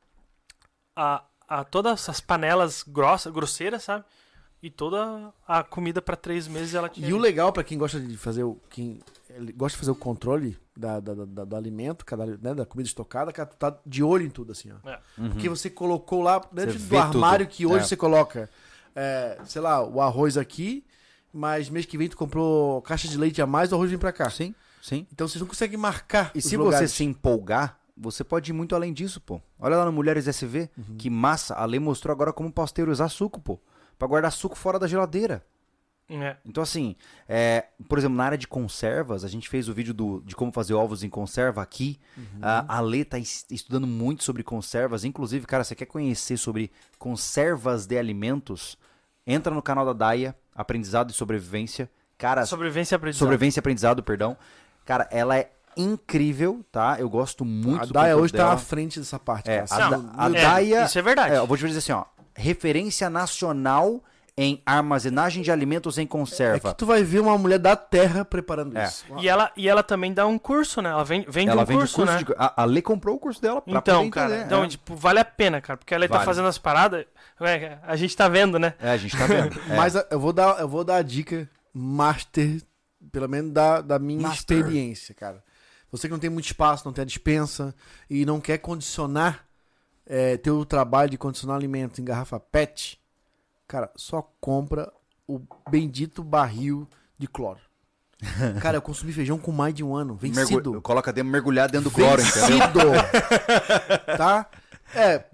A, a, todas as panelas grossa, grosseiras, sabe? E toda a comida pra três meses ela tinha. E o ali. legal pra quem gosta de fazer o quem ele gosta de fazer o controle da, da, da- do alimento, cada, né, da comida estocada, cara, tu tá de olho em tudo assim, ó. É. Porque você colocou lá dentro Você do vê armário tudo. que hoje É. você coloca, é, sei lá, o arroz aqui, mas mês que vem tu comprou caixa de leite a mais, o arroz vem pra cá. Sim, sim. Então vocês não conseguem marcar E os se lugares. você se empolgar, você pode ir muito além disso, pô. Olha lá no Mulheres S V, que massa. A Lê mostrou agora como pasteurizar suco, pô. Pra guardar suco fora da geladeira. É. Então, assim, é, por exemplo, na área de conservas, a gente fez o vídeo do, de como fazer ovos em conserva aqui. A, a Lê tá es- estudando muito sobre conservas. Inclusive, cara, você quer conhecer sobre conservas de alimentos? Entra no canal da Daia, Aprendizado e Sobrevivência. Cara, Sobrevivência e aprendizado. Sobrevivência e Aprendizado, perdão. Cara, ela é incrível, tá? Eu gosto muito A do Daia conteúdo hoje tá dela. à frente dessa parte. É, cara. a, Não, Da- a é, Daia... isso é verdade. É, eu vou te dizer assim, ó. Referência nacional em armazenagem de alimentos em É conserva. que tu vai ver uma mulher da terra preparando É. isso. E ela, e ela também dá um curso, né? Ela vende, vende Ela um vende curso, curso né? de... A, a Lê comprou o curso dela pra Então, poder cara, entender, então, é. tipo, vale a pena, cara, porque ela tá Vale. fazendo as paradas, é, a gente tá vendo, né? É, a gente tá vendo. É. Mas a- eu vou dar, eu vou dar a dica master, pelo menos da, da minha Master. experiência, cara. Você que não tem muito espaço, não tem a dispensa e não quer condicionar é, teu trabalho de condicionar alimentos em garrafa PET, cara, só compra o bendito barril de cloro. Cara, eu consumi feijão com mais de um ano, vencido. Mergu... Coloca dentro, mergulhar dentro do cloro, entendeu? Vencido! Tá? É,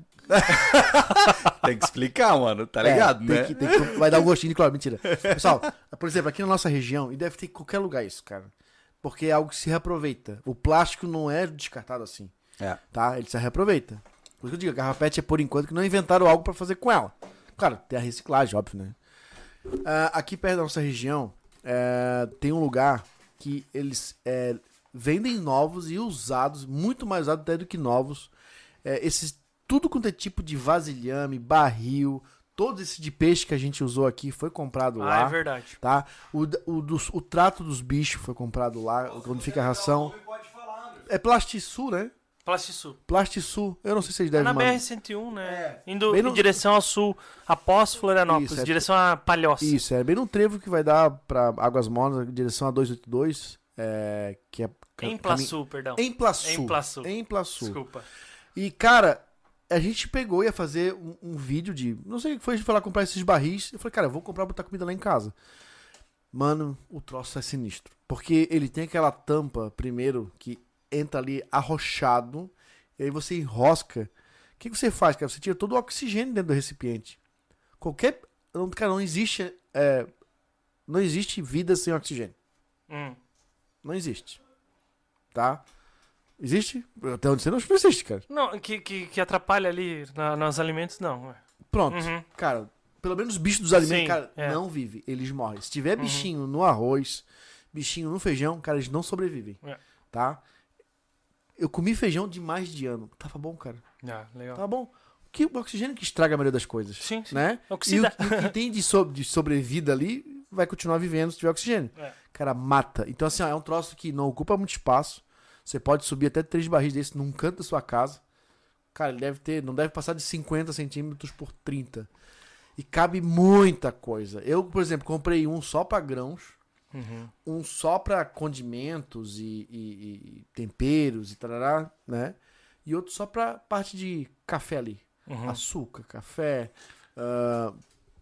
Tem que explicar, mano, tá É, ligado, tem né? que- tem que- vai dar um gostinho de cloro, mentira. Pessoal, por exemplo, aqui na nossa região, e deve ter em qualquer lugar isso, cara. Porque é algo que se reaproveita. O plástico não é descartado assim, É. tá? Ele se reaproveita. Por isso que eu digo, a garrafa PET é por enquanto que não inventaram algo pra fazer com ela. Claro, tem a reciclagem, óbvio, né? Ah, aqui perto da nossa região, é, tem um lugar que eles é, vendem novos e usados, muito mais usados até do que novos. É, esses, tudo quanto é tipo de vasilhame, barril, todo esse de peixe que a gente usou aqui foi comprado Ah, lá. é verdade. Tá? O, o, dos- o trato dos bichos foi comprado lá, quando fica a ração. É Plastisul, né? Plastisul. Plastisul. Eu não sei se eles É devem na mandar. B R cento e um, né? Indo Bem em no- direção ao sul, após Florianópolis, Isso, é- direção a Palhoça. Isso, é bem no trevo que vai dar pra Águas Mornas, em direção a duzentos e oitenta e dois, é, que é... Em caminho- Plaçu, perdão. Em Plaçu. Em Plaçu. Em Plaçu. Desculpa. E, cara, a gente pegou e ia fazer um, um vídeo de... Não sei o que foi, a gente foi lá comprar esses barris. Eu falei, cara, eu vou comprar e botar comida lá em casa. Mano, o troço é sinistro. Porque ele tem aquela tampa, primeiro, que entra ali arrochado. E aí você enrosca, que, que você faz, cara? Você tira todo o oxigênio dentro do recipiente. Qualquer... Não, cara, não existe... É, não existe vida sem oxigênio. Hum. Não existe. Tá? Existe? Até onde você não, não existe, cara. Não, que, que, que atrapalha ali na, nos alimentos, não. ué. Pronto. Uhum. Cara, pelo menos os bichos dos alimentos, Sim, cara, é. não vivem. Eles morrem. Se tiver Uhum. bichinho no arroz, bichinho no feijão, cara, eles não sobrevivem. É. Tá? Eu comi feijão de mais de ano. Tava bom, cara. Ah, legal. Tava bom. Que o oxigênio que estraga a maioria das coisas. Sim, sim. Né? E o, Oxida. e o que tem de, so, de sobrevida ali vai continuar vivendo se tiver oxigênio. É. Cara, mata. Então, assim, ó, é um troço que não ocupa muito espaço. Você pode subir até três barris desse num canto da sua casa. Cara, ele deve ter, não deve passar de cinquenta centímetros por trinta. E cabe muita coisa. Eu, por exemplo, comprei um só pra grãos, Uhum. um só pra condimentos e, e- e temperos e tarará, né? E outro só pra parte de café ali. Uhum. Açúcar, café, ah,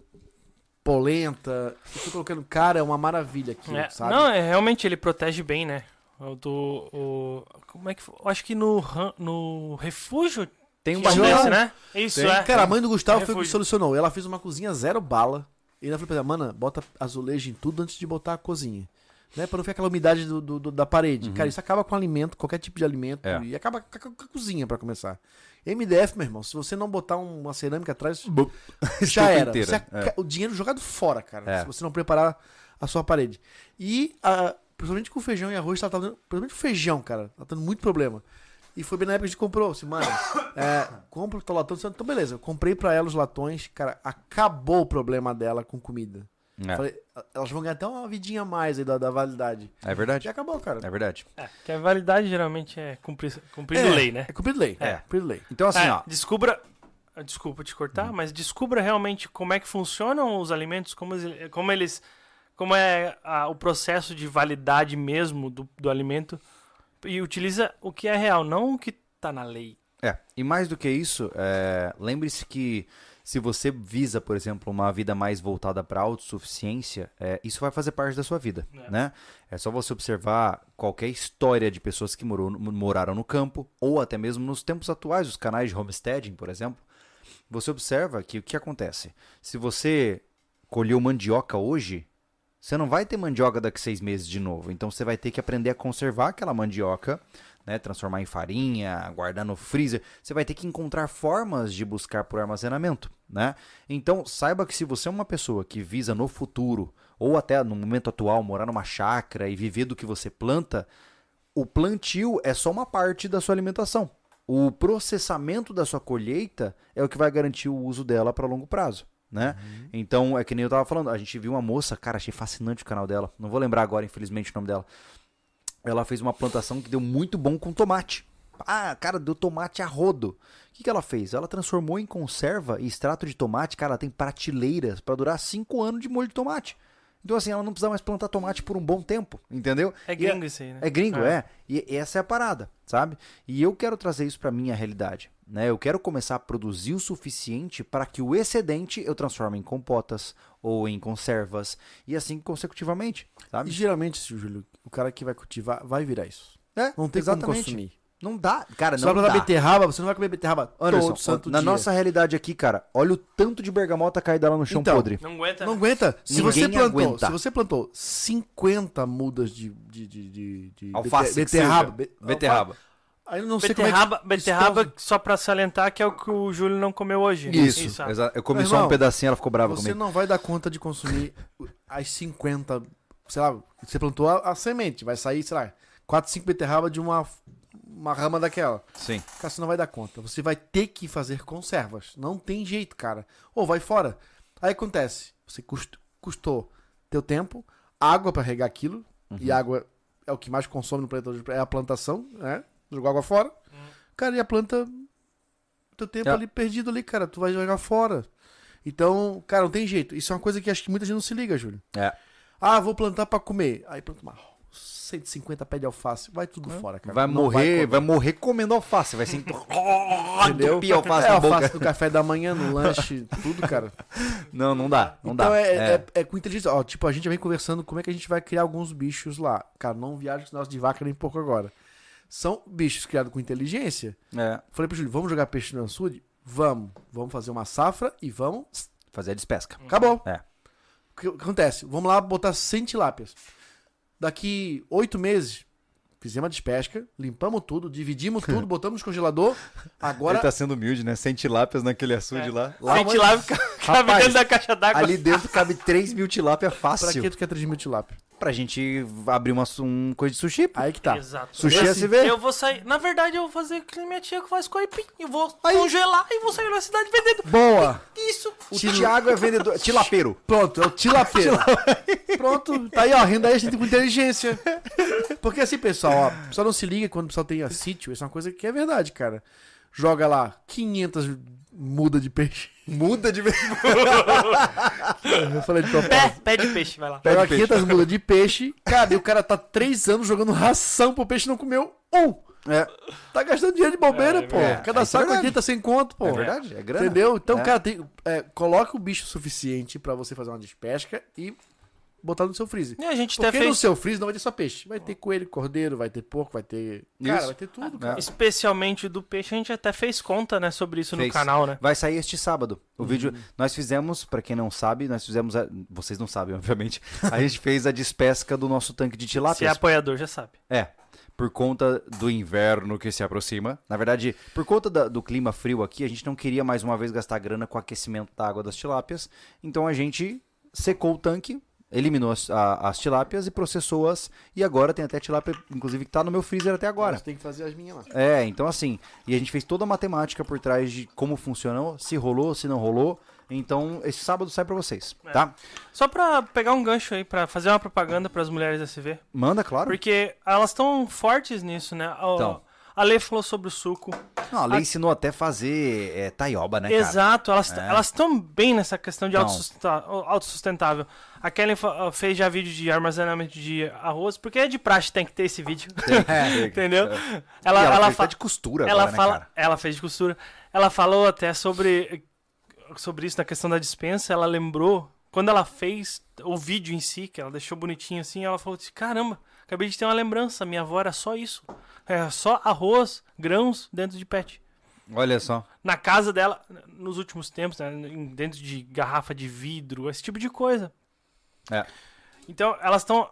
polenta. Eu tô colocando, cara, é uma maravilha aqui, É, sabe? não, é, realmente ele protege bem, né? O do. O, como é que foi? Eu acho que no, ran- no refúgio Tem um tinha um barril. desse, né? Isso, Tem. é. Cara, a mãe do Gustavo foi o que Refúgio. solucionou. Ela fez uma cozinha zero bala. E ainda falei pra ela, mana, bota azulejo em tudo antes de botar a cozinha. Né? Pra não ficar aquela umidade do, do- do- da parede. Cara, isso acaba com alimento, qualquer tipo de alimento. É. E acaba com a, com a cozinha, pra começar. M D F, meu irmão, se você não botar um- uma cerâmica atrás, já Estufa era. inteira, Você é. aca- O dinheiro jogado fora, cara. É. Se você não preparar a sua parede. E, a- principalmente com feijão e arroz, ela tá dando, principalmente o feijão, cara, tá dando muito problema. E foi bem na época que a gente comprou. Assim, mano, é, compra o teu latão. Então, beleza, eu comprei pra ela os latões. Cara, acabou o problema dela com comida. É, Falei, elas vão ganhar até uma vidinha a mais aí da, da validade. é verdade. Já acabou, cara. É verdade. É, que a validade geralmente é cumprir, cumprir É, lei, né? É cumprido lei. É. Cumprido lei. Então, assim, É, ó. descubra. ah, Desculpa te cortar, mas descubra realmente como é que funcionam os alimentos, como, eles- como eles. Como é ah, o processo de validade mesmo do, do alimento. E utiliza o que é real, não o que tá na lei. É, e mais do que isso, é, lembre-se que se você visa, por exemplo, uma vida mais voltada para autossuficiência, é, isso vai fazer parte da sua vida, É. né? É só você observar qualquer história de pessoas que morou, moraram no campo, ou até mesmo nos tempos atuais, os canais de homesteading, por exemplo. Você observa que o que acontece? Se você colheu mandioca hoje, você não vai ter mandioca daqui a seis meses de novo. Então você vai ter que aprender a conservar aquela mandioca, né, transformar em farinha, guardar no freezer. Você vai ter que encontrar formas de buscar por armazenamento, né? Então saiba que se você é uma pessoa que visa no futuro, ou até no momento atual, morar numa chácara e viver do que você planta, o plantio é só uma parte da sua alimentação. O processamento da sua colheita é o que vai garantir o uso dela para longo prazo, né? Uhum. Então, é que nem eu tava falando, a gente viu uma moça, cara, achei fascinante o canal dela. Não vou lembrar agora, infelizmente, o nome dela. Ela fez uma plantação que deu muito bom com tomate. Ah, cara, deu tomate a rodo. O que, que ela fez? Ela transformou em conserva e extrato de tomate. Cara, ela tem prateleiras para durar cinco anos de molho de tomate. Então, assim, ela não precisa mais plantar tomate por um bom tempo, entendeu? É E gringo isso aí, né? É gringo, é. E essa é a parada, sabe? E eu quero trazer isso pra minha realidade, né? Eu quero começar a produzir o suficiente para que o excedente eu transforme em compotas ou em conservas e assim consecutivamente, E sabe? geralmente, seu Júlio, o cara que vai cultivar vai virar isso. É, Não tem exatamente. como consumir. Não dá, cara, Você não vai plantar dá. beterraba, você não vai comer beterraba Anderson, todo santo na dia. nossa realidade aqui, cara, olha o tanto de bergamota caída lá no chão Então, podre. Não aguenta. Não aguenta. Se Ninguém você plantou, aguenta. se você plantou cinquenta mudas de, de, de, de, de Alface, bete- que beterraba, seja. be- Beterraba. Aí eu não sei Beterraba, como é que beterraba estão- só pra salientar que é o que o Júlio não comeu hoje. Isso, ah. exa- eu comi Meu só um irmão, pedacinho, ela ficou brava Você comigo. não vai dar conta de consumir as cinquenta, sei lá, você plantou a, a semente, vai sair, sei lá, quatro, cinco beterraba de uma, uma rama daquela. Sim. Cara, você não vai dar conta. Você vai ter que fazer conservas. Não tem jeito, cara. Ou vai fora. Aí acontece, você cust- custou teu tempo, água pra regar aquilo, e água é o que mais consome no planeta hoje, é a plantação, né? Jogou água fora. Cara, e a planta, teu tempo É. ali perdido ali, cara, tu vai jogar fora. Então, cara, não tem jeito. Isso é uma coisa que acho que muita gente não se liga, Júlio. É. Ah, vou plantar pra comer. Aí planta uma cento e cinquenta pés de alface. Vai tudo fora, cara. Vai Não morrer, vai, comer. morrer comendo alface, vai ser Entendeu? entupir alface é, na alface boca. no café da manhã, no lanche, tudo, cara. Não, não dá, não então dá. é, É. é, é com inteligência. Ó, tipo, a gente vem conversando como é que a gente vai criar alguns bichos lá. Cara, não viaja com nós de vaca nem pouco agora. São bichos criados com inteligência. É. Falei pro Júlio, vamos jogar peixe no açude? Vamos. Vamos fazer uma safra e vamos... Fazer a despesca. Acabou. É. O que acontece? Vamos lá botar cem tilápias. Daqui oito meses, fizemos a despesca, limpamos tudo, dividimos tudo, botamos no congelador. Agora... Ele tá sendo humilde, né? Sem tilápias naquele açude É. lá. Lá, Sem mas- tilápia, cabe Rapaz, dentro da caixa d'água. Ali dentro cabe três mil tilápia Pra fácil. que tu quer três mil tilápia? Pra gente abrir uma um coisa de sushi. pô. Aí que tá. Exato. Sushi Assim, é se vê. Eu vou sair. Na verdade, eu vou fazer o que minha tia que faz com aipim. Eu vou Aí. congelar e vou sair na cidade vendendo. Boa! Isso. O Thiago é vendedor. Tilapeiro. Pronto, é o tilapeiro. Pronto, tá aí, ó, renda extra com inteligência. Porque assim, pessoal, ó, o pessoal não se liga quando o pessoal tem a sítio, isso é uma coisa que é verdade, cara. Joga lá quinhentas mudas de peixe. Muda de vez. Eu falei de Pé, propósito. pé de peixe, vai lá. Pega de peixe. quinhentas mudas de peixe, cara, e o cara tá três anos jogando ração pro peixe e não comeu um. É, Tá gastando dinheiro de bobeira, É, é pô. verdade. Cada É, isso é saco verdade. oitenta sem conto, pô. é verdade, é grana. Entendeu? Então, É. cara, tem, é, coloca o bicho suficiente pra você fazer uma despesca e botar no seu freezer. E a gente até Porque no fez, seu freezer não vai ter só peixe. Vai ter coelho, cordeiro, vai ter porco, vai ter... Cara, Isso. vai ter tudo, É. cara. especialmente do peixe, a gente até fez conta, né, sobre isso Fez. no canal, né? Vai sair este sábado. O vídeo, nós fizemos, pra quem não sabe, nós fizemos, a- vocês não sabem, obviamente, a gente fez a despesca do nosso tanque de Se é tilápias. apoiador, já sabe. É, por conta do inverno que se aproxima. Na verdade, por conta da- do clima frio aqui, a gente não queria mais uma vez gastar grana com o aquecimento da água das tilápias. Então a gente secou o tanque, eliminou as, a- as tilápias e processou-as. E agora tem até tilápia, inclusive, que tá no meu freezer até agora. Você tem que fazer as minhas lá. É, então assim, e a gente fez toda a matemática por trás de como funcionou, se rolou, se não rolou. Então, esse sábado sai pra vocês, tá? Só pra pegar um gancho aí, pra fazer uma propaganda pras mulheres S V. Manda, claro. Porque elas estão fortes nisso, né? A, Então. a Lê falou sobre o suco. Não, a Lei ensinou até fazer é, taioba, né, cara? Exato, elas É. elas estão bem nessa questão de Então. autossustenta- autossustentável. A Kellen fa- fez já vídeo de armazenamento de arroz, porque é de praxe, tem que ter esse vídeo. Entendeu? É. Ela, E ela, ela, fez fa- até de costura ela agora, fala, né, cara? ela fez de costura. Ela falou até sobre sobre isso na questão da dispensa. Ela lembrou quando ela fez o vídeo em si, que ela deixou bonitinho assim. Ela falou assim: caramba, acabei de ter uma lembrança. Minha avó era só isso, é só arroz, grãos dentro de pet. Olha só. Na casa dela, nos últimos tempos, né, em- dentro de garrafa de vidro, esse tipo de coisa. É. Então, elas estão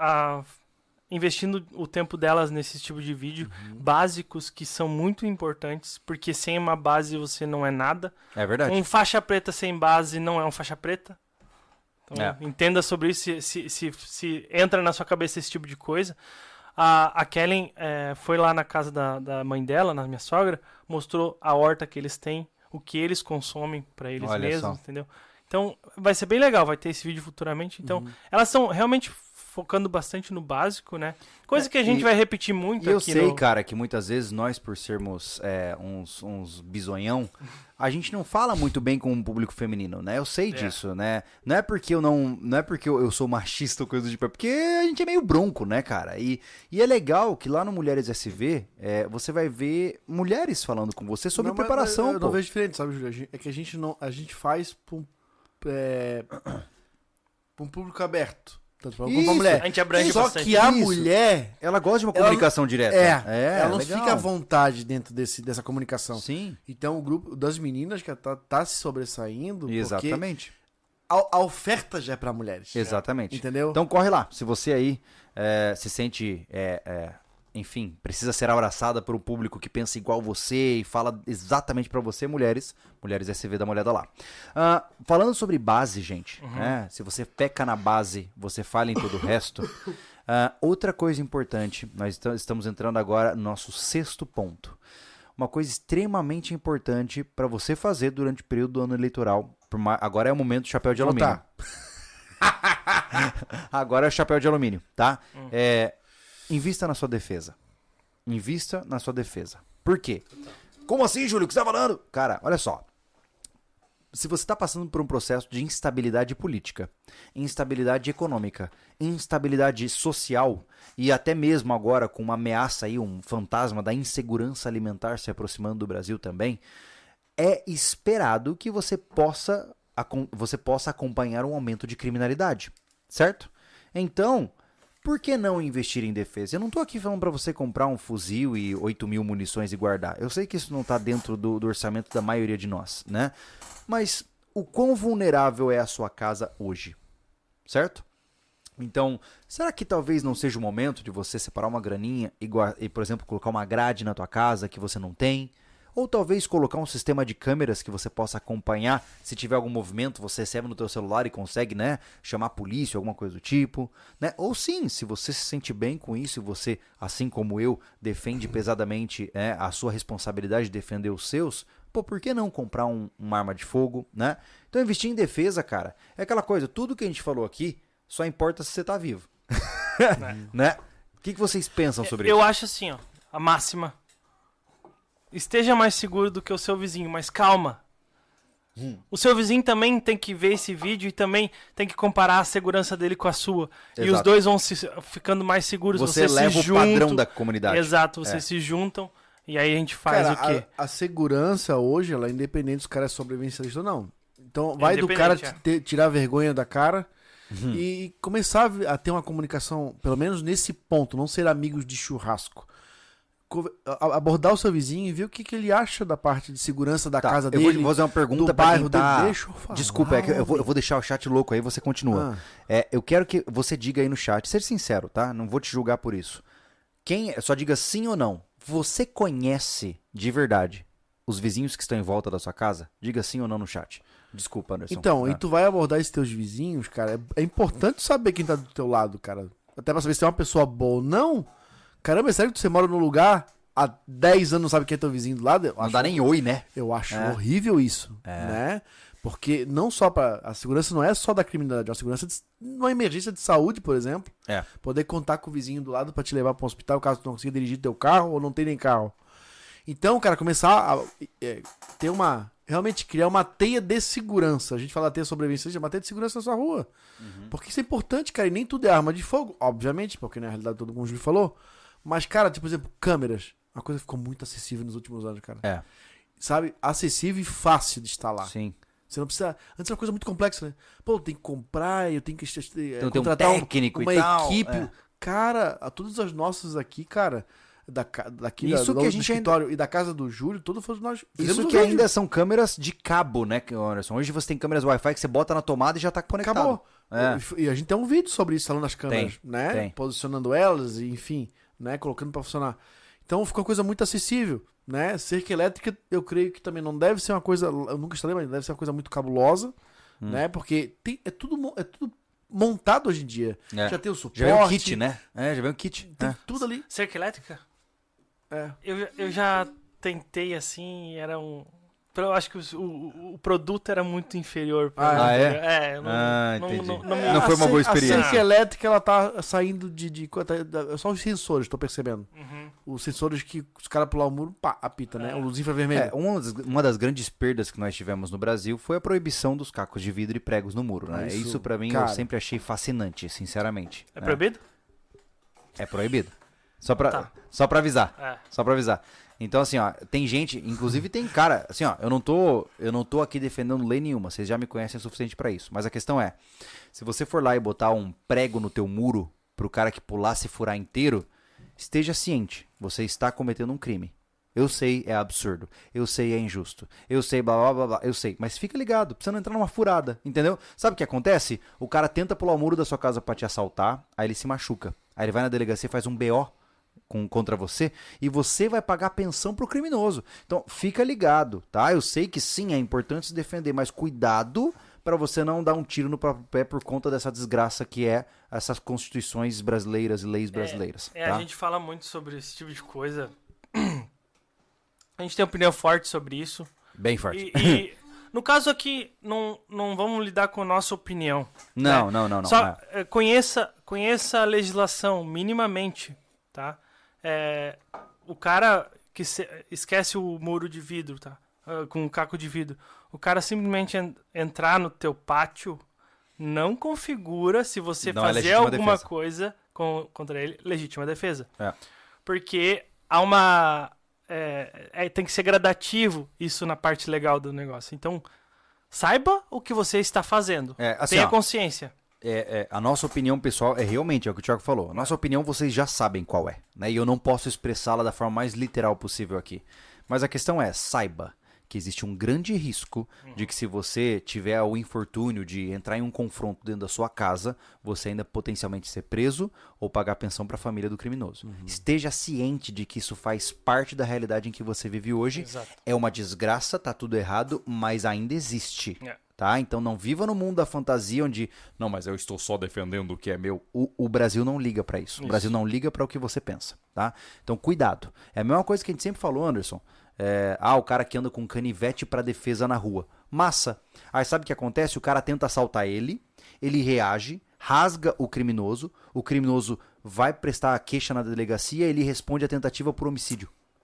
investindo o tempo delas nesse tipo de vídeo básicos que são muito importantes, porque sem uma base você não é nada. É verdade. Um faixa preta sem base não é um faixa preta. Então, É. entenda sobre isso, se, se, se, se entra na sua cabeça esse tipo de coisa. A, a Kellen eh, foi lá na casa da, da mãe dela, na minha sogra, mostrou a horta que eles têm, o que eles consomem para eles Olha mesmos, só. entendeu? Então, vai ser bem legal, vai ter esse vídeo futuramente. Então, Uhum. elas estão realmente focando bastante no básico, né? Coisa que a gente e- vai repetir muito E eu aqui sei, no... cara, que muitas vezes nós, por sermos é, uns, uns bisonhão, a gente não fala muito bem com o público feminino, né? Eu sei É. disso, né? Não é porque eu não. Não é porque eu, eu sou machista ou coisa do tipo, é porque a gente é meio bronco, né, cara? E, e é legal que lá no Mulheres S V é, você vai ver mulheres falando com você sobre Não, mas preparação, Eu pô. não vejo diferente, sabe, Júlio? A gente- É que a gente não. A gente faz pra um, é, pra um público aberto. Tanto pra homem como pra Isso, mulher. A gente abrange Só bastante. que a Isso. mulher. Ela gosta de uma Ela- comunicação direta. É, ela não legal. fica à vontade dentro desse, dessa comunicação. Sim, Então o grupo das meninas que tá, tá se sobressaindo. Porque exatamente. a, a oferta já é pra mulheres. Exatamente. Entendeu? Então corre lá. Se você aí é, se sente, é, é, enfim, precisa ser abraçada por um público que pensa igual você e fala exatamente pra você, mulheres, Mulheres S V, dá uma olhada lá. Ah, falando sobre base, gente, né? Se você peca na base, você fala em todo o resto. Ah, outra coisa importante, nós esta- estamos entrando agora no nosso sexto ponto. Uma coisa extremamente importante pra você fazer durante o período do ano eleitoral. por ma- Agora é o momento do chapéu de alumínio. Votar. Agora é o chapéu de alumínio, tá? É, invista na sua defesa. Invista na sua defesa. Por quê? Como assim, Júlio? O que você tá falando? Cara, olha só. Se você está passando por um processo de instabilidade política, instabilidade econômica, instabilidade social e até mesmo agora com uma ameaça aí, um fantasma da insegurança alimentar se aproximando do Brasil também, é esperado que você possa, acom- você possa acompanhar um aumento de criminalidade, certo? Então, por que não investir em defesa? Eu não tô aqui falando pra você comprar um fuzil e oito mil munições e guardar. Eu sei que isso não tá dentro do, do orçamento da maioria de nós, né? Mas o quão vulnerável é a sua casa hoje, certo? Então, será que talvez não seja o momento de você separar uma graninha e, e, por exemplo, colocar uma grade na tua casa que você não tem? Ou talvez colocar um sistema de câmeras que você possa acompanhar. Se tiver algum movimento, você recebe no teu celular e consegue, né, chamar a polícia, alguma coisa do tipo, né? Ou sim, se você se sente bem com isso e você, assim como eu, defende pesadamente, né, a sua responsabilidade de defender os seus, pô, por que não comprar um, uma arma de fogo, né? Então investir em defesa, cara, é aquela coisa, tudo que a gente falou aqui só importa se você tá vivo. Né? O que, que vocês pensam sobre eu isso? Eu acho assim, ó, a máxima. Esteja mais seguro do que o seu vizinho, mas calma. Hum. O seu vizinho também tem que ver esse vídeo e também tem que comparar a segurança dele com a sua. Exato. E os dois vão se, ficando mais seguros. Você, você leva o juntam, padrão da comunidade. Exato, vocês é. se juntam e aí a gente faz cara, o quê? A, a segurança hoje, ela é independente se o cara é sobrevivencialista ou não. Então vai do cara é. te, tirar a vergonha da cara uhum. e começar a ter uma comunicação, pelo menos nesse ponto, não ser amigos de churrasco. Abordar o seu vizinho e ver o que, que ele acha da parte de segurança da tá, casa eu dele. Eu vou fazer uma pergunta do pra bairro quem tá... dele. Deixa eu falar. Desculpa, é que eu vou, eu vou deixar o chat louco aí, você continua. Ah. É, eu quero que você diga aí no chat, ser sincero, tá? Não vou te julgar por isso. Quem, só diga sim ou não. Você conhece de verdade os vizinhos que estão em volta da sua casa? Diga sim ou não no chat. Desculpa, Anderson. Então, ah. e tu vai abordar esses teus vizinhos, cara. É, é importante saber quem tá do teu lado, cara. Até pra saber se é uma pessoa boa ou não. Caramba, é sério que você mora num lugar há dez anos não sabe quem é teu vizinho do lado? Eu não acho, dá nem oi, né? Eu acho é. horrível isso, é. né? Porque não só para a segurança não é só da criminalidade, é a segurança de uma emergência de saúde, por exemplo. É. Poder contar com o vizinho do lado para te levar para um hospital caso tu não consiga dirigir teu carro ou não tem nem carro. Então, cara, começar a é, ter uma... Realmente criar uma teia de segurança. A gente fala teia de sobrevivência, uma teia de segurança na sua rua. Uhum. Porque isso é importante, cara. E nem tudo é arma de fogo, obviamente, porque na realidade todo mundo já falou. Mas, cara, tipo, por exemplo, câmeras. Uma coisa que ficou muito acessível nos últimos anos, cara. É. Sabe? Acessível e fácil de instalar. Sim. Você não precisa... Antes era uma coisa muito complexa, né? Pô, tem que comprar, eu tenho que então, contratar tem um técnico uma e tal, equipe. É. Cara, a todas as nossas aqui, cara... Da, daqui isso da, que do a gente escritório ainda... e da casa do Júlio, tudo foi nós. Isso que ainda são câmeras de cabo, né, Anderson? Hoje você tem câmeras Wi-Fi que você bota na tomada e já tá conectado. Acabou. É. E a gente tem um vídeo sobre isso falando das câmeras, tem, né? Tem. Posicionando elas, e enfim, né? Colocando pra funcionar. Então ficou uma coisa muito acessível, né? Cerca elétrica, eu creio que também não deve ser uma coisa, eu nunca instalei, mas deve ser uma coisa muito cabulosa, hum. né? Porque tem, é tudo é tudo montado hoje em dia. É. Já tem o suporte. Já vem o kit, né? É, já vem o kit. Tem é. tudo ali. Cerca elétrica? É. Eu, eu já tentei assim, era um... Eu acho que o, o, o produto era muito inferior. Pra ah, mim. é? É, não, ah, não, entendi. não, não, é, não foi uma boa experiência. A cerca elétrica, ela tá saindo de... de, de só os sensores, tô percebendo. Uhum. Os sensores que os caras pular o muro, pá, apita, né? É. Luz infravermelha. É, uma, das, uma das grandes perdas que nós tivemos no Brasil foi a proibição dos cacos de vidro e pregos no muro, né? Isso, Isso pra mim, cara, eu sempre achei fascinante, sinceramente. É né? proibido? É proibido. Só pra, tá. só pra avisar. É. Só pra avisar. Então, assim, ó, tem gente, inclusive tem cara, assim, ó, eu não tô, eu não tô aqui defendendo lei nenhuma, vocês já me conhecem o suficiente pra isso. Mas a questão é, se você for lá e botar um prego no teu muro pro cara que pular se furar inteiro, esteja ciente, você está cometendo um crime. Eu sei, é absurdo. Eu sei, é injusto. Eu sei, blá, blá, blá, blá, eu sei. Mas fica ligado, precisa não entrar numa furada, entendeu? Sabe o que acontece? O cara tenta pular o muro da sua casa pra te assaltar, aí ele se machuca. Aí ele vai na delegacia e faz um B O Com, contra você, e você vai pagar pensão pro criminoso. Então, fica ligado, tá? Eu sei que sim, é importante se defender, mas cuidado para você não dar um tiro no próprio pé por conta dessa desgraça que é essas constituições brasileiras e leis brasileiras. É, é tá? A gente fala muito sobre esse tipo de coisa. A gente tem opinião forte sobre isso. Bem forte. E, e no caso aqui, não, não vamos lidar com a nossa opinião. Não, né? não, não, não. Só é. conheça, conheça a legislação minimamente, tá? É, o cara que se, esquece o muro de vidro, tá? Uh, com um caco de vidro. O cara simplesmente en, entrar no teu pátio não configura, se você não fazer é alguma defesa. coisa com, contra ele, legítima defesa. É. Porque há uma... É, é, tem que ser gradativo isso na parte legal do negócio. Então, saiba o que você está fazendo. É, assim, Tenha ó, consciência. é, é, a nossa opinião pessoal é realmente é o que o Thiago falou. A nossa opinião vocês já sabem qual é, né? E eu não posso expressá-la da forma mais literal possível aqui. Mas a questão é, saiba que existe um grande risco de que se você tiver o infortúnio de entrar em um confronto dentro da sua casa, você ainda potencialmente ser preso ou pagar pensão para a família do criminoso. Uhum. Esteja ciente de que isso faz parte da realidade em que você vive hoje. Exato. É uma desgraça, tá tudo errado, mas ainda existe. É. Tá? Então não viva no mundo da fantasia onde, não, mas eu estou só defendendo o que é meu. O, o Brasil não liga para isso. isso. O Brasil não liga para o que você pensa. Tá? Então cuidado. É a mesma coisa que a gente sempre falou, Anderson. É, ah, o cara que anda com canivete para defesa na rua. Massa. Aí sabe o que acontece? O cara tenta assaltar ele, ele reage, rasga o criminoso, o criminoso vai prestar a queixa na delegacia e ele responde a tentativa por homicídio.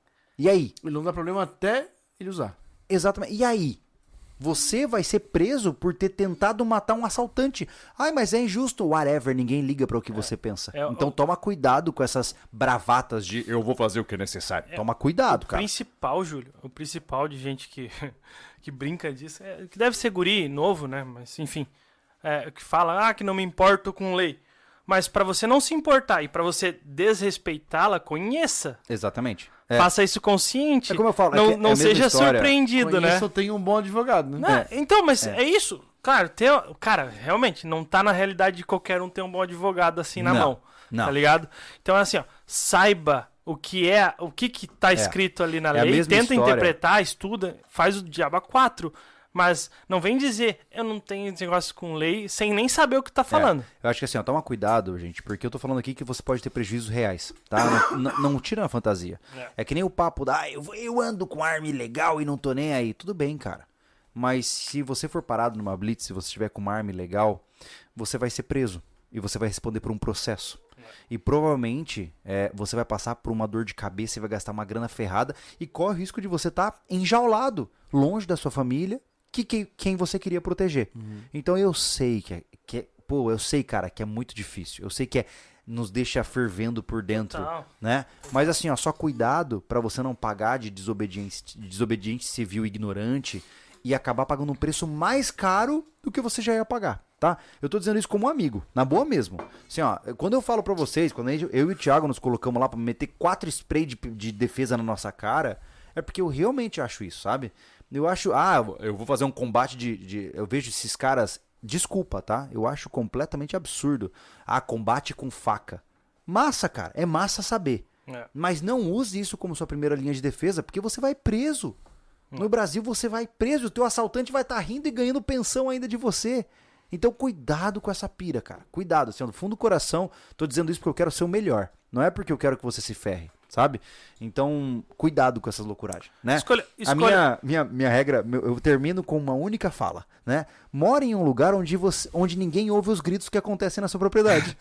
E aí? Ele não dá problema até ele usar. Exatamente. E aí? Você vai ser preso por ter tentado matar um assaltante. Ai, mas é injusto. Whatever, ninguém liga para o que é, você pensa. É, então toma cuidado com essas bravatas de eu vou fazer o que é necessário. É, toma cuidado, o cara. O principal, Júlio, o principal de gente que, que brinca disso, é, que deve ser guri novo, né? Mas enfim, é, que fala, ah, que não me importo com lei. Mas para você não se importar e para você desrespeitá-la, conheça. Exatamente. É. Faça isso consciente. É como eu falo, não é que, não é seja surpreendido, Conheço, né? eu tenho um bom advogado, né? Não, é. Então, mas é, é. é isso. Claro, ter, cara, realmente, não tá na realidade de qualquer um ter um bom advogado assim na não, mão. Não. Tá ligado? Então, assim, ó, saiba o que é, o que que tá escrito é. ali na é lei, tenta história. interpretar, estuda, faz o diabo a quatro. Mas não vem dizer, eu não tenho esse negócio com lei, sem nem saber o que tá falando. É, eu acho que assim, ó, toma cuidado, gente, porque eu tô falando aqui que você pode ter prejuízos reais, tá? não, não, não tira na fantasia. É. é que nem o papo da, ah, eu, eu ando com arma ilegal e não tô nem aí. Tudo bem, cara. Mas se você for parado numa blitz, se você estiver com uma arma ilegal, você vai ser preso. E você vai responder por um processo. É. E provavelmente é, você vai passar por uma dor de cabeça e vai gastar uma grana ferrada e corre o risco de você estar tá enjaulado, longe da sua família, Que, que, quem você queria proteger. Uhum. Então eu sei que é, que é, pô, eu sei, cara, que é muito difícil. Eu sei que é, nos deixa fervendo por dentro, Total. né? Mas assim, ó, só cuidado pra você não pagar de desobediente, de desobediente civil ignorante e acabar pagando um preço mais caro do que você já ia pagar, tá? Eu tô dizendo isso como um amigo, na boa mesmo. Assim, ó, quando eu falo pra vocês, quando eu e o Thiago nos colocamos lá pra meter quatro spray de, de defesa na nossa cara, é porque eu realmente acho isso, sabe? Eu acho, ah, eu vou fazer um combate de, de... Eu vejo esses caras... Desculpa, tá? Eu acho completamente absurdo. Ah, combate com faca. Massa, cara. É massa saber. É. Mas não use isso como sua primeira linha de defesa, porque você vai preso. É. No Brasil você vai preso. O teu assaltante vai estar tá rindo e ganhando pensão ainda de você. Então cuidado com essa pira, cara. Cuidado. Assim, do fundo do coração, tô dizendo isso porque eu quero ser o melhor. Não é porque eu quero que você se ferre. Sabe? Então, cuidado com essas loucuragens, né? Escolha, escolha. A minha, minha, minha regra, eu termino com uma única fala, né? More em um lugar onde, você, onde ninguém ouve os gritos que acontecem na sua propriedade.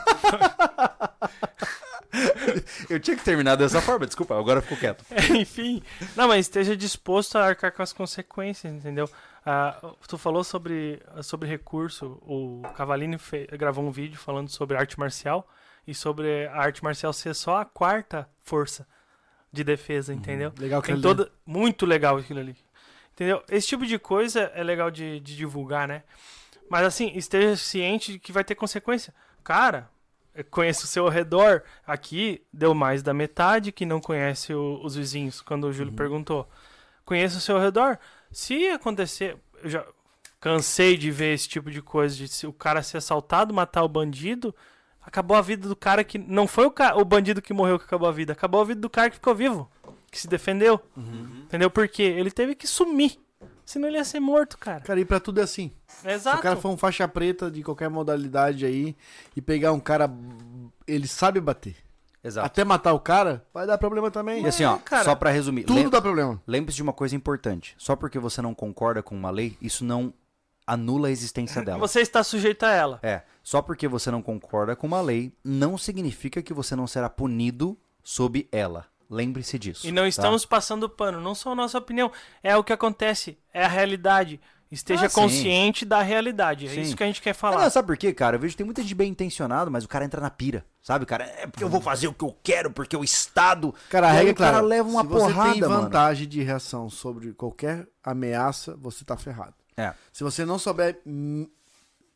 Eu tinha que terminar dessa forma, desculpa, agora eu fico quieto. Enfim, não, mas esteja disposto a arcar com as consequências, entendeu? Ah, tu falou sobre, sobre recurso, o Cavalini fez, gravou um vídeo falando sobre arte marcial, e sobre a arte marcial ser só a quarta força de defesa, entendeu? Uhum. Legal que Tem toda... Muito legal aquilo ali. Entendeu? Esse tipo de coisa é legal de, de divulgar, né? Mas assim, esteja ciente de que vai ter consequência. Cara, conheça o seu redor. Aqui deu mais da metade que não conhece o, os vizinhos, quando o Júlio uhum. perguntou. Conheça o seu redor. Se acontecer... Eu já cansei de ver esse tipo de coisa, de se o cara ser assaltado, matar o bandido... Acabou a vida do cara que... Não foi o, ca... o bandido que morreu que acabou a vida. Acabou a vida do cara que ficou vivo. Que se defendeu. Uhum. Entendeu? Por quê? Ele teve que sumir. Senão ele ia ser morto, cara. Cara, e pra tudo é assim. Exato. Se o cara for um faixa preta de qualquer modalidade aí e pegar um cara... Ele sabe bater. Exato. Até matar o cara, vai dar problema também. E assim, ó, cara, só pra resumir. Tudo lem... dá problema. Lembre-se de uma coisa importante. Só porque você não concorda com uma lei, isso não... anula a existência dela. Você está sujeito a ela. É. Só porque você não concorda com uma lei, não significa que você não será punido sob ela. Lembre-se disso. E não tá? estamos passando pano. Não só a nossa opinião. É o que acontece. É a realidade. Esteja ah, consciente da realidade. É sim. isso que a gente quer falar. Não, sabe por quê, cara? Eu vejo que tem muita gente bem intencionado, mas o cara entra na pira. Sabe, cara? É porque eu vou fazer o que eu quero, porque o Estado... Cara, a regra, o cara claro, leva uma se porrada, você tem vantagem mano. de reação sobre qualquer ameaça, você tá ferrado. É. Se você não souber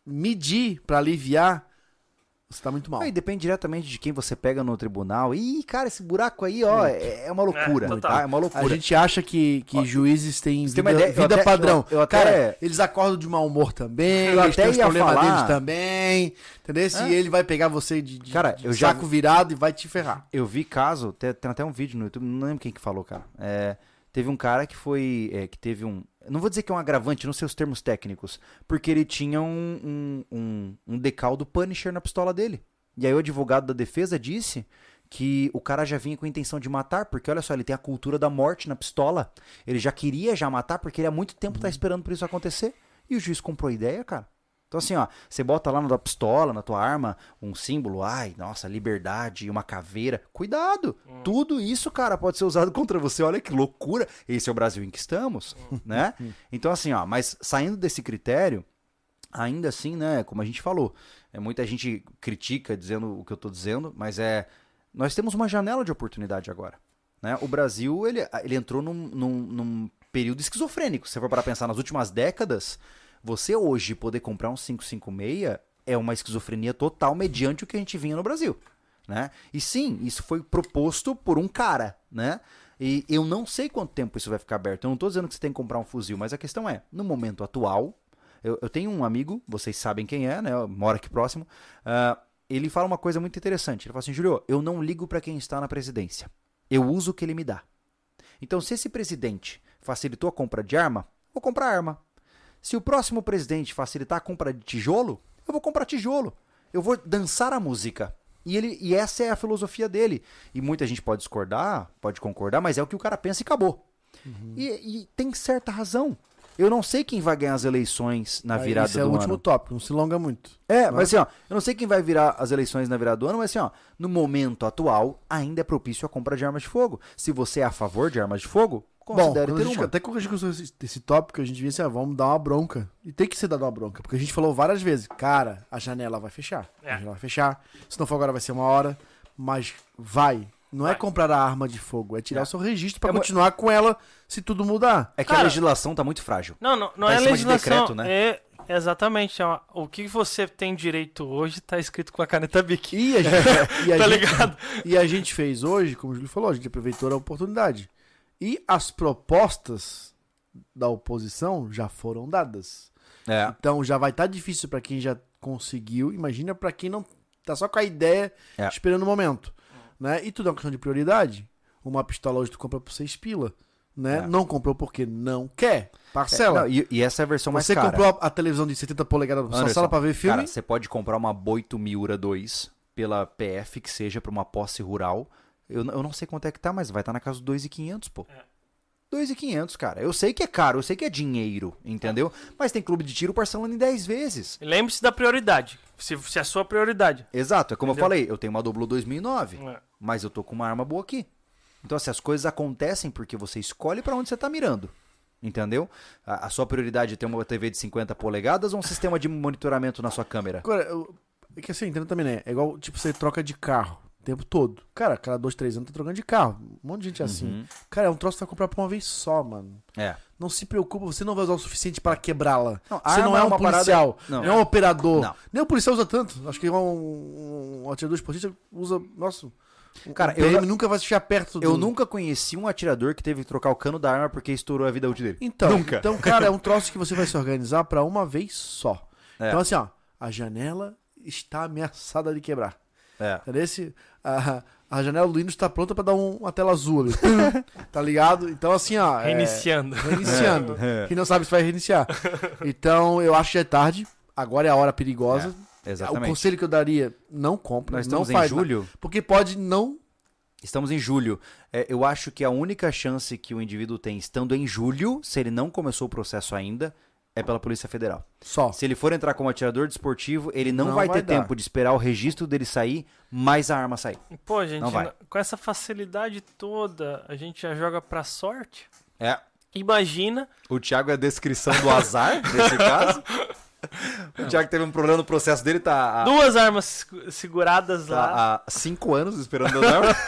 medir pra aliviar, você tá muito mal. Aí depende diretamente de quem você pega no tribunal. Ih, cara, esse buraco aí, ó, é, é uma loucura, É, total. tá? É uma A loucura. gente acha que, que Ó, juízes têm você tem vida, uma ideia? Eu vida até- padrão. eu- eu até- Cara, eles acordam de mau humor também, Eu eles até têm os ia problemas falar- deles também, entendeu? Se É. ele vai pegar você de, de- Cara, de eu já- saco virado e vai te ferrar. Eu vi caso, tem, tem até um vídeo no YouTube, não lembro quem que falou, cara. É, teve um cara que foi, é, que teve um, não vou dizer que é um agravante, não sei os termos técnicos, porque ele tinha um, um, um, um decal do Punisher na pistola dele. E aí o advogado da defesa disse que o cara já vinha com a intenção de matar, porque olha só, ele tem a cultura da morte na pistola. Ele já queria já matar, porque ele há muito tempo tá esperando por isso acontecer. E o juiz comprou a ideia, cara. Então assim, ó, você bota lá na tua pistola, na tua arma, um símbolo, ai, nossa, liberdade, uma caveira. Cuidado! Hum. Tudo isso, cara, pode ser usado contra você. Olha que loucura. Esse é o Brasil em que estamos, né? Então assim, ó, mas saindo desse critério, ainda assim, né, como a gente falou, é, muita gente critica dizendo o que eu tô dizendo, mas é, nós temos uma janela de oportunidade agora, né? O Brasil, ele, ele entrou num, num, num período esquizofrênico. Se você for para pensar nas últimas décadas, você hoje poder comprar um cinco cinco seis é uma esquizofrenia total mediante o que a gente vinha no Brasil, né? E sim, isso foi proposto por um cara, né? E eu não sei quanto tempo isso vai ficar aberto. Eu não tô dizendo que você tem que comprar um fuzil, mas a questão é, no momento atual, eu, eu tenho um amigo, vocês sabem quem é, né? Mora aqui próximo. Uh, ele fala uma coisa muito interessante. Ele fala assim, Júlio, eu não ligo para quem está na presidência. Eu uso o que ele me dá. Então, se esse presidente facilitou a compra de arma, vou comprar arma. Se o próximo presidente facilitar a compra de tijolo, eu vou comprar tijolo. Eu vou dançar a música. E, ele, e essa é a filosofia dele. E muita gente pode discordar, pode concordar, mas é o que o cara pensa e acabou. Uhum. E, e tem certa razão. Eu não sei quem vai ganhar as eleições na virada do ano. Esse é o último tópico, não se alonga muito. É, Não mas assim, ó, eu não sei quem vai virar as eleições na virada do ano, mas assim, ó, no momento atual, ainda é propício a compra de armas de fogo. Se você é a favor de armas de fogo, Bom, considere quando a ter gente, uma. até quando a gente começou esse, esse tópico, a gente vinha assim, ah, vamos dar uma bronca. E tem que ser dado uma bronca, porque a gente falou várias vezes, cara, a janela vai fechar. É. A janela vai fechar. Se não for agora, vai ser uma hora. Mas vai. Não é Vai. comprar a arma de fogo, é tirar É. o seu registro pra É mo- continuar com ela se tudo mudar. É que a Cara, legislação tá muito frágil. Não, não, não Tá em é cima de legislação. decreto, né? É exatamente. Ó, o que você tem direito hoje tá escrito com a caneta Bic. E a gente, e a Tá gente- ligado? e a gente fez hoje, como o Júlio falou, a gente aproveitou a oportunidade. E as propostas da oposição já foram dadas. É. Então já vai estar difícil pra quem já conseguiu. Imagina pra quem não tá só com a ideia, É. esperando o momento. Né? E tudo é uma questão de prioridade. Uma pistola hoje tu compra por seis pila. Né? É. Não comprou porque não quer. Parcela. Não, e, e essa é a versão mais Você cara. comprou a, a televisão de setenta polegadas na sua Anderson, sala pra ver filme? Cara, você pode comprar uma Boito Miura dois pela P F, que seja pra uma posse rural. Eu, n- eu não sei quanto é que tá, mas vai estar na casa dos dois mil e quinhentos, pô. É. dois mil e quinhentos, cara. Eu sei que é caro, eu sei que é dinheiro, entendeu? Mas tem clube de tiro parcelando em dez vezes. Lembre-se da prioridade. Se, se é a sua prioridade. Exato, é como Entendeu? eu falei, eu tenho uma Doblo dois mil e nove, É. mas eu tô com uma arma boa aqui. Então, assim, as coisas acontecem porque você escolhe pra onde você tá mirando. Entendeu? A, a sua prioridade é ter uma T V de cinquenta polegadas ou um sistema de monitoramento na sua câmera? Agora, eu- é que assim, entendo também, né? É igual, tipo, você troca de carro o tempo todo. Cara, cada dois, três anos tá trocando de carro. Um monte de gente é assim. Uhum. Cara, é um troço que você vai comprar pra uma vez só, mano. É. Não se preocupa, você não vai usar o suficiente para quebrá-la. Não, Você não arma é é um uma policial, parada- não. não é um operador. Não. Nem o policial usa tanto. Acho que um, um, um atirador esportista usa. Nossa. um Cara, P M eu- nunca vai chegar perto do. Eu nunca conheci um atirador que teve que trocar o cano da arma porque estourou a vida útil dele. Então, Nunca. então, cara, é um troço que você vai se organizar pra uma vez só. É. Então, assim, ó, a janela está ameaçada de quebrar. É. Entendeu? Esse, a, a janela do Windows está pronta pra dar um- uma tela azul ali. Tá ligado? Então, assim, ó. é- Reiniciando. Reiniciando. É. Quem não sabe se vai reiniciar. Então, eu acho que já é tarde. Agora é a hora perigosa. O Exatamente. conselho que eu daria, não compre. Nós não estamos em faz, julho. Porque pode não. Estamos em julho. É, eu acho que a única chance que o indivíduo tem estando em julho, se ele não começou o processo ainda, é pela Polícia Federal. Só. Se ele for entrar como atirador desportivo, ele não, Não vai, vai ter dar. tempo de esperar o registro dele sair, mais a arma sair. Pô, gente, Não vai. na- com essa facilidade toda, a gente já joga pra sorte. É. Imagina. O Thiago é a descrição do azar, nesse caso. O Thiago teve um problema no processo dele, tá há, Duas armas segu- seguradas lá. tá há cinco anos esperando as armas.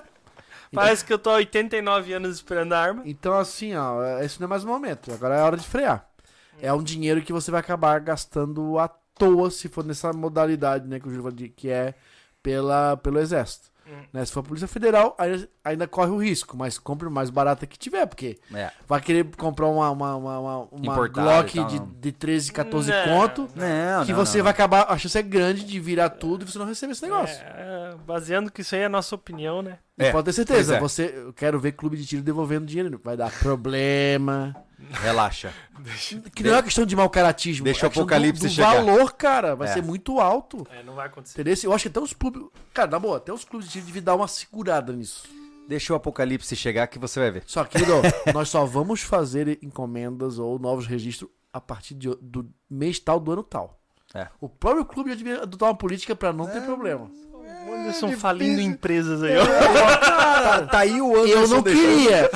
Parece que eu tô há oitenta e nove anos esperando a arma. Então, assim, ó, esse não é mais o momento. Agora é a hora de frear. É um dinheiro que você vai acabar gastando à toa se for nessa modalidade, né, que o Júlio falou, de- que é pela, pelo Exército. Hum. Né? Se for a Polícia Federal, ainda, ainda corre o risco, mas compre o mais barato que tiver, porque É. vai querer comprar uma, uma, uma, uma, uma Importada Glock e tal, de, não. de treze, quatorze Não, conto, Não, que não, você não. vai acabar, a chance é grande de virar tudo e você não receber esse negócio. É, baseando que isso aí é a nossa opinião, né? E É, pode ter certeza, pois é. você, eu quero ver clube de tiro devolvendo dinheiro, vai dar problema. Relaxa. Que não é uma questão de mau caratismo, Deixa é o questão do- apocalipse do, chegar. valor, cara, vai É. ser muito alto. É, não vai acontecer. Entendeu? Eu acho que até os clubes, cara, na boa, até os clubes de tiro devem dar uma segurada nisso. Deixa o apocalipse chegar que você vai ver. Só que, querido, nós só vamos fazer encomendas ou novos registros a partir de- do mês tal do ano tal. É. O próprio clube já devia adotar uma política pra não ter problema. O Anderson falindo empresas aí, ó. Tá, tá aí o Anderson Eu não deixando. queria.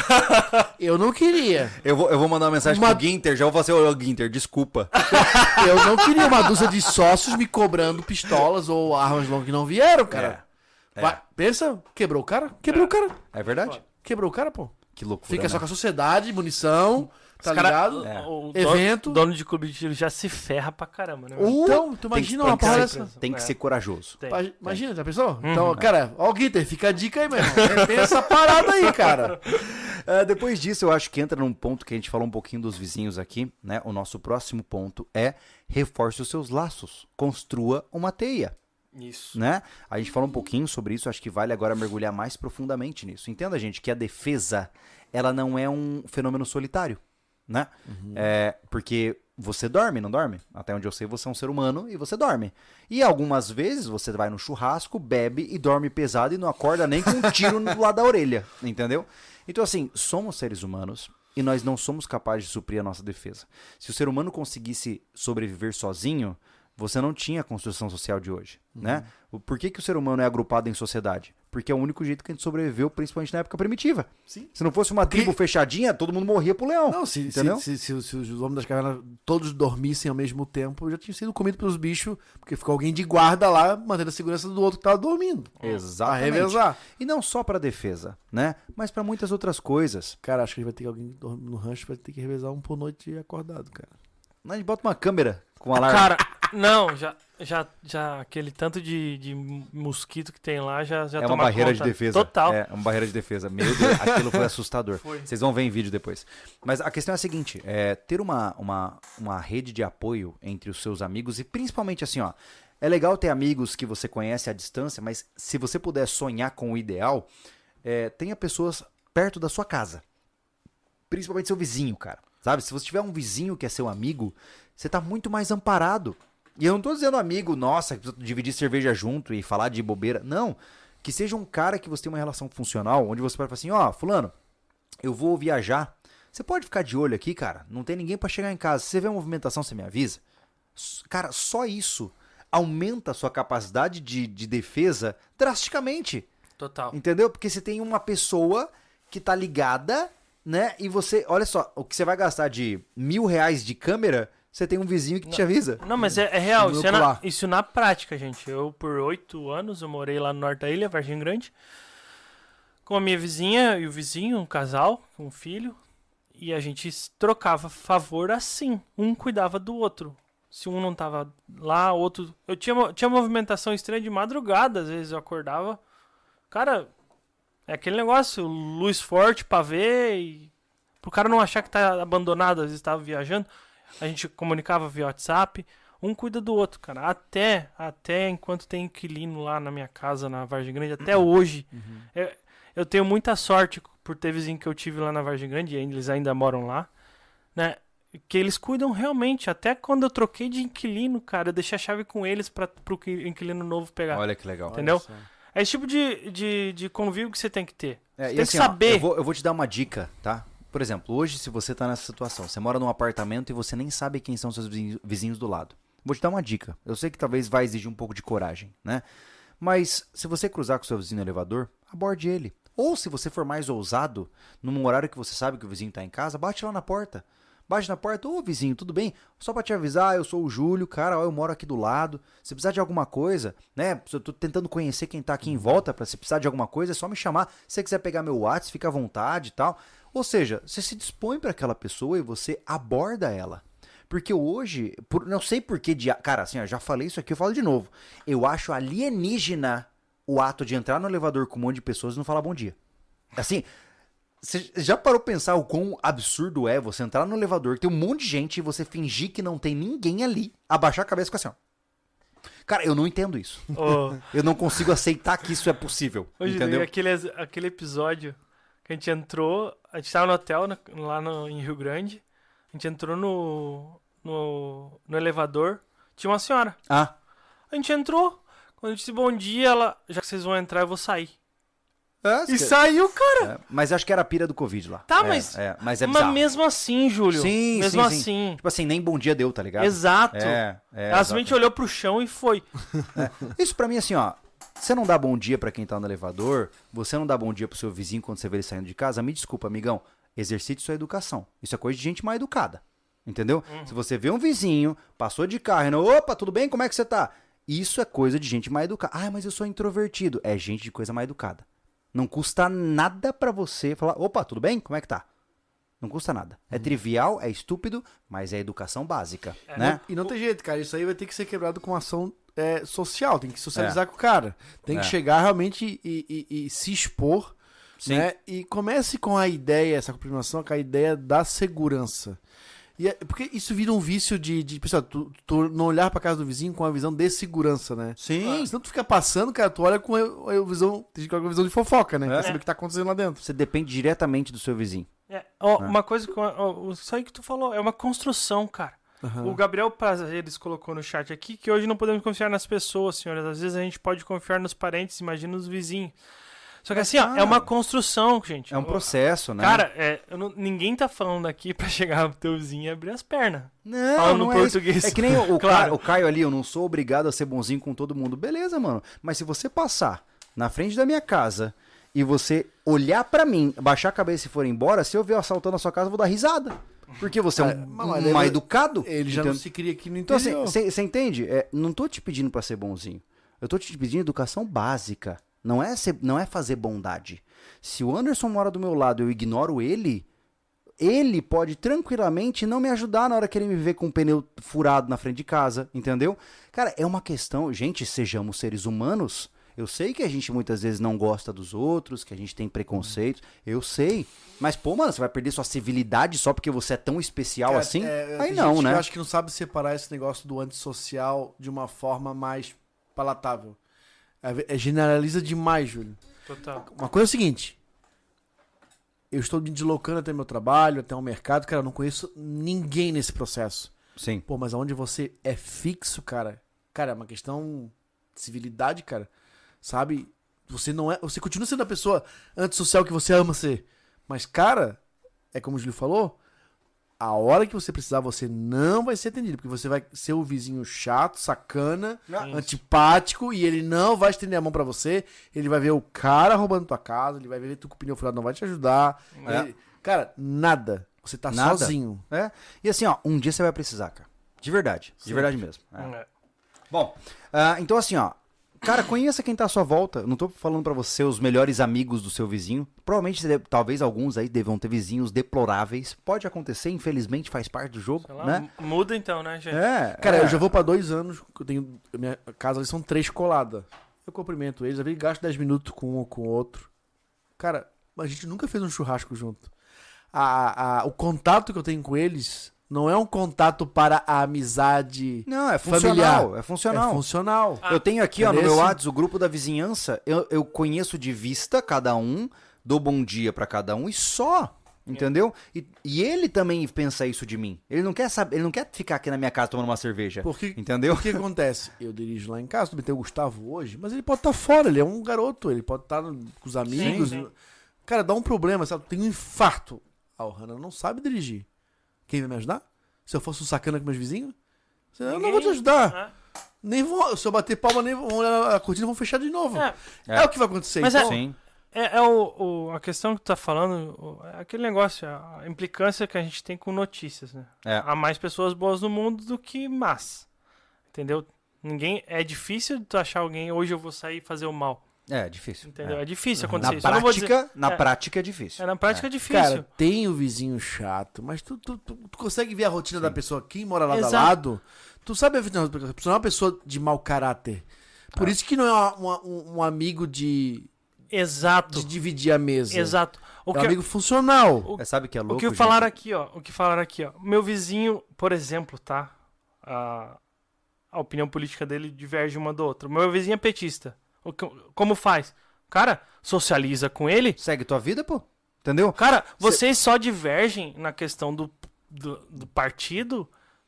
Eu não queria. Eu vou, eu vou mandar uma mensagem Uma- pro Ginter, já vou fazer o Ginter, desculpa. Eu não queria uma dúzia de sócios me cobrando pistolas ou armas longas que não vieram, cara. É, é. Vai, pensa, quebrou o cara? Quebrou o cara. É verdade? Quebrou o cara, pô. Que loucura, Fica né? só com a sociedade, munição, tá Os cara- ligado? É. O dono, Evento. dono de clube de tiro já se ferra pra caramba, né? Então, tu Tem que- imagina tem uma que porra ser- dessa. Tem que É. ser corajoso. Tem. Pa- Imagina, já pensou? Uhum. Então, cara, ó o Guiter, fica a dica aí, meu irmão. Repensa essa parada aí, cara. É, depois disso, eu acho que entra num ponto que a gente falou um pouquinho dos vizinhos aqui, né? O nosso próximo ponto é reforce os seus laços. Construa uma teia, Isso. né? A gente falou um pouquinho sobre isso, acho que vale agora mergulhar mais profundamente nisso. Entenda, gente, que a defesa, ela não é um fenômeno solitário, né? É, porque você dorme, não dorme? Até onde eu sei, você é um ser humano e você dorme. E algumas vezes você vai no churrasco, bebe e dorme pesado e não acorda nem com um tiro do lado da orelha, entendeu? Então, assim, somos seres humanos e nós não somos capazes de suprir a nossa defesa. Se o ser humano conseguisse sobreviver sozinho, você não tinha a construção social de hoje, né? O- Por que, que o ser humano é agrupado em sociedade? Porque é o único jeito que a gente sobreviveu, principalmente na época primitiva. Sim. Se não fosse uma Porque- tribo fechadinha, todo mundo morria pro leão. Não, se, se, entendeu? se, se- se os homens das cavernas todos dormissem ao mesmo tempo, já tinham sido comidos pelos bichos, porque ficou alguém de guarda lá, mantendo a segurança do outro que tava dormindo. Pra Exatamente. revezar. E não só pra defesa, né? Mas pra muitas outras coisas. Cara, acho que vai ter alguém dormindo no rancho, vai ter que revezar um por noite acordado, cara. A gente bota uma câmera com alarme. Cara, não, já, já, já aquele tanto de, de mosquito que tem lá já, já é uma toma barreira conta. de defesa. Total. É uma barreira de defesa. Meu Deus, aquilo foi assustador. Foi. Vocês vão ver em vídeo depois. Mas a questão é a seguinte: é, ter uma, uma, uma rede de apoio entre os seus amigos e principalmente assim, ó. É legal ter amigos que você conhece à distância, mas se você puder sonhar com o ideal, é, tenha pessoas perto da sua casa. Principalmente seu vizinho, cara. Sabe? Se você tiver um vizinho que é seu amigo, você tá muito mais amparado. E eu não tô dizendo amigo, nossa, que precisa dividir cerveja junto e falar de bobeira. Não. Que seja um cara que você tem uma relação funcional, onde você pode falar assim, ó, fulano, eu vou viajar. Você pode ficar de olho aqui, cara. Não tem ninguém pra chegar em casa. Se você vê uma movimentação, você me avisa. S- Cara, só isso aumenta a sua capacidade de, de defesa drasticamente. Total. Entendeu? Porque você tem uma pessoa que tá ligada, né? E você, olha só, o que você vai gastar de mil reais de câmera, você tem um vizinho que te avisa. Não, mas é, é real. No Isso, é na, ocular. isso na prática, gente. Eu, por oito anos, eu morei lá no norte da ilha, Vargem Grande, com a minha vizinha e o vizinho, um casal, com um filho. E a gente s- trocava favor assim. Um cuidava do outro. Se um não tava lá, outro... Eu tinha, mo- tinha movimentação estranha de madrugada, às vezes eu acordava. Cara, é aquele negócio, luz forte pra ver e... Pro cara não achar que tá abandonado, às vezes tava viajando. A gente comunicava via WhatsApp. Um cuida do outro, cara. Até, até enquanto tem inquilino lá na minha casa, na Vargem Grande, até hoje. Eu, eu tenho muita sorte por ter vizinho que eu tive lá na Vargem Grande, e eles ainda moram lá, né? Que eles cuidam realmente. Até quando eu troquei de inquilino, cara, eu deixei a chave com eles para pro que- inquilino novo pegar. Olha que legal. Entendeu? Olha só. É esse tipo de, de, de convívio que você tem que ter. É, Você e tem assim, que ó, saber. eu, vou, eu vou te dar uma dica, tá? Por exemplo, hoje, se você tá nessa situação, você mora num apartamento e você nem sabe quem são seus vizinhos, vizinhos do lado. Vou te dar uma dica. Eu sei que talvez vai exigir um pouco de coragem, né? Mas se você cruzar com o seu vizinho no elevador, aborde ele. Ou se você for mais ousado, num horário que você sabe que o vizinho tá em casa, bate lá na porta. Bate na porta, ô vizinho, tudo bem? Só pra te avisar, eu sou o Júlio, cara, ó, eu moro aqui do lado. Se precisar de alguma coisa, né? Eu tô tentando conhecer quem tá aqui em volta, pra se precisar de alguma coisa, é só me chamar. Se você quiser pegar meu WhatsApp, fica à vontade e tal. Ou seja, você se dispõe pra aquela pessoa e você aborda ela. Porque hoje, por, não sei por que, dia, cara, assim, ó, já falei isso aqui, eu falo de novo. Eu acho alienígena o ato de entrar no elevador com um monte de pessoas e não falar bom dia. Assim, você já parou pra pensar o quão absurdo é você entrar no elevador, tem um monte de gente e você fingir que não tem ninguém ali, abaixar a cabeça e ficar assim, ó. Cara, eu não entendo isso. Oh. Eu não consigo aceitar que isso é possível. Hoje, entendeu? Aquele, aquele episódio que a gente entrou, a gente tava no hotel na, lá no, em Rio Grande, a gente entrou no, no, no elevador, tinha uma senhora. Ah. A gente entrou, quando eu disse bom dia, ela, já que vocês vão entrar, eu vou sair. É, E saiu, cara. É, mas acho que era a pira do Covid lá. Tá, é, mas, é, mas é mas bizarro. mesmo assim, Júlio. Sim, mesmo sim, sim. assim. Tipo assim, nem bom dia deu, tá ligado? Exato. É, é, Ela simplesmente olhou pro chão e foi. É. Isso pra mim, assim, ó. Você não dá bom dia pra quem tá no elevador, você não dá bom dia pro seu vizinho quando você vê ele saindo de casa, me desculpa, amigão. Exercite sua educação. Isso é coisa de gente mal educada. Entendeu? Uhum. Se você vê um vizinho, passou de carro, e não, opa, tudo bem? Como é que você tá? Isso é coisa de gente mal educada. Ah, mas eu sou introvertido. É gente de coisa mal educada. Não custa nada pra você falar, opa, tudo bem? Como é que tá? Não custa nada. É uhum. trivial, é estúpido, mas é educação básica, é. né? E não tem jeito, cara. Isso aí vai ter que ser quebrado com ação é, social. Tem que socializar é. com o cara. Tem é. que chegar realmente e, e, e se expor. Sim. Né? E comece com a ideia, essa compreensão, com a ideia da segurança. E é, porque isso vira um vício de, de pessoal, tu, tu não olhar pra casa do vizinho com a visão de segurança, né? Sim. Ah, senão tu fica passando, cara, tu olha com a, a visão, tem com a visão de fofoca, né? É. Quer saber o que tá acontecendo lá dentro. Você depende diretamente do seu vizinho. É. Oh, né? Uma coisa, que, oh, isso aí que tu falou, é uma construção, cara. Uhum. O Gabriel Prazeres colocou no chat aqui que hoje não podemos confiar nas pessoas, senhoras. Às vezes a gente pode confiar nos parentes, imagina nos vizinhos. Só que assim, ó, é uma construção, gente. É um processo, né? Cara, é, eu não, ninguém tá falando aqui pra chegar pro teu vizinho e abrir as pernas. Não, falando não no é português. Isso. É que nem o, claro. Caio, o Caio ali, eu não sou obrigado a ser bonzinho com todo mundo. Beleza, mano. Mas se você passar na frente da minha casa e você olhar pra mim, baixar a cabeça e for embora, se eu ver eu assaltando a sua casa, eu vou dar risada. Porque você é um, é, um mal educado. Ele já entende? Não se cria aqui no interior. Então, assim, você entende? É, não tô te pedindo pra ser bonzinho. Eu tô te pedindo educação básica. Não é, ser, não é fazer bondade. Se o Anderson mora do meu lado e eu ignoro ele, ele pode tranquilamente não me ajudar na hora que ele me vê com um pneu furado na frente de casa, entendeu? Cara, é uma questão... Gente, sejamos seres humanos. Eu sei que a gente muitas vezes não gosta dos outros, que a gente tem preconceitos. Eu sei. Mas, pô, mano, você vai perder sua civilidade só porque você é tão especial Cara, assim? É, Aí não, gente né? Eu acho que não sabe separar esse negócio do antissocial de uma forma mais palatável. É, é, generaliza demais, Júlio. Total. Uma coisa é o seguinte. Eu estou me deslocando até meu trabalho, até o mercado. Cara, eu não conheço ninguém nesse processo. Sim. Pô, mas aonde você é fixo, cara... Cara, é uma questão de civilidade, cara. Sabe? Você não é... Você continua sendo a pessoa antissocial que você ama ser. Mas, cara... É como o Júlio falou... A hora que você precisar, você não vai ser atendido. Porque você vai ser o vizinho chato, sacana, Isso. antipático. E ele não vai estender a mão pra você. Ele vai ver o cara roubando tua casa. Ele vai ver tu com o pneu furado, não vai te ajudar. É. Ele... Cara, nada. Você tá Nada. sozinho. É. E assim, ó, um dia você vai precisar, cara. De verdade. De Sim. verdade mesmo. É. É. Bom, uh, então assim, ó. Cara, conheça quem tá à sua volta. Não tô falando pra você os melhores amigos do seu vizinho. Provavelmente, você deve, talvez alguns aí devam ter vizinhos deploráveis. Pode acontecer, infelizmente, faz parte do jogo, Sei lá, né? muda então, né, gente? É, Cara, é. eu já vou pra dois anos, que eu tenho. Minha casa ali são três coladas. Eu cumprimento eles, às vezes gasto dez minutos com um ou com o outro. Cara, a gente nunca fez um churrasco junto. A, a, o contato que eu tenho com eles não é um contato para a amizade. Não, é familiar. funcional. É funcional. É funcional. Eu tenho aqui, ó, no Esse- meu WhatsApp, o grupo da vizinhança. Eu, eu conheço de vista cada um, dou bom dia pra cada um e só. Entendeu? E, e ele também pensa isso de mim. Ele não quer saber, ele não quer ficar aqui na minha casa tomando uma cerveja. Porque, Entendeu? O que acontece? Eu dirijo lá em casa, também tem o Gustavo hoje, mas ele pode estar fora, ele é um garoto, ele pode estar com os amigos. Sim, sim. Cara, dá um problema, sabe? Tem um infarto. Ah, o Hannah não sabe dirigir. Quem vai me ajudar? Se eu fosse um sacana com meus vizinhos? Eu não Ninguém- vou te ajudar. É. Nem vou, se eu bater palma, nem vão olhar a cortina e vão fechar de novo. É, É. o que vai acontecer. Mas então, Sim. É, é o, o- a questão que tu tá falando, o- é aquele negócio, a implicância que a gente tem com notícias, né? É. Há mais pessoas boas no mundo do que más. Entendeu? Ninguém. É difícil de tu achar alguém, hoje eu vou sair e fazer o mal. É, difícil. Entendeu? É, É. difícil Uhum. acontecer Na isso. Eu não vou prática, dizer- na é, prática é difícil. é, na prática é, difícil. Cara, tem o vizinho chato, mas tu, tu, tu, tu consegue ver a rotina da pessoa aqui, mora lado Exato. a lado. Tu sabe a rotina da pessoa, a pessoa não é uma pessoa de mau caráter. Por isso que não é uma- uma- um, um amigo de, Exato. de dividir a mesa. Exato. O É que, um amigo funcional. o- É, sabe que é louco, o que gente? falaram aqui, ó. O que falaram aqui, ó. Meu vizinho, por exemplo, tá? A, a opinião política dele diverge uma do outro. Meu vizinho é petista. O que- como faz? Cara, socializa com ele. Segue tua vida, pô. Entendeu? Cara, vocês só divergem na questão do, do, do partido.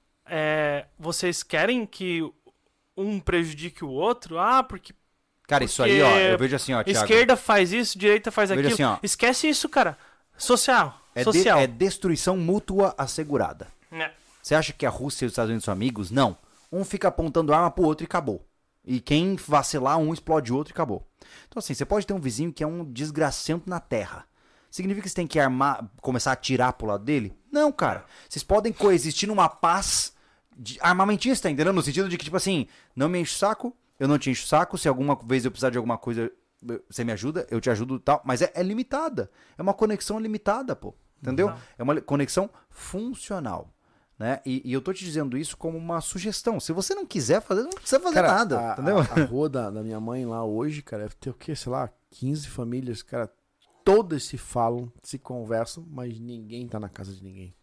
É, vocês querem que um prejudique o outro? Ah, porque Cara, isso Porque aí, ó, eu vejo assim, ó, Thiago. esquerda faz isso, direita faz Veja aquilo. assim, ó. Esquece isso, cara. Social. É, de- Social. é destruição mútua assegurada. É. Você acha que a Rússia e os Estados Unidos são amigos? Não. Um fica apontando arma pro outro e acabou. E quem vacilar, um explode o outro e acabou. Então, assim, você pode ter um vizinho que é um desgracento na terra. Significa que você tem que armar, começar a atirar pro lado dele? Não, cara. Vocês podem coexistir numa paz de- armamentista, entendeu? No sentido de que, tipo assim, não me enche o saco, eu não te encho o saco, se alguma vez eu precisar de alguma coisa, você me ajuda, eu te ajudo e tal. Mas é, é limitada. É uma conexão limitada, pô. Entendeu? Não. É uma conexão funcional. Né? E, e eu tô te dizendo isso como uma sugestão. Se você não quiser fazer, não precisa fazer Cara, nada. a, entendeu? A, a rua da, da minha mãe lá hoje, cara, deve ter o quê? Sei lá, quinze famílias, cara. Todas se falam, se conversam, mas ninguém tá na casa de ninguém.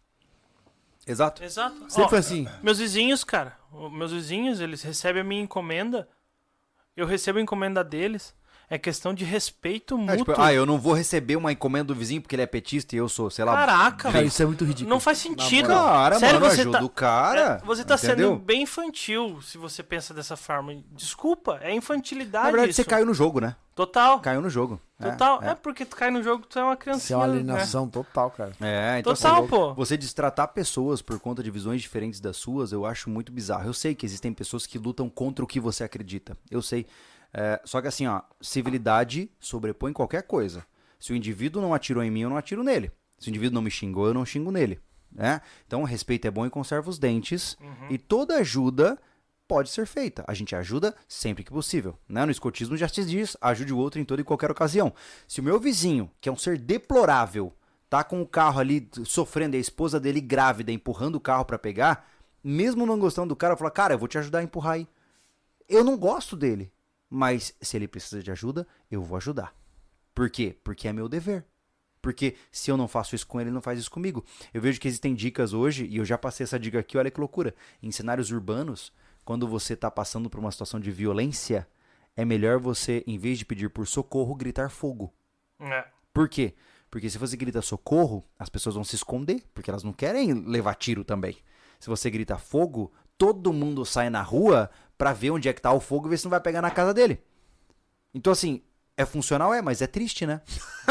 Exato. Exato. Sempre Ó, foi assim. meus vizinhos, cara. o- Meus vizinhos, eles recebem a minha encomenda. Eu recebo a encomenda deles. É questão de respeito É, mútuo. tipo, ah, eu não vou receber uma encomenda do vizinho porque ele é petista e eu sou, sei lá. Caraca, Cara, velho. isso é muito ridículo. Não faz sentido. moral. Cara, Sério, mano, você ajuda tá- o cara. É, você tá entendeu? sendo bem infantil se você pensa dessa forma. Desculpa, é infantilidade. Na verdade, isso. você caiu no jogo, né? Total. Caiu no jogo. Total. É, É, porque tu cai no jogo, tu é uma Isso é criancinha. uma né? alienação total, cara. é. É, então Total, assim, pô. você destratar pessoas por conta de visões diferentes das suas, eu acho muito bizarro. Eu sei que existem pessoas que lutam contra o que você acredita. Eu sei. É, só que assim, ó, civilidade sobrepõe qualquer coisa. Se o indivíduo não atirou em mim, eu não atiro nele. Se o indivíduo não me xingou, eu não xingo nele. Né? Então, respeito é bom e conserva os dentes. Uhum. E toda ajuda pode ser feita. A gente ajuda sempre que possível. Né? No escotismo já se diz, ajude o outro em toda e qualquer ocasião. Se o meu vizinho, que é um ser deplorável, tá com o carro ali sofrendo, e a esposa dele grávida, empurrando o carro pra pegar, mesmo não gostando do cara, eu falo, cara, eu vou te ajudar a empurrar aí. Eu não gosto dele. Mas se ele precisa de ajuda, eu vou ajudar. Por quê? Porque é meu dever. Porque se eu não faço isso com ele, ele não faz isso comigo. Eu vejo que existem dicas hoje, e eu já passei essa dica aqui, olha que loucura. Em cenários urbanos, quando você está passando por uma situação de violência, é melhor você, em vez de pedir por socorro, gritar fogo. É. Por quê? Porque se você grita socorro, as pessoas vão se esconder, porque elas não querem levar tiro também. Se você grita fogo, todo mundo sai na rua pra ver onde é que tá o fogo e ver se não vai pegar na casa dele. Então, assim, é funcional? É, mas é triste, né?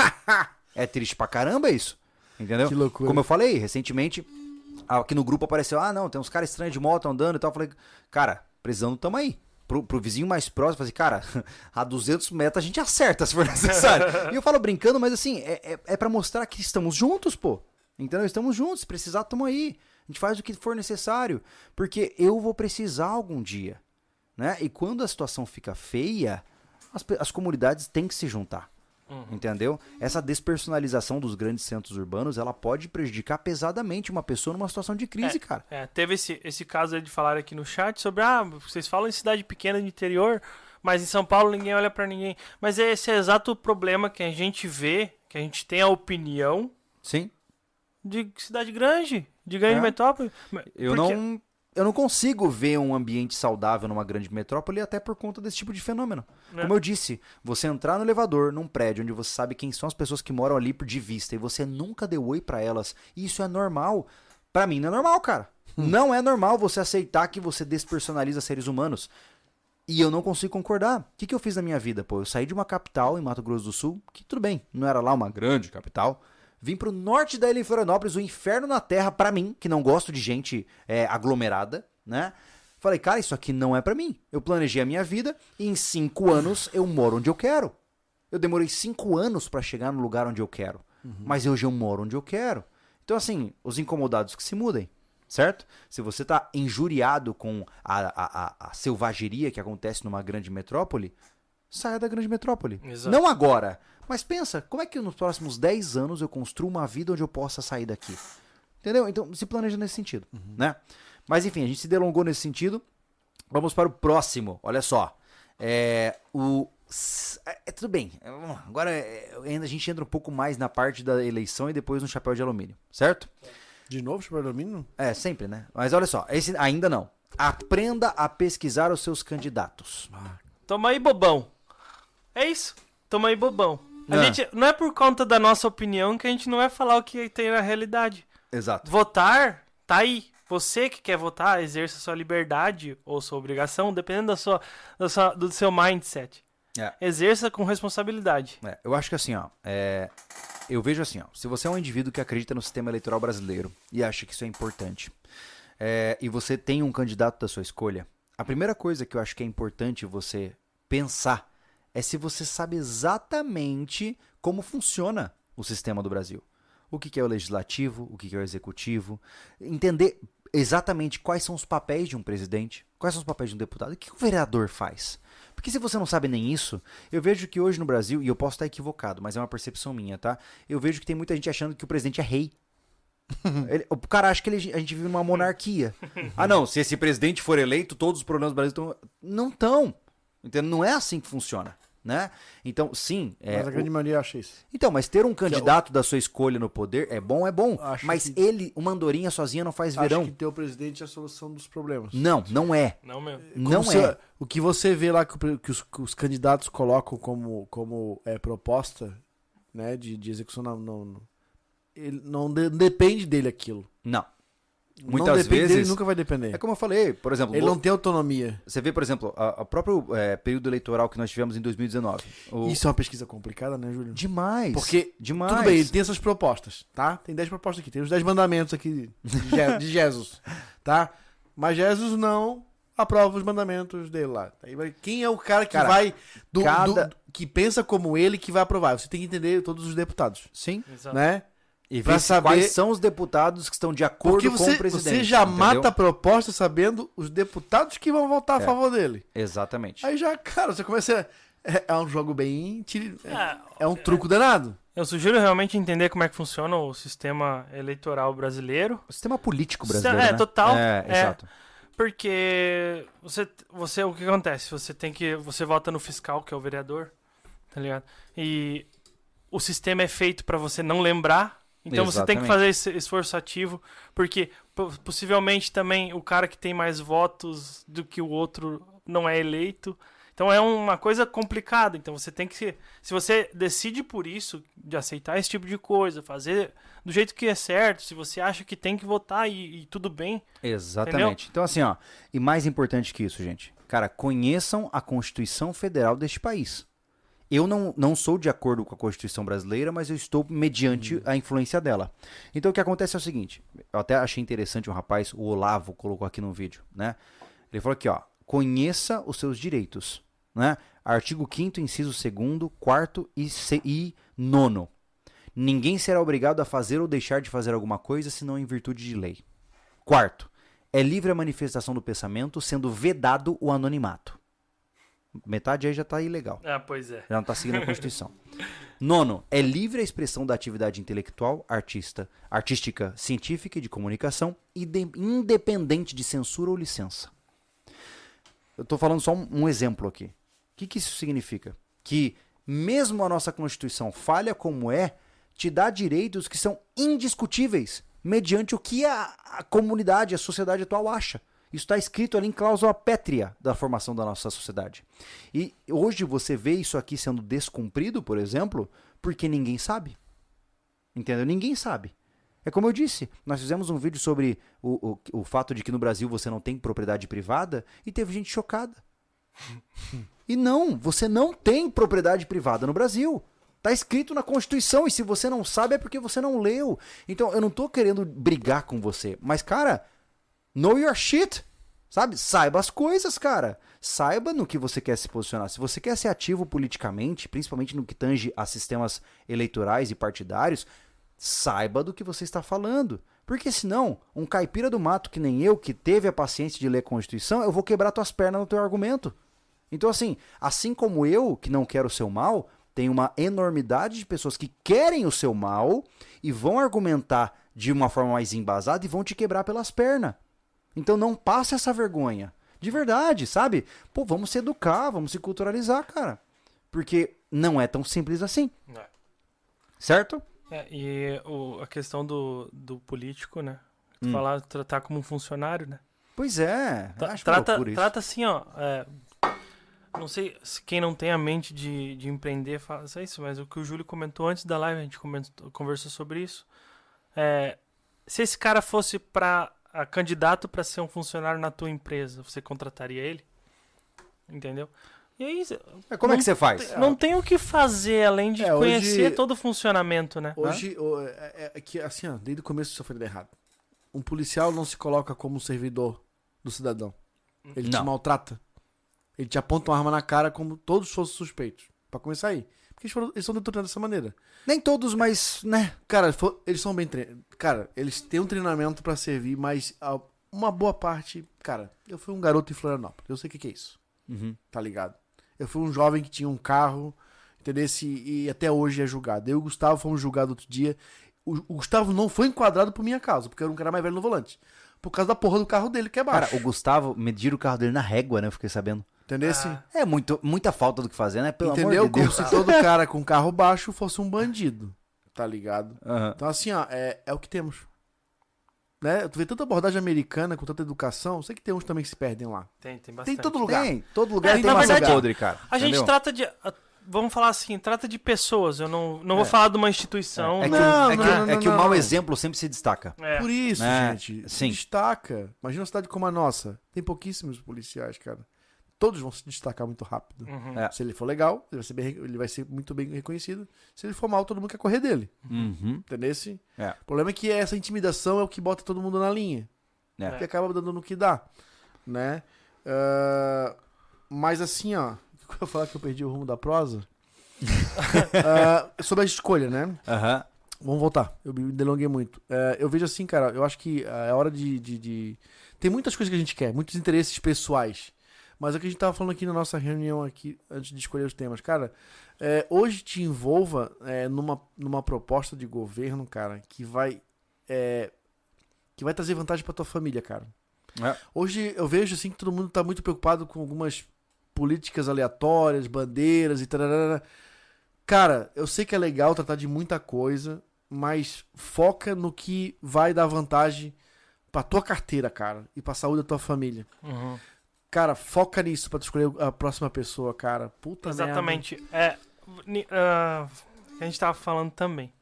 É triste pra caramba isso. Entendeu? Que loucura. Como eu falei, recentemente, aqui no grupo apareceu, ah, não, tem uns caras estranhos de moto andando e tal. Eu falei, cara, precisando, tamo aí. Pro, pro vizinho mais próximo, eu falei, cara, a duzentos metros a gente acerta se for necessário. E eu falo brincando, mas assim, é, é, é pra mostrar que estamos juntos, pô. Entendeu? Estamos juntos, se precisar, tamo aí. A gente faz o que for necessário. Porque eu vou precisar algum dia. Né? E quando a situação fica feia, as, pe- as comunidades têm que se juntar. Uhum. Entendeu? Essa despersonalização dos grandes centros urbanos, ela pode prejudicar pesadamente uma pessoa numa situação de crise, cara. É, teve esse, esse caso aí de falar aqui no chat sobre, ah, vocês falam em cidade pequena de interior, mas em São Paulo ninguém olha pra ninguém. Mas é esse é exato o problema que a gente vê, que a gente tem a opinião Sim. de cidade grande, de grande É. metrópole. Eu Porque- não, eu não consigo ver um ambiente saudável numa grande metrópole até por conta desse tipo de fenômeno. É. Como eu disse, você entrar no elevador, num prédio onde você sabe quem são as pessoas que moram ali por de vista e você nunca deu oi pra elas, e isso é normal. Pra mim não é normal, cara. Não é normal você aceitar que você despersonaliza seres humanos. E eu não consigo concordar. O que, que eu fiz na minha vida? Pô, eu saí de uma capital em Mato Grosso do Sul, que tudo bem, não era lá uma grande capital. Vim pro norte da ilha em Florianópolis, o inferno na terra pra mim, que não gosto de gente é, aglomerada, né? Falei, cara, isso aqui não é pra mim. Eu planejei a minha vida e em cinco anos eu moro onde eu quero. Eu demorei cinco anos pra chegar no lugar onde eu quero. Mas hoje eu moro onde eu quero. Então, assim, os incomodados que se mudem, certo? Se você tá injuriado com a, a, a, a selvageria que acontece numa grande metrópole, saia da grande metrópole. Exato. Não agora, mas pensa, como é que nos próximos dez anos eu construo uma vida onde eu possa sair daqui? Entendeu? Então, se planeja nesse sentido, uhum. né? Mas enfim, a gente se delongou nesse sentido. Vamos para o próximo. Olha só. É, o, é, tudo bem. Agora é, a gente entra um pouco mais na parte da eleição e depois no chapéu de alumínio, certo? De novo, chapéu de alumínio? É, sempre, né? Mas olha só, esse ainda não. Aprenda a pesquisar os seus candidatos. Ah. Toma aí, bobão. É isso. Toma aí, bobão. A Ah. gente, não é por conta da nossa opinião que a gente não vai falar o que tem na realidade. Exato. Votar, tá aí. Você que quer votar, exerça sua liberdade ou sua obrigação, dependendo da sua, da sua, do seu mindset. É. Exerça com responsabilidade. É, eu acho que assim, ó, é, eu vejo assim, ó, se você é um indivíduo que acredita no sistema eleitoral brasileiro e acha que isso é importante, é, e você tem um candidato da sua escolha, a primeira coisa que eu acho que é importante você pensar é se você sabe exatamente como funciona o sistema do Brasil. O que, que é o legislativo, o que, que é o executivo, entender exatamente quais são os papéis de um presidente, quais são os papéis de um deputado, o que o vereador faz. Porque se você não sabe nem isso, eu vejo que hoje no Brasil, e eu posso estar equivocado, mas é uma percepção minha, tá? Eu vejo que tem muita gente achando que o presidente é rei. Ele, o cara acha que ele, a gente vive numa monarquia. Ah não, se esse presidente for eleito, todos os problemas do Brasil estão... Não estão. Entendeu? Não é assim que funciona. Né? Então, sim. É, mas a grande o... maioria acha isso. Então, mas ter um candidato da sua escolha no poder é bom, é bom. Acho mas que... ele, uma andorinha sozinha não faz verão. Acho que ter o presidente é a solução dos problemas. Não, não é. Não mesmo. Não Como é. se- o que você vê lá que, o- que os, que os candidatos colocam como, como é, proposta, né, de, de execução, não, não, não- ele não de- depende dele aquilo. Não. não Muitas depende vezes. dele, nunca vai depender. É como eu falei, por exemplo, Ele vo- não tem autonomia. você vê, por exemplo, a, a próprio é, período eleitoral que nós tivemos em dois mil e dezenove. O... Isso é uma pesquisa complicada, né, Júlio? Demais. Porque, demais. tudo bem, ele tem essas propostas, tá? Tem dez propostas aqui, tem os dez mandamentos aqui de, Je- de Jesus, tá? Mas Jesus não aprova os mandamentos dele lá. Aí vai- Quem é o cara que Cara, vai, do, cada- do- que pensa como ele, que vai aprovar? Você tem que entender todos os deputados, Sim. Exato. né? E Pra ver se saber- quais são os deputados que estão de acordo Porque com você, o presidente. você já entendeu? mata a proposta sabendo os deputados que vão votar a É. favor dele. Exatamente. Aí já, cara, você começa... a- É, é um jogo bem... tiri- É, É, é um truco danado. eu sugiro realmente entender como é que funciona o sistema eleitoral brasileiro. O sistema político Sistema- brasileiro, é, né? total. É, É. exato. Porque você, você, o que acontece? Você tem que, você vota no fiscal, que é o vereador, tá ligado? E o sistema é feito pra você não lembrar. Então você tem que Exatamente. fazer esse esforço ativo, porque po- possivelmente também o cara que tem mais votos do que o outro não é eleito. Então é uma coisa complicada. Então você tem que se, se você decide por isso, de aceitar esse tipo de coisa, fazer do jeito que é certo, se você acha que tem que votar e, e tudo bem, Exatamente. Então, assim, ó, e mais importante que isso, gente, cara, conheçam a Constituição Federal deste país. Eu não, não sou de acordo com a Constituição brasileira, mas eu estou mediante Hum. a influência dela. Então, o que acontece é o seguinte, eu até achei interessante um rapaz, o Olavo, colocou aqui no vídeo, né? Ele falou aqui, ó, conheça os seus direitos, né? Artigo quinto, inciso segundo, quarto e, se, e nono. Ninguém será obrigado a fazer ou deixar de fazer alguma coisa, senão em virtude de lei. Quarto, é livre a manifestação do pensamento, sendo vedado o anonimato. Metade aí já tá ilegal. ah, pois é. Já não tá seguindo a Constituição. Nono, é livre a expressão da atividade intelectual, artista, artística, científica e de comunicação, ide- independente de censura ou licença. Eu tô falando só um, um exemplo aqui. O que, que isso significa? Que mesmo a nossa Constituição falha como é, te dá direitos que são indiscutíveis, mediante o que a, a comunidade, a sociedade atual acha. Isso está escrito ali em cláusula pétrea da formação da nossa sociedade. E hoje você vê isso aqui sendo descumprido, por exemplo, porque ninguém sabe. Entendeu? Ninguém sabe. É como eu disse, nós fizemos um vídeo sobre o, o, o fato de que no Brasil você não tem propriedade privada e teve gente chocada. E não, você não tem propriedade privada no Brasil. Tá escrito na Constituição e se você não sabe é porque você não leu. Então eu não tô querendo brigar com você, mas cara, know your shit, sabe? Saiba as coisas, cara. Saiba no que você quer se posicionar. Se você quer ser ativo politicamente, principalmente no que tange a sistemas eleitorais e partidários, saiba do que você está falando. Porque senão, um caipira do mato que nem eu, que teve a paciência de ler a Constituição, eu vou quebrar tuas pernas no teu argumento. Então, assim, assim como eu, que não quero o seu mal, tem uma enormidade de pessoas que querem o seu mal e vão argumentar de uma forma mais embasada e vão te quebrar pelas pernas. Então não passa essa vergonha. De verdade, sabe? Pô, vamos se educar, vamos se culturalizar, cara. Porque não é tão simples assim. É. Certo? É, e o, a questão do, do político, né? Tu Hum. falar, tratar como um funcionário, né? Pois é. Tra- Acho uma trata, loucura isso. trata assim, ó. é, não sei se quem não tem a mente de, de empreender faça isso, mas o que o Júlio comentou antes da live, a gente comentou, conversou sobre isso. É, se esse cara fosse para candidato para ser um funcionário na tua empresa, você contrataria ele? Entendeu? E aí, Mas como é não que você faz? tem- Não tem o que fazer além de É, hoje- conhecer todo o funcionamento, né? Hoje, o- é, é- é que assim, ó, desde o começo isso foi errado. Um policial não se coloca como um servidor do cidadão. Ele te Não. maltrata. Ele te aponta uma arma na cara como todos fossem suspeitos. Pra começar aí. Porque eles, foram, eles são doutrinados dessa maneira. Nem todos, mas, né? Cara, fo- eles são bem treinados. Cara, eles têm um treinamento pra servir, mas a- uma boa parte... Cara, eu fui um garoto em Florianópolis. Eu sei o que, que é isso. Uhum. Tá ligado? Eu fui um jovem que tinha um carro, entendeu? E, e até hoje é julgado. Eu e o Gustavo fomos julgados outro dia. O, o Gustavo não foi enquadrado por minha causa, porque eu era um cara mais velho no volante. Por causa da porra do carro dele, que é baixo. Cara, o Gustavo mediram o carro dele na régua, né? Eu fiquei sabendo. Entendeu? Ah. É muito, muita falta do que fazer, né? Pelo Entendeu? amor de Como Deus. se todo cara com carro baixo fosse um bandido. Tá ligado? Aham. Então, assim, ó, é, é o que temos. Né? Tu vê tanta abordagem americana com tanta educação, eu sei que tem uns também que se perdem lá. Tem, tem Tem bastante. em todo lugar. Tem, todo lugar É, tem na uma verdade, podre, cara. A gente entendeu? trata de... a- Vamos falar assim, trata de pessoas. Eu não, não vou É. falar de uma instituição. É que, Não, o, é que, não, o- não, é que o não, mau não. exemplo sempre se destaca. É. Por isso, É, gente, se sim. destaca. Imagina uma cidade como a nossa. Tem pouquíssimos policiais, cara. Todos vão se destacar muito rápido. Uhum. É. Se ele for legal, ele vai, ser bem- ele vai ser muito bem reconhecido. Se ele for mal, todo mundo quer correr dele. Uhum. Entendeu? Esse- É. O problema é que essa intimidação é o que bota todo mundo na linha. É. Que acaba dando no que dá. Né? Ah, mas assim, ó. Eu ia falar que eu perdi o rumo da prosa. Ah, sobre a escolha, né? Aham. Vamos voltar. Eu me delonguei muito. É, eu vejo assim, cara, eu acho que é hora de, de, de- Tem muitas coisas que a gente quer, muitos interesses pessoais. Mas é o que a gente tava falando aqui na nossa reunião aqui, antes de escolher os temas. Cara, é, hoje te envolva é, numa, numa proposta de governo, cara, que vai... é, que vai trazer vantagem pra tua família, cara. É. Hoje eu vejo assim que todo mundo tá muito preocupado com algumas políticas aleatórias, bandeiras e tal. Cara, eu sei que é legal tratar de muita coisa, mas foca no que vai dar vantagem pra tua carteira, cara, e pra saúde da tua família. Uhum. Cara, foca nisso pra tu escolher a próxima pessoa, cara. Puta Exatamente. É, ni- ah, a gente tava falando também.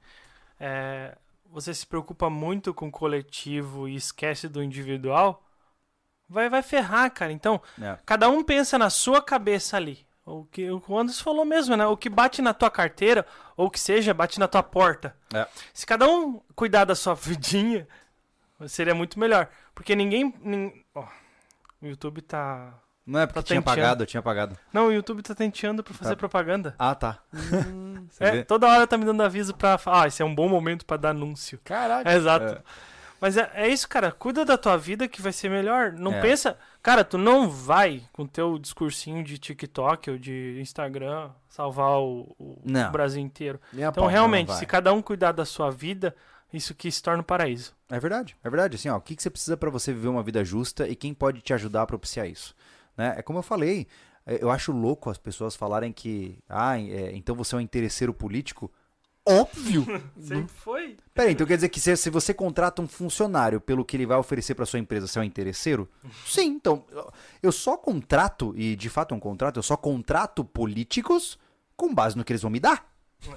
É, você se preocupa muito com o coletivo e esquece do individual, vai, vai ferrar, cara. Então, É. cada um pensa na sua cabeça ali. O que o Anderson falou mesmo, né? O que bate na tua carteira, ou o que seja, bate na tua porta. É. Se cada um cuidar da sua vidinha, seria muito melhor. Porque ninguém... nin- ó, o YouTube tá... Não é porque Tá tinha tenteando. apagado, eu tinha apagado. Não, o YouTube tá tenteando pra fazer Tá. propaganda. Ah, tá. Hum, Você É, vê? toda hora tá me dando aviso pra falar, ah, esse é um bom momento pra dar anúncio. caraca. É, exato. É. Mas é, é isso, cara. Cuida da tua vida que vai ser melhor. Não É. pensa... Cara, tu não vai com teu discursinho de TikTok ou de Instagram salvar o, o Não. Brasil inteiro. Nem a Então, pau. realmente, não vai. se cada um cuidar da sua vida, isso que se torna um paraíso. É verdade, é verdade. Assim, ó, o que, que você precisa pra você viver uma vida justa e quem pode te ajudar a propiciar isso? Né? É como eu falei, é, eu acho louco as pessoas falarem que, ah, é, então você é um interesseiro político. Óbvio! Sempre foi. Peraí, então quer dizer que se, se você contrata um funcionário pelo que ele vai oferecer pra sua empresa, você é um interesseiro? Sim, então, eu- eu só contrato, e de fato é um contrato, eu só contrato políticos com base no que eles vão me dar.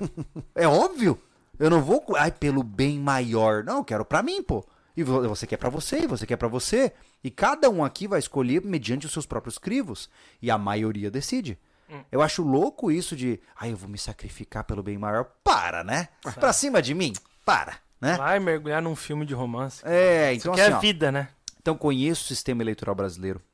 É óbvio. Eu não vou, ai, pelo bem maior. Não, eu quero pra mim, pô. E vo- você quer pra você, e você quer pra você. E cada um aqui vai escolher mediante os seus próprios crivos. E a maioria decide. Hum. Eu acho louco isso de, ai, eu vou me sacrificar pelo bem maior. Para, né? Pra cima de mim? Para, né? Vai mergulhar num filme de romance. É, Isso então que assim, é ó, vida, né? então conheço o sistema eleitoral brasileiro,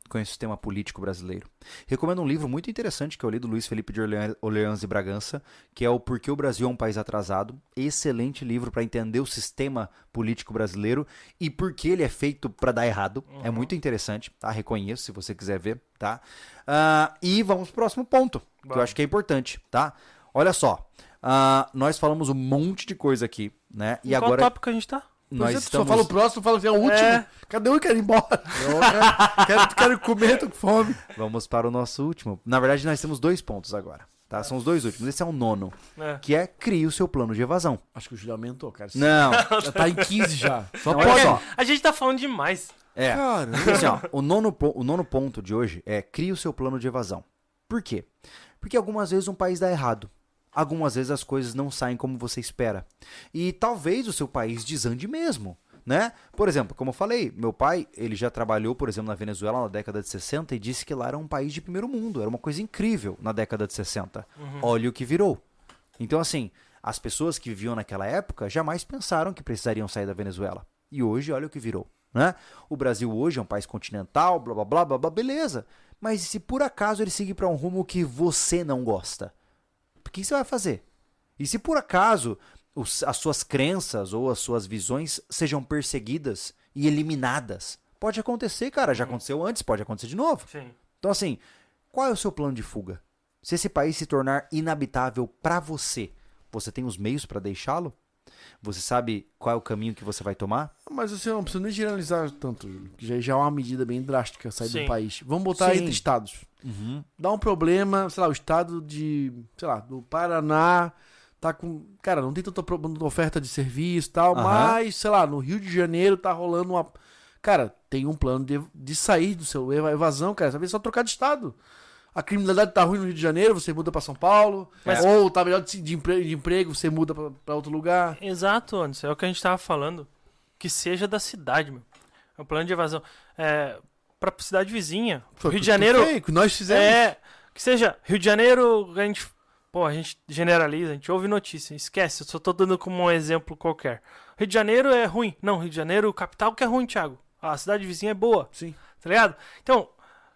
com o sistema político brasileiro. Recomendo um livro muito interessante que eu li do Luiz Felipe de Orleans e Bragança, que é o Porquê o Brasil é um País Atrasado. Excelente livro para entender o sistema político brasileiro e por que ele é feito para dar errado. Uhum. É muito interessante, tá? Reconheço, se você quiser ver, tá? Uh, e vamos pro próximo ponto, Bom. que eu acho que é importante, tá? Olha só, uh, nós falamos um monte de coisa aqui, né? E Qual agora... tópico que a gente tá? Nós Você estamos... só fala o próximo, fala que é o último. É. Cadê um que quer ir embora? Eu quero, quero, quero comer, tô com fome. Vamos para o nosso último. Na verdade, nós temos dois pontos agora, tá? São os dois últimos. Esse é o nono, É. que é crie o seu plano de evasão. Acho que o Júlio aumentou, cara. Não, Já tá em quinze já. Só Não, pode. olha só. A gente tá falando demais. É. Cara, Porque, assim, ó, o, nono, po- o nono ponto de hoje é crie o seu plano de evasão. Por quê? Porque algumas vezes um país dá errado. Algumas vezes as coisas não saem como você espera. E talvez o seu país desande mesmo. Né? Por exemplo, como eu falei, meu pai, ele já trabalhou, por exemplo, na Venezuela na década de sessenta e disse que lá era um país de primeiro mundo, era uma coisa incrível na década de sessenta. Uhum. Olha o que virou. Então, assim, as pessoas que viviam naquela época jamais pensaram que precisariam sair da Venezuela. E hoje, olha o que virou. Né? O Brasil hoje é um país continental, blá, blá, blá, blá, blá, beleza. Mas se por acaso ele seguir para um rumo que você não gosta, o que você vai fazer? E se por acaso... as suas crenças ou as suas visões sejam perseguidas e eliminadas. Pode acontecer, cara. Já aconteceu antes, pode acontecer de novo. Sim. Então, assim, qual é o seu plano de fuga? Se esse país se tornar inabitável para você, você tem os meios para deixá-lo? Você sabe qual é o caminho que você vai tomar? mas você não precisa nem generalizar tanto, Júlio. Já, já é uma medida bem drástica sair Sim. do país. Vamos botar Sim. entre estados. Uhum. Dá um problema, sei lá, o estado de, sei lá, do Paraná tá com, cara, não tem tanta pro- oferta de serviço e tal, Aham. mas, sei lá, no Rio de Janeiro tá rolando uma, cara, tem um plano de, de sair do seu eva- evasão, cara, sabe, é só trocar de estado. A criminalidade tá ruim no Rio de Janeiro, você muda pra São Paulo, Mas- ou tá melhor de, de, empre- de emprego, você muda pra, pra outro lugar. Exato, Anderson. É o que a gente tava falando. Que seja da cidade, meu. É um plano de evasão. É, pra cidade vizinha. Foi Rio o de que tu Janeiro. fez, o que nós fizemos. É. Que seja. Rio de Janeiro, a gente. Pô, a gente generaliza, a gente ouve notícia. Esquece, eu só tô dando como um exemplo qualquer. Rio de Janeiro é ruim. Não, Rio de Janeiro, capital que é ruim, Thiago. A cidade vizinha é boa. Sim. Tá ligado? Então.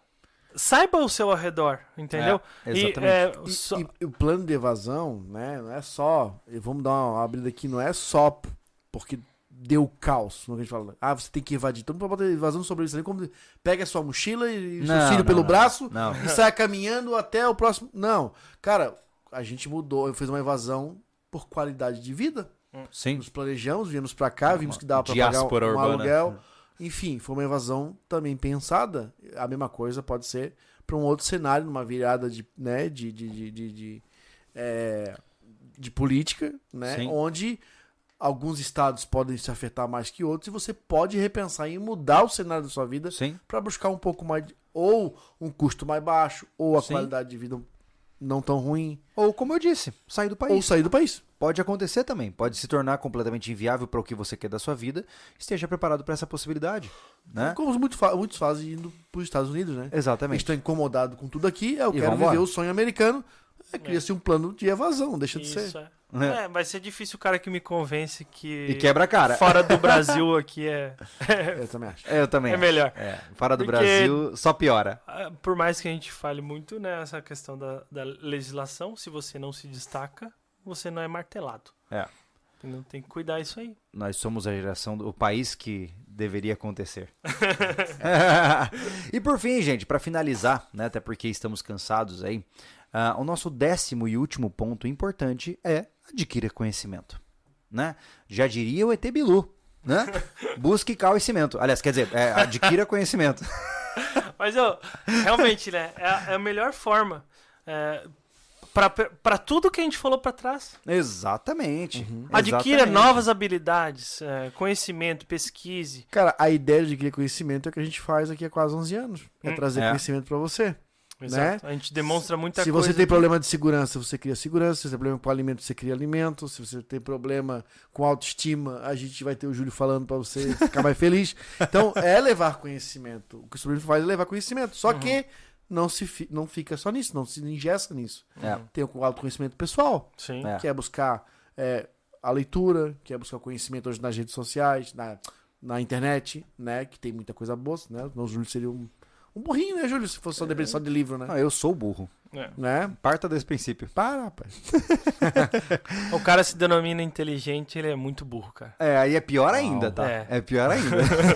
Saiba o seu ao redor, entendeu? É, E, exatamente. é, E, só- e- e o plano de evasão, né, não é só, e vamos dar uma abrida aqui, não é só porque deu caos, como a gente fala, ah, você tem que evadir, todo mundo pode botar evasão sobre isso, como pega a sua mochila e o seu Não, filho não, pelo não. braço Não. e sai caminhando até o próximo, não, cara, a gente mudou, fez uma evasão por qualidade de vida, Sim. nos planejamos, viemos pra cá, vimos que dava pra Diáspora pagar um, um urbana. aluguel, enfim, foi uma evasão também pensada. A mesma coisa pode ser para um outro cenário, numa virada de, né, de, de, de, de, de, é, de política, né, Sim. onde alguns estados podem se afetar mais que outros e você pode repensar em mudar o cenário da sua vida Sim. para buscar um pouco mais, de, ou um custo mais baixo, ou a Sim. qualidade de vida não tão ruim, Ou, como eu disse, sair do país. ou sair do país. Pode acontecer também. Pode se tornar completamente inviável para o que você quer da sua vida. Esteja preparado para essa possibilidade. Né? Como muitos, fa- muitos fazem indo para os Estados Unidos, né? Eles Exatamente. estão incomodados com tudo aqui, eu E quero vambora. viver o sonho americano. É, cria-se um plano de evasão, deixa de Isso, ser. é. É. É, vai ser difícil o cara que me convence que E quebra a cara. fora do Brasil aqui é, Eu também acho. Eu também. é acho. melhor. É, fora do Porque- Brasil, só piora. Ah, por mais que a gente fale muito nessa questão da, da legislação, se você não se destaca, você não é martelado. É. Entendeu? Tem que cuidar isso aí. Nós somos a geração, do, o país que deveria acontecer. E por fim, gente, para finalizar, né, até porque estamos cansados aí, ah, o nosso décimo e último ponto importante é adquira conhecimento. Né? Já diria o E T Bilu, né? Busque conhecimento. Aliás, quer dizer, é, adquira conhecimento. Mas eu, realmente, né? É a, é a melhor forma. É, para tudo que a gente falou para trás. Exatamente. Adquira Exatamente. novas habilidades, é, conhecimento, pesquise. Cara, a ideia de adquirir conhecimento é o que a gente faz aqui há quase onze anos. É Hum, trazer é. conhecimento pra você. Exato. A gente demonstra muita Se coisa. você tem aqui. problema de segurança, você cria segurança. Se você tem problema com alimento, você cria alimento. Se você tem problema com autoestima, a gente vai ter o Júlio falando pra você ficar mais feliz. Então, é levar conhecimento. O que o Supremo faz é levar conhecimento. Só Uhum. que não, se fi- não fica só nisso, não se engessa nisso. É. Tem o autoconhecimento pessoal, Sim. É. que é buscar é, a leitura, que é buscar conhecimento hoje nas redes sociais, na, na internet, né? Que tem muita coisa boa, né? O Júlio seria um, Um burrinho, né, Júlio? Se fosse só depender só de livro, né? Não, eu sou burro. É. Né? Parta desse princípio. Para, rapaz. O cara se denomina inteligente, ele é muito burro, cara. É, aí é pior ainda, Não, tá? é. É, pior ainda.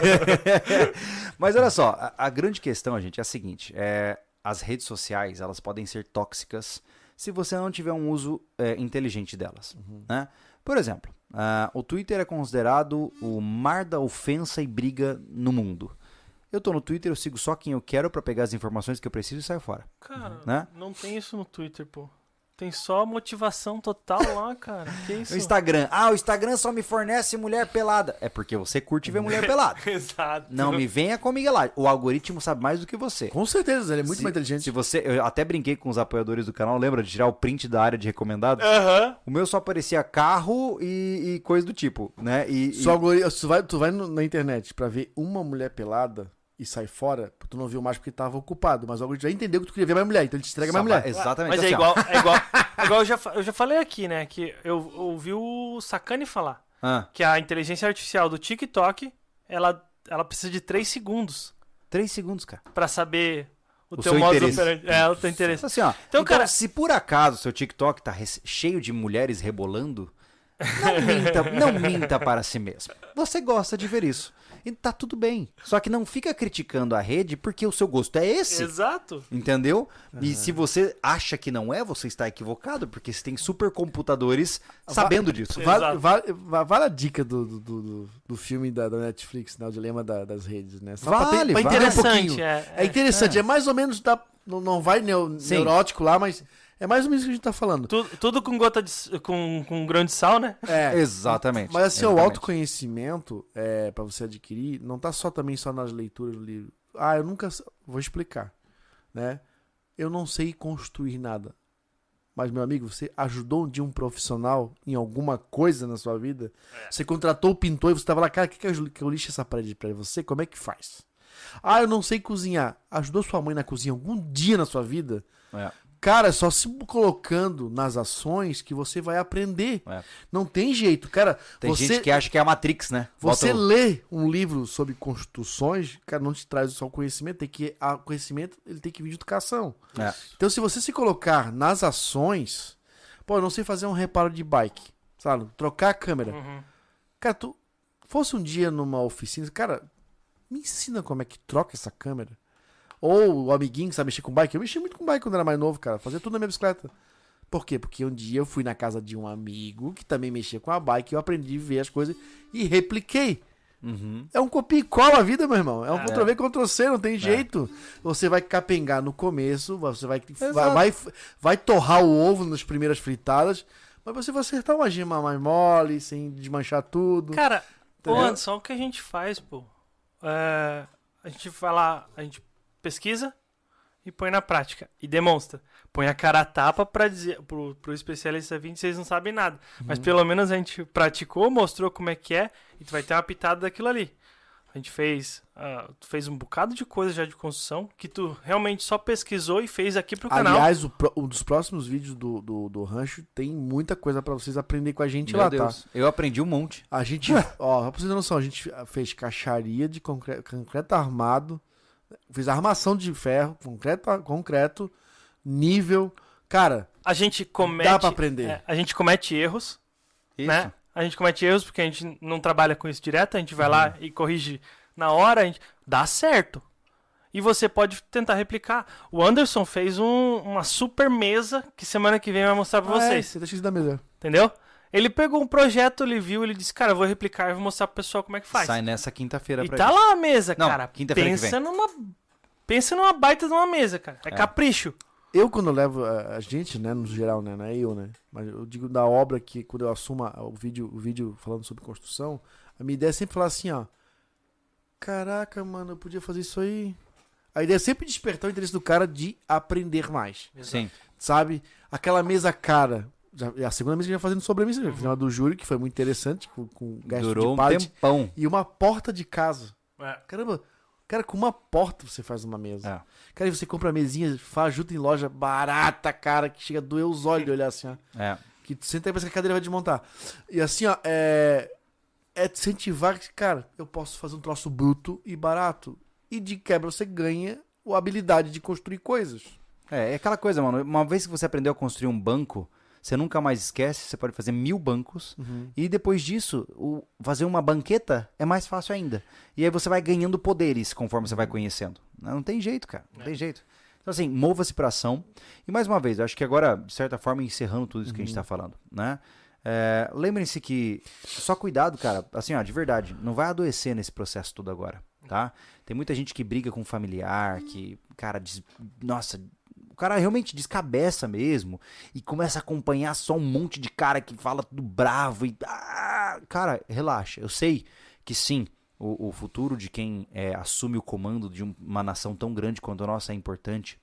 Mas olha só, a, a grande questão, gente, é a seguinte. É, as redes sociais, elas podem ser tóxicas se você não tiver um uso é, inteligente delas, Uhum. né? Por exemplo, uh, o Twitter é considerado o mar da ofensa e briga no mundo. Eu tô no Twitter, eu sigo só quem eu quero pra pegar as informações que eu preciso e saio fora. Cara, Né? não tem isso no Twitter, pô. Tem só motivação total lá, cara. Que isso? O Instagram. Ah, o Instagram só me fornece mulher pelada. É porque você curte ver mulher pelada. Exato. Não me venha com miguelagem. O algoritmo sabe mais do que você. Com certeza, ele é muito se, mais inteligente. Se você, eu até brinquei com os apoiadores do canal, lembra de tirar o print da área de recomendado? Aham. O meu só aparecia carro e, e coisa do tipo, né? E, Só e... algori- tu vai, tu vai no- na internet pra ver uma mulher pelada e sai fora, tu não viu mais porque tava ocupado, mas o algoritmo já entendeu que tu queria ver mais mulher, então ele te entrega mais Só mulher. vai- Exatamente. Mas é assim, ó. igual, é igual, é igual eu, já, fa- eu já falei aqui, né? Que eu ouvi o Sacani falar Ah, que a inteligência artificial do TikTok, ela, ela precisa de três segundos três segundos, cara. pra saber o, O teu seu modo interesse. operandi. É, o teu interesse. Assim, ó. Então, Então, cara- se por acaso seu TikTok tá res- cheio de mulheres rebolando, não minta, não minta para si mesmo. Você gosta de ver isso. E tá tudo bem. Só que não fica criticando a rede porque o seu gosto é esse. Exato. Entendeu? E se você acha que não é, você está equivocado, porque você tem supercomputadores sabendo disso. Vale, Exato. vale, va- vale a dica do, do, do, do filme da, da Netflix, né? O Dilema da- das Redes, né? Só pra, Vale, pra vale. entender um Interessante, pouquinho. é, É, é. interessante, é. mais ou menos da. Não, não vai neo, Sim. neurótico lá, mas é mais ou menos o que a gente tá falando. Tudo, tudo com gota de, s- com, com grão de sal, né? É. Exatamente. Mas assim, o exatamente. autoconhecimento, é, para você adquirir, não tá só também só nas leituras do livro. Ah, eu nunca. s- Vou explicar. Né? Eu não sei construir nada. Mas, meu amigo, você ajudou um dia um profissional em alguma coisa na sua vida? Você contratou o pintor e você tava lá, cara, que, que, eu, que eu lixo essa parede pra você? Como é que faz? Ah, eu não sei cozinhar. Ajudou sua mãe na cozinha algum dia na sua vida? É. Cara, é só se colocando nas ações que você vai aprender. É. Não tem jeito, cara. Tem você gente que acha que é a Matrix, né? você Bota o- lê um livro sobre construções, cara, não te traz só o conhecimento, tem que a conhecimento, ele tem que vir de educação. É. Então, se você se colocar nas ações, pô, eu não sei fazer um reparo de bike, sabe? Trocar a câmera. Uhum. Cara, tu fosse um dia numa oficina, cara, me ensina como é que troca essa câmera. Ou o amiguinho que sabe mexer com bike. Eu mexi muito com bike quando era mais novo, cara. Fazia tudo na minha bicicleta. Por quê? Porque um dia eu fui na casa de um amigo que também mexia com a bike e eu aprendi a ver as coisas e repliquei. Uhum. É um copia e cola a vida, meu irmão. É um É. Ctrl V, Ctrl C, não tem jeito. Você vai capengar no começo, você vai, vai, Exato. vai, vai torrar o ovo nas primeiras fritadas, mas você vai acertar uma gema mais mole, sem desmanchar tudo. Cara, ô Entendeu? Anderson, o que a gente faz, pô? É, a gente vai lá, a gente pesquisa e põe na prática. E demonstra. Põe a cara a tapa pra dizer pro, pro especialista vir, vocês não sabem nada. Mas pelo menos a gente praticou, mostrou como é que é, e tu vai ter uma pitada daquilo ali. A gente fez, ah, tu fez um bocado de coisa já de construção, que tu realmente só pesquisou e fez aqui pro canal. Aliás, o pro- um dos próximos vídeos do, do, do Rancho tem muita coisa pra vocês aprenderem com a gente Meu lá, Deus. tá? Eu aprendi um monte. A gente, ó, pra vocês terem noção, a gente fez caixaria de concre- concreto armado, fez armação de ferro, concreto, concreto, nível. Cara, A gente comete. Dá pra aprender. é, a gente comete erros, Isso. né? A gente comete erros porque a gente não trabalha com isso direto, a gente vai Uhum. lá e corrige na hora, a gente... dá certo. E você pode tentar replicar. O Anderson fez um- uma super mesa que semana que vem vai mostrar pra ah, é, vocês. você deixa isso da mesa. Entendeu? Ele pegou um projeto, ele viu, ele disse, cara, eu vou replicar e vou mostrar pro pessoal como é que faz. Sai nessa quinta-feira E pra tá gente. lá a mesa, Não, cara. quinta-feira que Pensa numa. Pensa numa baita de uma mesa, cara. É, É. capricho. Eu, quando levo a, a gente, né, no geral, né, não é eu, né, mas eu digo da obra que quando eu assumo a- o vídeo, o vídeo falando sobre construção, a minha ideia é sempre falar assim, ó, caraca, mano, eu podia fazer isso aí. A ideia é sempre despertar o interesse do cara de aprender mais, Sim. sabe? Aquela mesa cara, já, é a segunda mesa que a gente vai fazendo sobre a mesa, uhum. Final do júri, que foi muito interessante, com, com gasto Durou de um pallet, tempão. e uma porta de casa. É. Caramba, cara, com uma porta você faz uma mesa. É. Cara, e você compra mesinha, fajuta em loja barata, cara, que chega a doer os olhos de olhar assim, ó. É. Que tu senta aí, parece que a cadeira vai desmontar. E assim, ó, é... É incentivar que, cara, eu posso fazer um troço bruto e barato. E de quebra você ganha a habilidade de construir coisas. É, é aquela coisa, mano. Uma vez que você aprendeu a construir um banco, você nunca mais esquece, você pode fazer mil bancos. Uhum. E depois disso, o, fazer uma banqueta é mais fácil ainda. E aí você vai ganhando poderes conforme você vai conhecendo. Não, não tem jeito, cara. Não é. tem jeito. Então assim, mova-se pra ação. E mais uma vez, eu acho que agora, de certa forma, encerrando tudo isso uhum. que a gente tá falando, né? É, lembrem-se que, só cuidado, cara, assim, ó, de verdade, não vai adoecer nesse processo todo agora, tá? Tem muita gente que briga com um familiar, que, cara, diz, nossa... O cara realmente descabeça mesmo e começa a acompanhar só um monte de cara que fala tudo bravo e... Ah, cara, relaxa. Eu sei que sim, o, o futuro de quem é, assume o comando de uma nação tão grande quanto a nossa é importante.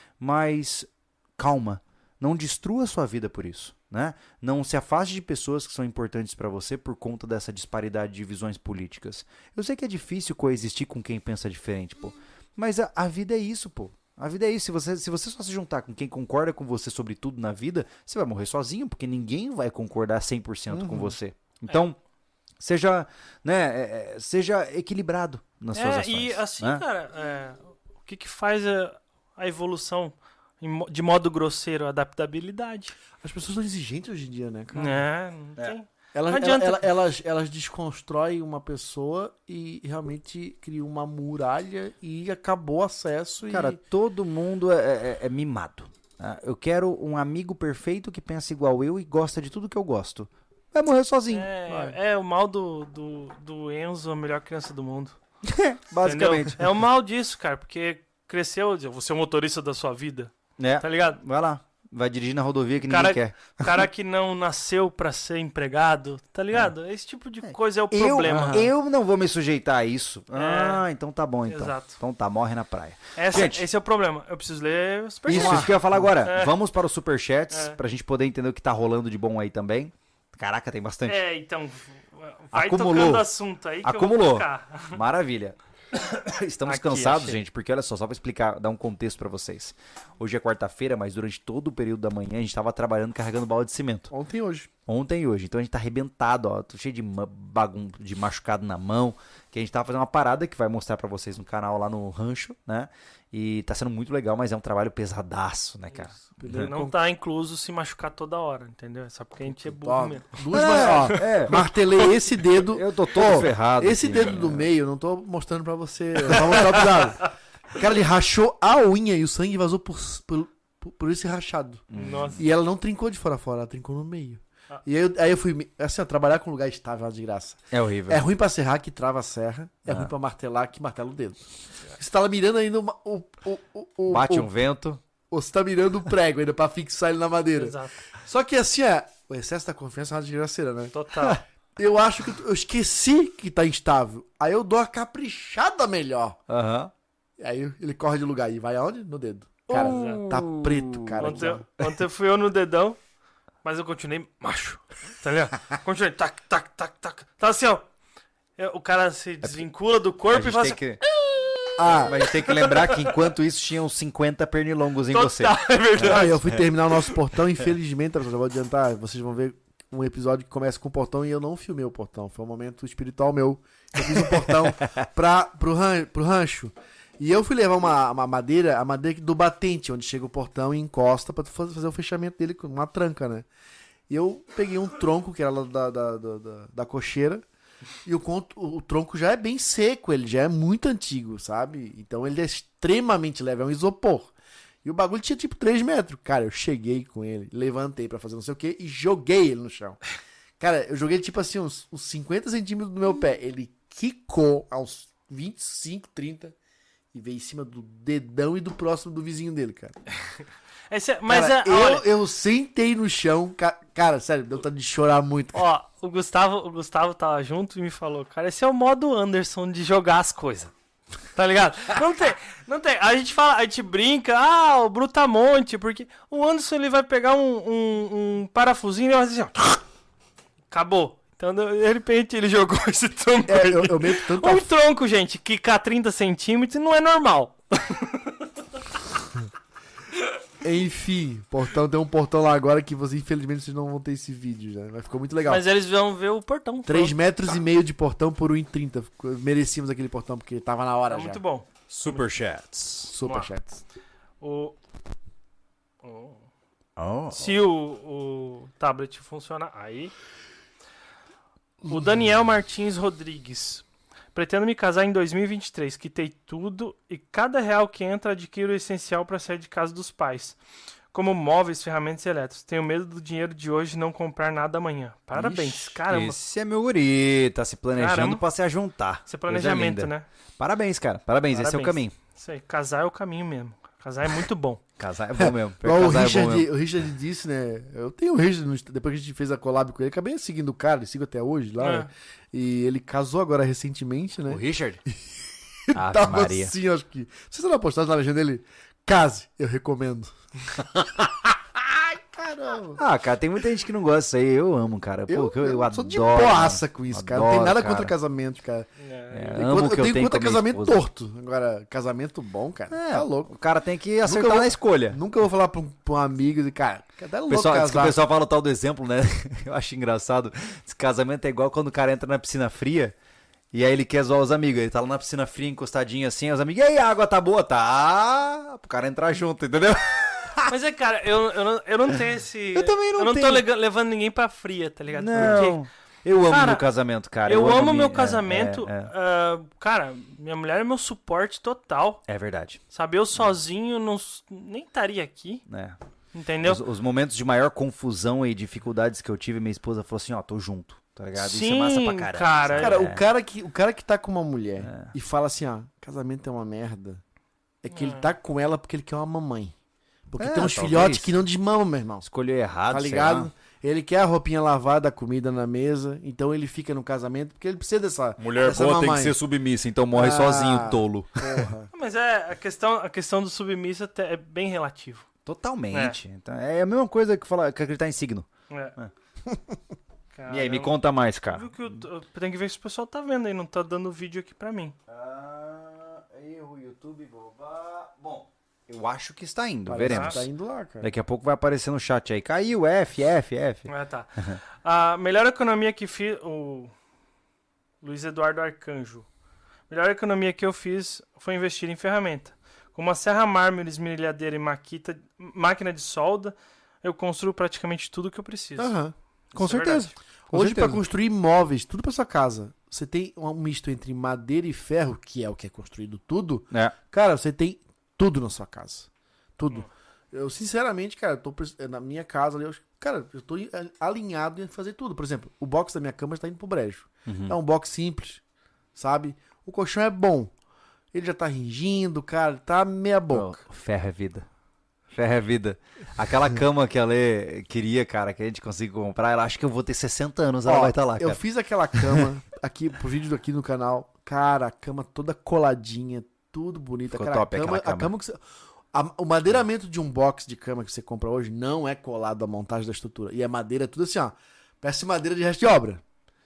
Mas calma, não destrua a sua vida por isso, né? Não se afaste de pessoas que são importantes para você por conta dessa disparidade de visões políticas. Eu sei que é difícil coexistir com quem pensa diferente, pô. Mas a, a vida é isso, pô. A vida é isso, se você, se você só se juntar com quem concorda com você sobre tudo na vida, você vai morrer sozinho, porque ninguém vai concordar cem por cento uhum. com você. Então, é. seja, né, é, seja equilibrado nas é, suas ações. E assim, né? cara, é, o que, que faz a, a evolução de modo grosseiro? A adaptabilidade. As pessoas são exigentes hoje em dia, né, cara? É, não é. tem... Elas, não ela, ela, elas, elas desconstroem uma pessoa e realmente criam uma muralha e acabou o acesso. Cara, e... todo mundo é, é, é mimado. Tá? Eu quero um amigo perfeito que pensa igual eu e gosta de tudo que eu gosto. Vai morrer sozinho. É, é o mal do, do, do Enzo, a melhor criança do mundo. Basicamente. Entendeu? É o mal disso, cara, porque cresceu, você é o motorista da sua vida. É. Tá ligado? Vai lá. Vai dirigir na rodovia que cara, ninguém quer. Cara que não nasceu pra ser empregado, tá ligado? É. Esse tipo de coisa é o eu, problema. Eu não vou me sujeitar a isso. É. Ah, então tá bom, então. Exato. Então tá, morre na praia. Essa, gente, esse é o problema. Eu preciso ler os superchats. Isso, isso que eu ia falar agora. É. Vamos para os superchats, É. pra gente poder entender o que tá rolando de bom aí também. Caraca, tem bastante. É, então, vai Acumulou. tocando assunto aí que Acumulou. eu vou ficar. Maravilha. Estamos Aqui, cansados, achei. gente, porque olha só, só pra explicar, dar um contexto pra vocês. Hoje é quarta-feira, mas durante todo o período da manhã a gente tava trabalhando carregando balde de cimento. Ontem e hoje. Ontem e hoje. Então a gente tá arrebentado, ó. Tô cheio de bagun de machucado na mão. Que a gente tava fazendo uma parada que vai mostrar pra vocês no canal lá no Rancho, né? E tá sendo muito legal, mas é um trabalho pesadaço, né, cara? Isso. Não tá incluso se machucar toda hora, entendeu? É só porque a gente é burro ó, mesmo. Duas é, ó, é. Martelei esse dedo. Eu tô todo ó, ferrado. Esse aqui, dedo cara. do meio, eu não tô mostrando pra você. Eu só mostrar pro lado. Cara, ele rachou a unha e o sangue vazou por, por, por, por esse rachado. Nossa. E ela não trincou de fora a fora, ela trincou no meio. Ah. E aí eu, aí eu fui, assim, ó, trabalhar com um lugar estável é uma desgraça. É horrível. É ruim pra serrar, que trava a serra. É Ah. ruim pra martelar, que martela o dedo. Você tá lá mirando ainda uma, o, o, o, o... Bate o, um vento. Ou você tá mirando o prego ainda pra fixar ele na madeira. Exato. Só que assim, é, o excesso da confiança é uma desgraceira, né? Total. Eu acho que eu esqueci que tá instável. Aí eu dou a caprichada melhor. Aham. Aí ele corre de lugar e vai aonde? No dedo. Cara, Uh. tá preto, cara. Ontem, eu- ontem fui eu no dedão, mas eu continuei macho. Tá ligado? Continuei, tac, tac, tac, tac. Tá assim, ó. É, O cara se desvincula do A corpo e gente, fala tem assim. que... Ah, Mas a gente tem que lembrar que enquanto isso tinham cinquenta pernilongos em você. Total, é verdade. ah, eu fui terminar o nosso portão, infelizmente, eu vou adiantar, vocês vão ver um episódio que começa com o portão e eu não filmei o portão. Foi um momento espiritual meu. Eu fiz um portão pra, pro, ran, pro rancho. E eu fui levar uma, uma madeira, a madeira do batente, onde chega o portão e encosta pra fazer o fechamento dele com uma tranca, né? E eu peguei um tronco, que era lá da, da, da, da, da cocheira, e o, conto, o tronco já é bem seco, ele já é muito antigo, sabe? Então ele é extremamente leve, é um isopor. E o bagulho tinha tipo três metros. Cara, eu cheguei com ele, levantei pra fazer não sei o que e joguei ele no chão. Cara, eu joguei tipo assim uns, uns cinquenta centímetros do meu pé. Ele quicou a uns vinte e cinco, trinta e veio em cima do dedão e do próximo do vizinho dele, cara. Esse é- mas Cara, é, eu, olha, eu sentei no chão, ca- cara, sério, deu vontade de chorar muito. ó, o Gustavo, o Gustavo tava junto e me falou, cara, esse é o modo Anderson de jogar as coisas. Tá ligado? Não tem, não tem. A gente fala, a gente brinca, ah, o Brutamonte, porque o Anderson ele vai pegar um, um, um parafusinho e vai fazer assim, ó. Acabou. Então, de repente, ele jogou esse tronco. É, aí. eu, eu meto tanto Um a... tronco, gente, que cá trinta centímetros não é normal. Enfim, portão, tem um portão lá agora que vocês, infelizmente, vocês não vão ter esse vídeo já. Mas ficou muito legal. Mas eles vão ver o portão. três pronto. metros e meio de portão por um e trinta. Merecíamos aquele portão porque tava na hora Tá já. muito bom. Superchats. Superchats. O... o- Oh. Se o, o tablet funcionar, aí... O Daniel Martins Rodrigues. Pretendo me casar em dois mil e vinte e três, quitei tudo e cada real que entra adquiro o essencial para sair de casa dos pais. Como móveis, ferramentas e elétricos. Tenho medo do dinheiro de hoje não comprar nada amanhã. Parabéns, Ixi, caramba. Esse é meu guri, tá se planejando Caramba. pra se ajuntar. Isso é Coisa planejamento, linda. né? Parabéns, cara. Parabéns, esse é o Parabéns. caminho. Isso aí, casar é o caminho mesmo. Casar é muito bom. Casar é bom mesmo. Igual o Casar é bom Richard, mesmo. o Richard disse, né? Eu tenho o Richard, no- depois que a gente fez a collab com ele, acabei seguindo o cara, sigo até hoje lá. É. né? E ele casou agora recentemente, né? O Richard? Ave Tava Maria. assim, acho que. Vocês estão na postagem na legenda dele? Case, eu recomendo. Ai, caramba. Ah, cara, tem muita gente que não gosta disso aí. Eu amo, cara. Pô, Eu, eu, eu eu adoro. sou de boaça com isso, cara. Não tem Adoro, nada cara. contra casamento, cara. É, Tem amo contra- o que eu tenho tenho contra com a minha casamento esposa. torto. Agora, casamento bom, cara. É, Tá louco. o cara tem que acertar vou- na escolha. Nunca vou falar pra um, pra um amigo e, cara, tá O louco pessoal, diz que o casar. pessoal fala o tal do exemplo, né? Eu acho engraçado. Esse casamento é igual quando o cara entra na piscina fria e aí ele quer zoar os amigos. Ele tá lá na piscina fria, encostadinho assim, os amigos, e aí, a água tá boa? Tá. Pro cara entrar junto, entendeu? Mas é, cara, eu, eu, não, eu não tenho esse... Eu também não Eu não tô tenho. lega- levando ninguém pra fria, tá ligado? Não. Eu amo Cara, meu casamento, cara. eu, amo minha- meu é, casamento. É, é. ah, cara, minha mulher é meu suporte total. É verdade. Sabe, eu sozinho não, s- nem estaria aqui, É. entendeu? Os, os momentos de maior confusão e dificuldades que eu tive, minha esposa falou assim, ó, tô junto, tá ligado? Isso é Sim, massa pra caramba. cara. sabe? Cara, É. o cara, que, o cara que tá com uma mulher É. e fala assim, ó, casamento é uma merda, é que ele É. tá com ela porque ele quer uma mamãe. Porque É, tem uns talvez. filhotes que não desmamam, meu irmão. Escolheu errado, Tá sei ligado? lá. Ele quer a roupinha lavada, a comida na mesa, então ele fica no casamento porque ele precisa dessa, Mulher dessa boa tem que mamãe. ser submissa, então morre Ah. sozinho, tolo. Porra. Mas é, a questão, a questão do submisso até é bem relativo. Totalmente. Então, é a mesma coisa que, falar, que acreditar em signo. É. E aí, me Caramba. conta mais, cara. Viu que o- tem que ver se o pessoal tá vendo aí, não tá dando vídeo aqui pra mim. Ah, erro, YouTube, boba. Bom, eu acho que está indo, Parece veremos. que tá indo lá, cara. Daqui a pouco vai aparecer no chat aí. Caiu, F, F, F. Ah, tá. A melhor economia que fiz. O Luiz Eduardo Arcanjo. Melhor economia que eu fiz foi investir em ferramenta. Com uma serra mármore, esmerilhadeira e maquita, máquina de solda, eu construo praticamente tudo que eu preciso. Aham. Com Isso é certeza. verdade. Com Hoje, certeza. pra construir móveis, tudo pra sua casa, você tem um misto entre madeira e ferro, que é o que é construído tudo. É. Cara, você tem tudo na sua casa. Tudo. Eu, sinceramente, cara, eu tô prec- na minha casa ali, eu, cara, eu tô em- alinhado em fazer tudo. Por exemplo, o box da minha cama está indo pro brejo. Uhum. É um box simples, sabe? O colchão é bom. Ele já tá ringindo, cara, tá meia boca. Oh, ferro é vida. Ferro é vida. Aquela cama que a Lê queria, cara, que a gente conseguiu comprar, ela acha que eu vou ter sessenta anos, ela Ó, vai estar lá, eu cara. fiz aquela cama aqui pro vídeo aqui no canal. Cara, a cama toda coladinha, tudo bonita. Ficou Cara, top a aquela cama, cama. A cama que você, a- o madeiramento de um box de cama que você compra hoje não é colado à montagem da estrutura. E a madeira é tudo assim, ó. Parece madeira de resto de obra.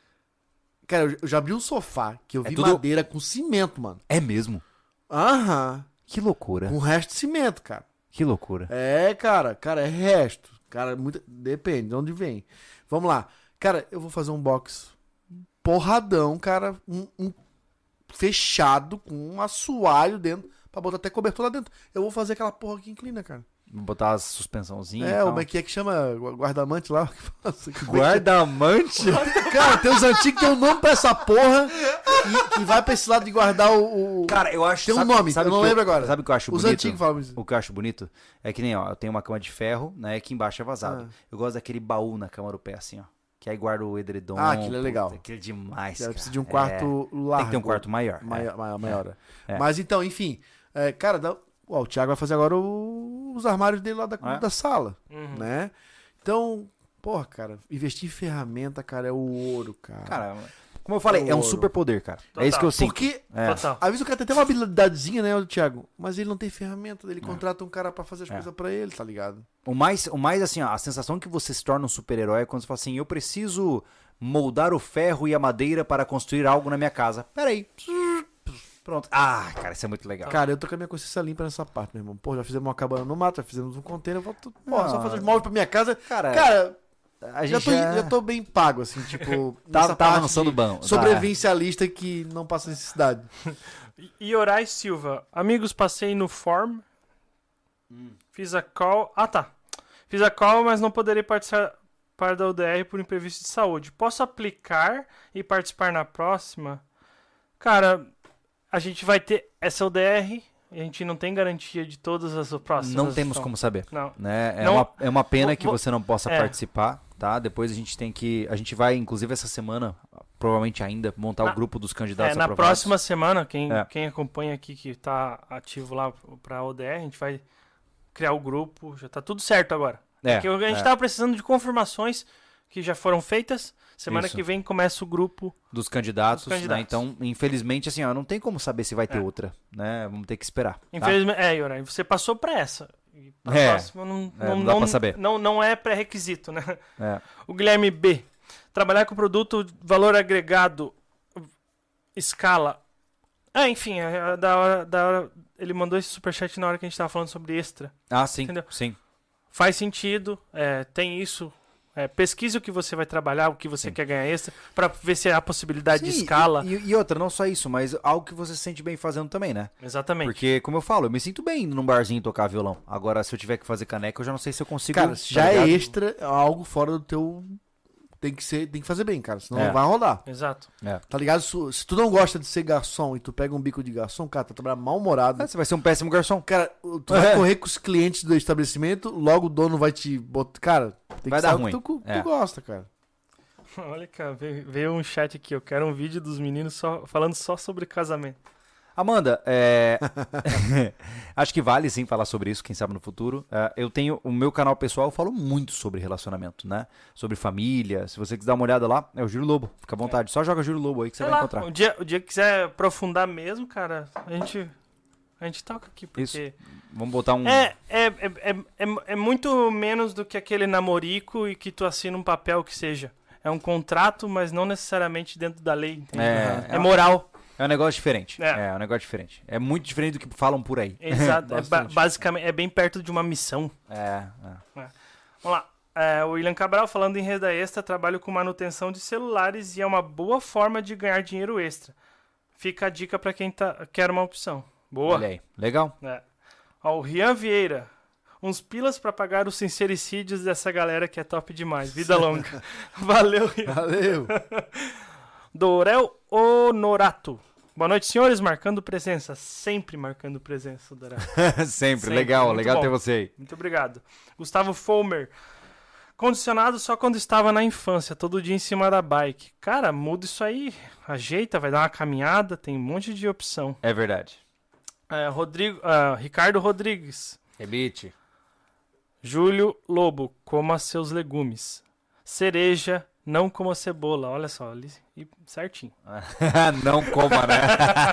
Cara, eu- eu já abri um sofá que eu É vi tudo- madeira com cimento, mano. É mesmo? Aham. Que loucura. Com resto de cimento, cara. Que loucura. É, cara, cara, é resto. Cara, muito... depende de onde vem. Vamos lá. Cara, eu vou fazer um box porradão, cara, um, um fechado com um assoalho dentro, pra botar até cobertor lá dentro. Eu vou fazer aquela porra que inclina, cara. Vou botar as suspensãozinhas. É, e tal. como é que é que chama gu- guarda-mante lá? Nossa, que- Guarda-amante? Cara, tem os antigos que tem um nome pra essa porra e, que vai pra esse lado de guardar o... o- Cara, eu acho... Tem um sabe- nome, sabe eu não que lembro agora. Sabe o que eu acho Os bonito? antigos falam isso. O que eu acho bonito é que nem, ó, eu tenho uma cama de ferro, né, que embaixo é vazado. Ah. Eu gosto daquele baú na cama do pé, assim, ó. Que aí guarda o edredom. Ah, aquilo é legal. Aquilo é demais, Cara, cara. precisa de um quarto É, largo. tem que ter um quarto maior. Maior, maior, maior. É. Mas então, enfim. é, cara, dá- ó, o Thiago vai fazer agora o- os armários dele lá da, É. da sala, Uhum. né? Então, porra, cara, investir em ferramenta, cara, é o ouro, cara. É. Cara, como eu falei, é um Ouro. super poder, cara. Total. É isso que eu sinto. Porque, É. Total. às vezes o cara tem até uma habilidadezinha, né, o Thiago? Mas ele não tem ferramenta, ele contrata um cara pra fazer as É. coisas pra ele, tá ligado? O mais, o mais assim, ó, a sensação que você se torna um super-herói é quando você fala assim, eu preciso moldar o ferro e a madeira para construir algo na minha casa. Peraí. Pronto. Ah, cara, isso é muito legal. Cara, eu tô com a minha consciência limpa nessa parte, meu irmão. Pô, já fizemos uma cabana no mato, já fizemos um container, eu vou, porra, só Não. fazer os móveis pra minha casa. Cara, Cara, a Já gente tô, já, já tô bem pago, assim, tipo... tá, nessa tá parte avançando de bom. Tá. Sobrevivencialista que não passa necessidade. Iorai Silva. Amigos, passei no form. Hum. Fiz a call. Ah, tá. Fiz a call, mas não poderei participar da U D R por imprevisto de saúde. Posso aplicar e participar na próxima? Cara, a gente vai ter essa U D R. A gente não tem garantia de todas as próximas. Não temos como saber. Não. Né? É, Não, uma, é uma pena vou, que vou, você não possa é. participar, tá? Depois a gente tem que... A gente vai, inclusive, essa semana, provavelmente ainda, montar na, o grupo dos candidatos é, na aprovados. próxima semana, quem, é. quem acompanha aqui, que tá ativo lá pra a U D R, a gente vai criar o grupo. Já tá tudo certo agora. É, Porque a gente é. tava precisando de confirmações que já foram feitas. Semana Isso. que vem começa o grupo dos candidatos, dos candidatos. Né? Então, infelizmente, assim, ó, não tem como saber se vai ter é. outra, né? Vamos ter que esperar. Tá? Infelizmente, é, Yorai, você passou pra essa. E pra é. próxima não, é, não, não dá não, pra saber. Não, não é pré-requisito, né? É. O Guilherme B. Trabalhar com produto, valor agregado, escala. Ah, enfim, é, da hora, da hora, ele mandou esse superchat na hora que a gente tava falando sobre extra. Ah, sim, entendeu? sim. Faz sentido, é, tem isso. É, pesquise o que você vai trabalhar, o que você Sim. quer ganhar extra, pra ver se há possibilidade Sim, de escala. E, e outra, não só isso, mas algo que você se sente bem fazendo também, né? Exatamente. Porque, como eu falo, eu me sinto bem indo num barzinho tocar violão. Agora, se eu tiver que fazer caneca, eu já não sei se eu consigo... Cara, tá já ligado? é extra, algo fora do teu... Tem que ser, tem que fazer bem, cara, senão É. não vai rodar. Exato. É. Tá ligado? Se, se tu não gosta de ser garçom e tu pega um bico de garçom, cara, tu trabalha mal-humorado. Ah, você vai ser um péssimo garçom. Cara, tu vai correr com os clientes do estabelecimento, logo o dono vai te botar... Cara, tem Vai que dar saber ruim. o que tu, tu É. gosta, cara. Olha, cara, veio, veio um chat aqui. Eu quero um vídeo dos meninos só, falando só sobre casamento. Amanda, é... acho que vale sim falar sobre isso, quem sabe no futuro. Uh, eu tenho o meu canal pessoal, eu falo muito sobre relacionamento, né? Sobre família. Se você quiser dar uma olhada lá, é o Júlio Lobo. Fica à vontade. É. Só joga Júlio Lobo aí que você Sei vai lá, encontrar. O dia, o dia que quiser aprofundar mesmo, cara, a gente, a gente toca aqui. Porque Isso. Vamos botar um... É, é, é, é, é, é muito menos do que aquele namorico e que tu assina um papel que seja. É um contrato, mas não necessariamente dentro da lei, entende? É, é moral. É um negócio diferente. É. É um negócio diferente. É muito diferente do que falam por aí. Exato. é ba basicamente, é bem perto de uma missão. É. é. É. Vamos lá. É, o William Cabral, falando em renda extra, trabalho com manutenção de celulares e é uma boa forma de ganhar dinheiro extra. Fica a dica para quem tá, quer uma opção. Boa. Olha aí. Legal. É. Ó, o Rian Vieira. Uns pilas para pagar os sincericídios dessa galera que é top demais. Vida longa. Valeu, Rian. Valeu. Dorel Honorato. Boa noite, senhores. Marcando presença. Sempre marcando presença, Dorel. Sempre. Sempre. Legal. Muito Legal bom. ter você aí. Muito obrigado. Gustavo Fulmer. Condicionado só quando estava na infância, todo dia em cima da bike. Cara, muda isso aí. Ajeita, vai dar uma caminhada, tem um monte de opção. É verdade. É, Rodrigo, uh, Ricardo Rodrigues. Rebite. Júlio Lobo, coma seus legumes. Cereja, não coma cebola. Olha só, ali, e certinho. Não coma, né?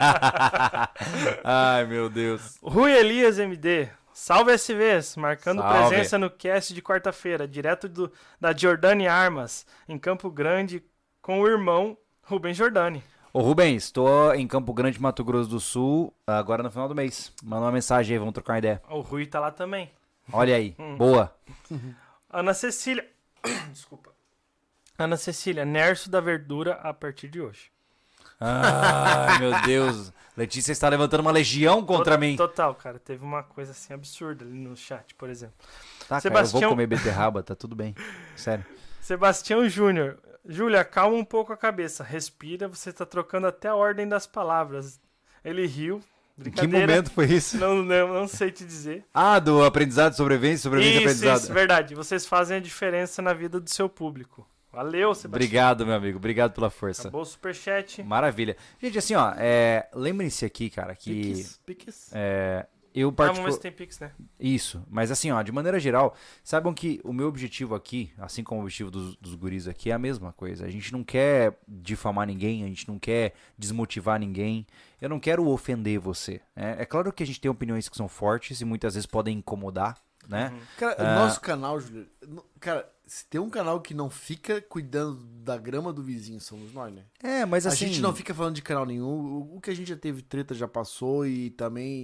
Ai, meu Deus. Rui Elias M D. Salve S Vs, marcando Salve. presença no cast de quarta-feira, direto do, da Jordani Armas, em Campo Grande, com o irmão Rubem Jordani. Ô Rubens, estou em Campo Grande, Mato Grosso do Sul, agora no final do mês. Manda uma mensagem aí, vamos trocar uma ideia. O Rui tá lá também. Olha aí, Hum. boa. Ana Cecília. Desculpa. Ana Cecília, Nerso da Verdura a partir de hoje. Ai, meu Deus. Letícia está levantando uma legião contra Tot- mim. Total, cara. Teve uma coisa assim absurda ali no chat, por exemplo. Tá, cara, eu Sebastião- vou comer beterraba, tá tudo bem. Sério. Sebastião Júnior. Júlia, calma um pouco a cabeça. Respira, você tá trocando até a ordem das palavras. Ele riu. Em que Brincadeira. momento foi isso? Não, não, não sei te dizer. Ah, do aprendizado, sobrevivência, sobrevivência, Isso, aprendizado. isso, verdade. Vocês fazem a diferença na vida do seu público. Valeu, Sebastião. Obrigado, meu amigo. Obrigado pela força. Acabou o superchat. Maravilha. Gente, assim, ó, é, lembrem-se aqui, cara, que Piques, piques. é, eu Ah, vamos ver particular... se tem Pix, né? Isso, mas assim, ó, de maneira geral, saibam que o meu objetivo aqui, assim como o objetivo dos, dos guris aqui, é a mesma coisa. A gente não quer difamar ninguém, a gente não quer desmotivar ninguém, eu não quero ofender você. né? É claro que a gente tem opiniões que são fortes e muitas vezes podem incomodar, né? Uhum. Cara, Ah. nosso canal, Júlio. no- Cara, se tem um canal que não fica cuidando da grama do vizinho, somos nós, né? É, mas A assim... gente não fica falando de canal nenhum. O, o que a gente já teve treta já passou e também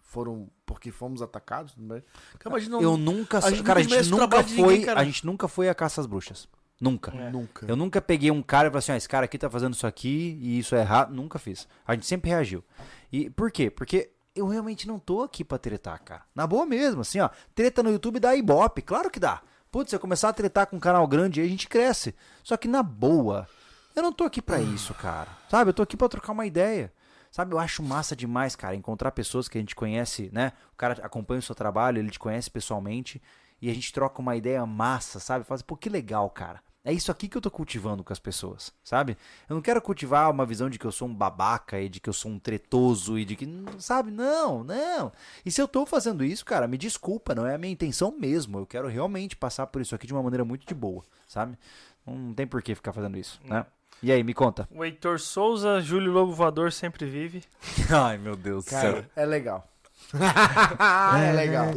foram porque fomos atacados, né? Imagina, Eu nunca, a gente cara, a nunca gente merece o nunca trabalho de foi, ninguém, cara. a gente nunca foi a caça às bruxas. Nunca. É. nunca. Eu nunca peguei um cara e falei assim, ó, esse cara aqui tá fazendo isso aqui e isso é errado. Nunca fiz. A gente sempre reagiu. E por quê? Porque eu realmente não tô aqui pra tretar, cara. Na boa mesmo, assim, ó. Treta no YouTube dá ibope, claro que dá. Putz, se eu começar a tretar com um canal grande aí, a gente cresce. Só que na boa, eu não tô aqui pra isso, cara. Sabe? Eu tô aqui pra trocar uma ideia. Sabe? Eu acho massa demais, cara, encontrar pessoas que a gente conhece, né? O cara acompanha o seu trabalho, ele te conhece pessoalmente e a gente troca uma ideia massa, sabe? Faz, pô, que legal, cara. É isso aqui que eu tô cultivando com as pessoas, sabe? Eu não quero cultivar uma visão de que eu sou um babaca e de que eu sou um tretoso e de que, sabe? Não, não. E se eu tô fazendo isso, cara, me desculpa, não é a minha intenção mesmo. Eu quero realmente passar por isso aqui de uma maneira muito de boa, sabe? Não tem por que ficar fazendo isso, né? E aí, me conta. O Heitor Souza, Júlio Lobo Voador sempre vive. Ai, meu Deus do céu. Cara, é legal. é legal.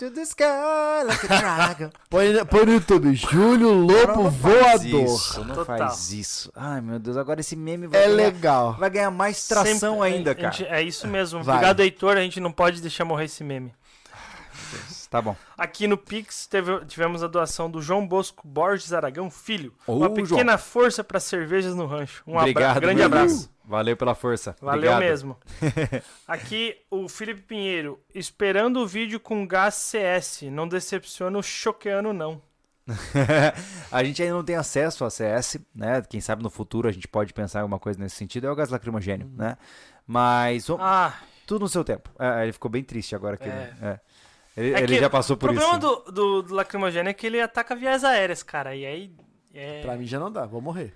Põe, põe no YouTube, Júlio Lobo Não faz Voador. isso, não Total. faz isso. Ai, meu Deus, agora esse meme vai, É ganhar, legal. vai ganhar mais tração Sempre- ainda, a cara. gente- é isso mesmo. Vai. Obrigado, Heitor. A gente não pode deixar morrer esse meme. Tá bom. Aqui no Pix teve- tivemos a doação do João Bosco Borges Aragão Filho. Ô, Uma pequena força para cervejas no rancho. Um abra- Obrigado, grande meu abraço. Deus. Valeu pela força. Valeu Obrigado. mesmo. Aqui o Felipe Pinheiro. Esperando o vídeo com gás C S. Não decepciona o choqueano, não. A gente ainda não tem acesso a C S, né? Quem sabe no futuro a gente pode pensar em alguma coisa nesse sentido. É o gás lacrimogênio, Uhum. né? Mas o- Ah, tudo no seu tempo. É, ele ficou bem triste agora que É. ele, é. Ele, é ele que já passou por o isso. problema do, do, do lacrimogênio é que ele ataca vias aéreas, cara. E aí. É... Pra mim já não dá, vou morrer.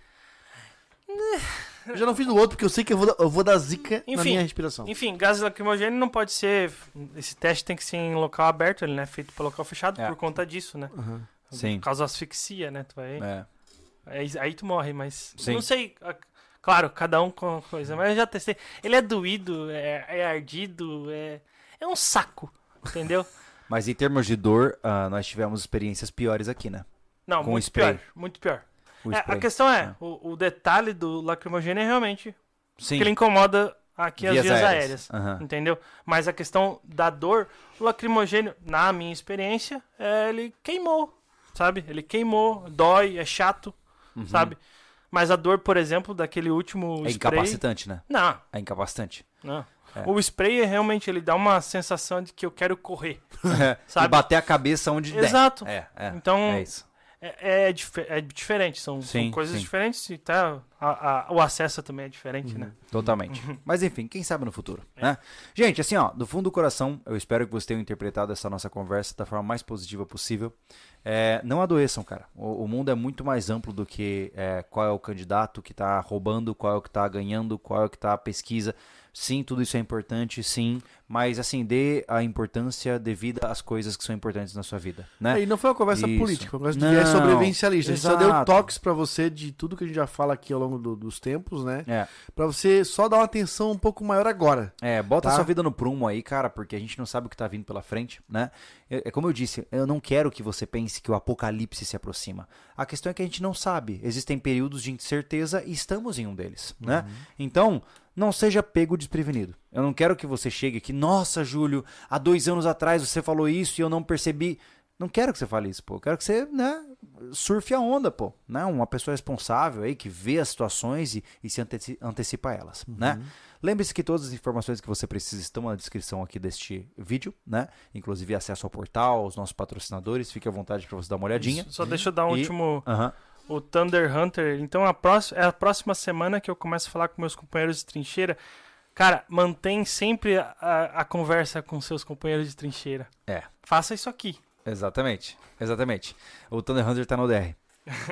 Eu já não fiz do outro porque eu sei que eu vou, dar- eu vou dar zica na Enfim, minha respiração. Enfim, gás lacrimogênio não pode ser. Esse teste tem que ser em local aberto, ele não é feito para local fechado É. por conta disso, né? Uhum. Sim. Por causa da asfixia, né? Tu vai... É. aí, aí tu morre, mas. Sim. Não sei. a- Claro, cada um com a coisa, mas eu já testei. Ele é doído, é, é ardido, é. É um saco, entendeu? Mas em termos de dor, ah, nós tivemos experiências piores aqui, né? Não, Com muito spray. pior. Muito pior. O É, spray. a questão é, É. o, o detalhe do lacrimogênio é realmente Sim. que ele incomoda aqui as Vias vias aéreas. aéreas. Aham. Entendeu? Mas a questão da dor, o lacrimogênio, na minha experiência, é, ele queimou, sabe? Ele queimou, dói, é chato, sabe? Mas a dor, por exemplo, daquele último Uhum. É spray... incapacitante, né? Não, É incapacitante. não. É. O spray, realmente, ele dá uma sensação de que eu quero correr. E Sabe? bater a cabeça onde der. Exato. É, é. Então, É isso. É, é, dif- é diferente, são, são Sim, coisas sim. diferentes e tá, a- a- o acesso também é diferente, né? Totalmente. Mas enfim, quem sabe no futuro, né? Gente, assim, ó, do fundo do coração, eu espero que vocês tenham interpretado essa nossa conversa da forma mais positiva possível. É, não adoeçam, cara. O, o mundo é muito mais amplo do que é, qual é o candidato que tá roubando, qual é o que tá ganhando, qual é o que tá a pesquisa. Sim, tudo isso é importante, sim, mas assim, dê a importância devida às coisas que são importantes na sua vida, né? E não foi uma conversa Isso. política, foi uma conversa de Não, viés sobrevivencialista. A gente só deu exato. toques pra você de tudo que a gente já fala aqui ao longo do- dos tempos, né? É, Pra você só dar uma atenção um pouco maior agora. é, bota Tá. sua vida no prumo aí, cara, porque a gente não sabe o que tá vindo pela frente, né? É, é como eu disse, eu não quero que você pense que o apocalipse se aproxima. A questão é que a gente não sabe. Existem períodos de incerteza e estamos em um deles, né? Então, não seja pego desprevenido. Eu não quero que você chegue aqui, nossa, Júlio, há dois anos atrás você falou isso e eu não percebi. Não quero que você fale isso, pô. Eu quero que você, né, surfe a onda, pô. Né? Uma pessoa responsável aí, que vê as situações e, e se anteci- antecipa a elas, né? Lembre-se que todas as informações que você precisa estão na descrição aqui deste vídeo, né? Inclusive acesso ao portal, os nossos patrocinadores. Fique à vontade para você dar uma olhadinha. Só deixa eu dar um E- último... Aham. O Thunder Hunter. Então, a próxima, é a próxima semana que eu começo a falar com meus companheiros de trincheira. Cara, mantém sempre a, a, a conversa com seus companheiros de trincheira. É, Faça isso aqui. exatamente. Exatamente. O Thunder Hunter tá no D R.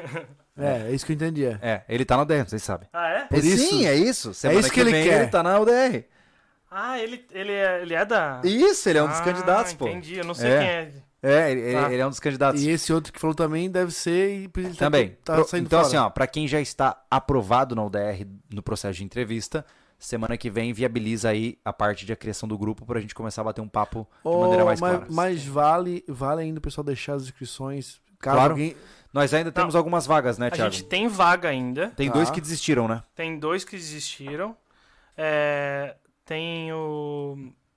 É, é isso que eu entendi. É. É, ele tá no D R, vocês sabem. Ah, é? Por isso- Sim, é isso. Semana isso que ele vem quer. Ele tá na U D R. Ah, ele, ele, é, ele é da... Isso, ele é um dos Ah, candidatos, pô. entendi. Eu não sei É. quem é. É, ele, ele- Ah. ele é um dos candidatos. E esse outro que falou também deve ser e por isso ele tá- Também. tá, Pro- saindo então, fora. assim, ó, pra quem já está aprovado na U D R no processo de entrevista, semana que vem viabiliza aí a parte de a criação do grupo pra gente começar a bater um papo de Ô, maneira mais mas, clara. mas vale, vale ainda o pessoal deixar as inscrições. Caso Claro. alguém. Nós ainda temos algumas vagas, né, A Thiago? gente tem vaga ainda. Tem Tá. dois que desistiram, né? Tem dois que desistiram. É, tem o...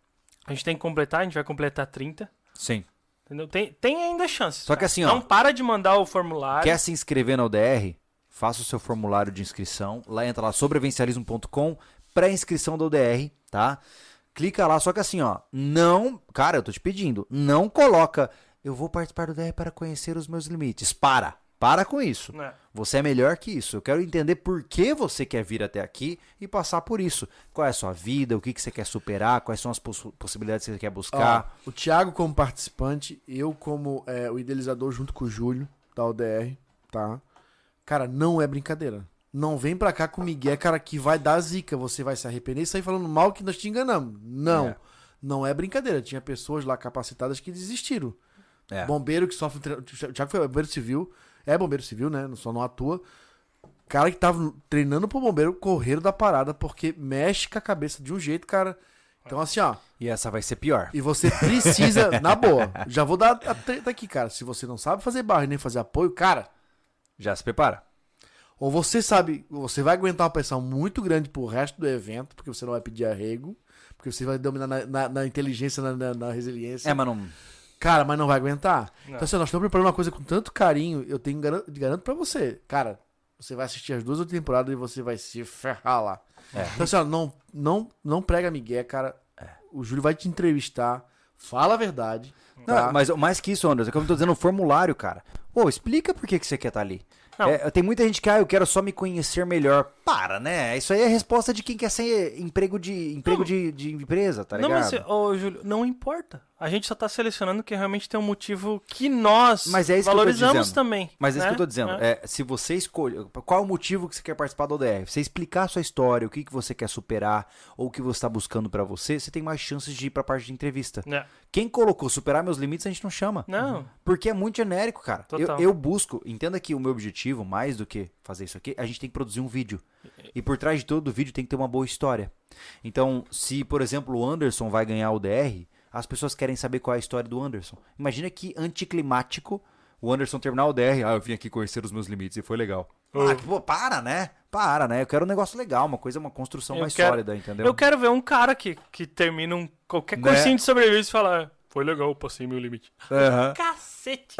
A gente tem que completar, a gente vai completar trinta. Sim. Entendeu? Tem, tem ainda chance. Só que assim, ó. Não para de mandar o formulário. Quer se inscrever na U D R? Faça o seu formulário de inscrição. Lá entra lá, sobrevencialismo ponto com, pré-inscrição da U D R, tá? Clica lá, só que assim, ó. Não. Cara, eu tô te pedindo. Não coloca. Eu vou participar do U D R para conhecer os meus limites. Para. Para com isso. É. Você é melhor que isso. Eu quero entender por que você quer vir até aqui e passar por isso. Qual é a sua vida, o que, que você quer superar, quais são as poss- possibilidades que você quer buscar. Ó, o Thiago como participante, eu como é, o idealizador junto com o Júlio da U D R, tá? Cara, não é brincadeira. Não vem pra cá com o Miguel, cara, que vai dar zica. Você vai se arrepender e sair falando mal que nós te enganamos. Não. É. Não é brincadeira. Tinha pessoas lá capacitadas que desistiram. É. Bombeiro que sofre... tre- O Thiago foi bombeiro civil. É bombeiro civil, né? Só não atua. Cara que tava treinando pro bombeiro, correram da parada, porque mexe com a cabeça de um jeito, cara. Então, assim, ó. E essa vai ser pior. E você precisa, na boa, já vou dar a treta aqui, cara. Se você não sabe fazer barra e nem fazer apoio, cara, Já se prepara. ou você sabe, você vai aguentar uma pressão muito grande pro resto do evento, porque você não vai pedir arrego, porque você vai dominar na, na- na inteligência, na, na- na resiliência. É, mas não... Cara, mas não vai aguentar. Não. Então, assim, nós estamos preparando uma coisa com tanto carinho, eu tenho garanto, garanto pra você. Cara, você vai assistir as duas outras temporadas e você vai se ferrar lá. É. Então, assim, ó, não, não, não prega migué, cara. O Júlio vai te entrevistar, fala a verdade. Não, tá? mas mais que isso, Anderson, é como eu tô dizendo, o formulário, cara. Pô, explica por que, que você quer estar ali. Não. É, tem muita gente que, ah, eu quero só me conhecer melhor. Para, né? Isso aí é a resposta de quem quer ser emprego de, emprego de, de empresa, tá Não, ligado? mas, ô, Júlio, não importa. A gente só tá selecionando que realmente tem um motivo que nós Mas é isso que eu tô valorizamos dizendo. também. Mas é isso né? que eu tô dizendo. É. É, se você escolhe. Qual é o motivo que você quer participar do O D R? Você explicar a sua história, o que, que você quer superar, ou o que você tá buscando pra você, você tem mais chances de ir pra parte de entrevista. É. Quem colocou superar meus limites, a gente não chama. Não. Porque é muito genérico, cara. Eu, Total. eu busco, entenda que o meu objetivo, mais do que fazer isso aqui, a gente tem que produzir um vídeo. E por trás de todo o vídeo tem que ter uma boa história. Então, se, por exemplo, o Anderson vai ganhar o D R, as pessoas querem saber qual é a história do Anderson. Imagina que anticlimático o Anderson terminar o D R. Ah, eu vim aqui conhecer os meus limites e foi legal. Ah, pô, para, né? Para, né? Eu quero um negócio legal, uma coisa, uma construção Eu mais quero- sólida, entendeu? Eu quero ver um cara que, que termina um, qualquer Né? cursinho de sobrevivência e fala: foi legal, passei meu limite. Aham. Cacete!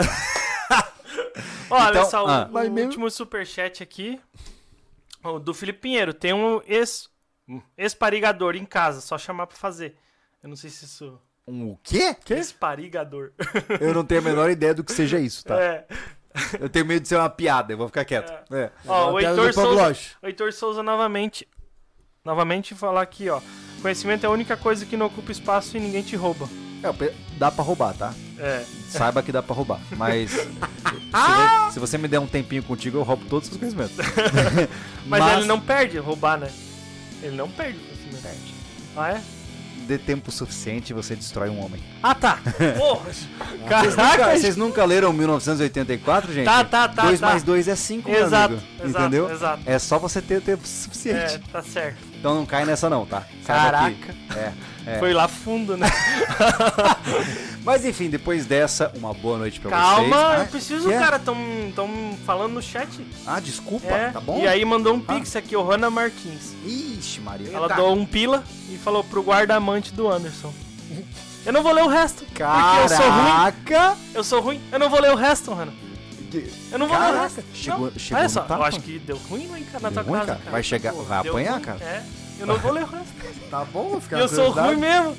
Olha Então, só, o, ah. o Mas mesmo- último superchat aqui. O do Felipe Pinheiro. Tem um ex, um esparigador em casa, só chamar pra fazer. Eu não sei se isso. Um o quê? Esparigador. Eu não tenho a menor ideia do que seja isso, tá? É. Eu tenho medo de ser uma piada, eu vou ficar quieto. É. Ó, o Uma piada Heitor do Souza, Pangloss. o Heitor Souza novamente. Novamente falar aqui, ó. Conhecimento é a única coisa que não ocupa espaço e ninguém te rouba. É, pe- dá pra roubar, tá? É. Saiba que dá pra roubar. Mas se, vo- se você me der um tempinho contigo, eu roubo todos os seus conhecimentos. Mas, ele não perde roubar, né? Ele não perde o conhecimento. perde. Ah, é? Dê tempo suficiente, você destrói um homem. Ah, tá. Porra. Vocês nunca, Caraca. vocês nunca leram mil novecentos e oitenta e quatro, gente? Tá, tá, tá, dois tá. mais dois é cinco, meu Exato, amigo. exato, Entendeu? exato. É só você ter tempo É, suficiente. tá certo. Então não cai nessa não, tá? Saiba que- Caraca. É, é. Foi lá fundo, né? Mas enfim, depois dessa, uma boa noite pra vocês. Calma, Ah, eu preciso, que é? cara. Tão, tão falando no chat. Ah, desculpa, É. tá bom? E aí mandou um Ah. pix aqui, o Hanna Martins. Ixi, Maria. Ela Eita. doou um pila e falou pro guarda-amante do Anderson. Eu não vou ler o resto, porque eu sou ruim. Caraca! Eu sou ruim. Eu não vou ler o resto, Hanna. Eu não vou ler o Caraca, resto. chegou- Não. chegou Olha no só, tapa? eu acho que deu ruim lá em ca- na Deu tua ruim, casa, cara? cara. Vai chegar- vai deu apanhar, ruim. cara? É, eu não vou ler o resto. Tá bom, vou ficar Eu na sou curiosidade. ruim mesmo.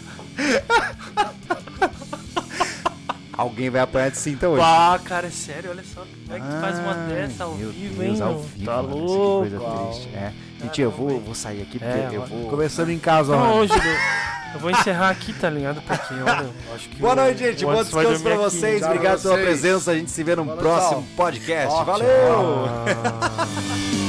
Alguém vai apanhar de cinta hoje. Ah, cara, é sério, olha só. Como é que tu faz uma Ai, dessa ao meu vivo, Deus, hein? ao meu? vivo, Tá mano, que louco. coisa triste. É. Gente, eu vou, vou sair aqui porque É, eu ó, vou... Começando em casa, ó. Então, Júlio, eu vou encerrar aqui, tá ligado? Porque, olha, eu acho que Boa o- noite, gente. o Bom Anderson vai descanso pra dormir aqui. vocês. Tchau, Obrigado pela vocês. presença. A gente se vê num Boa noite, próximo tchau. podcast. Tchau, Valeu! tchau.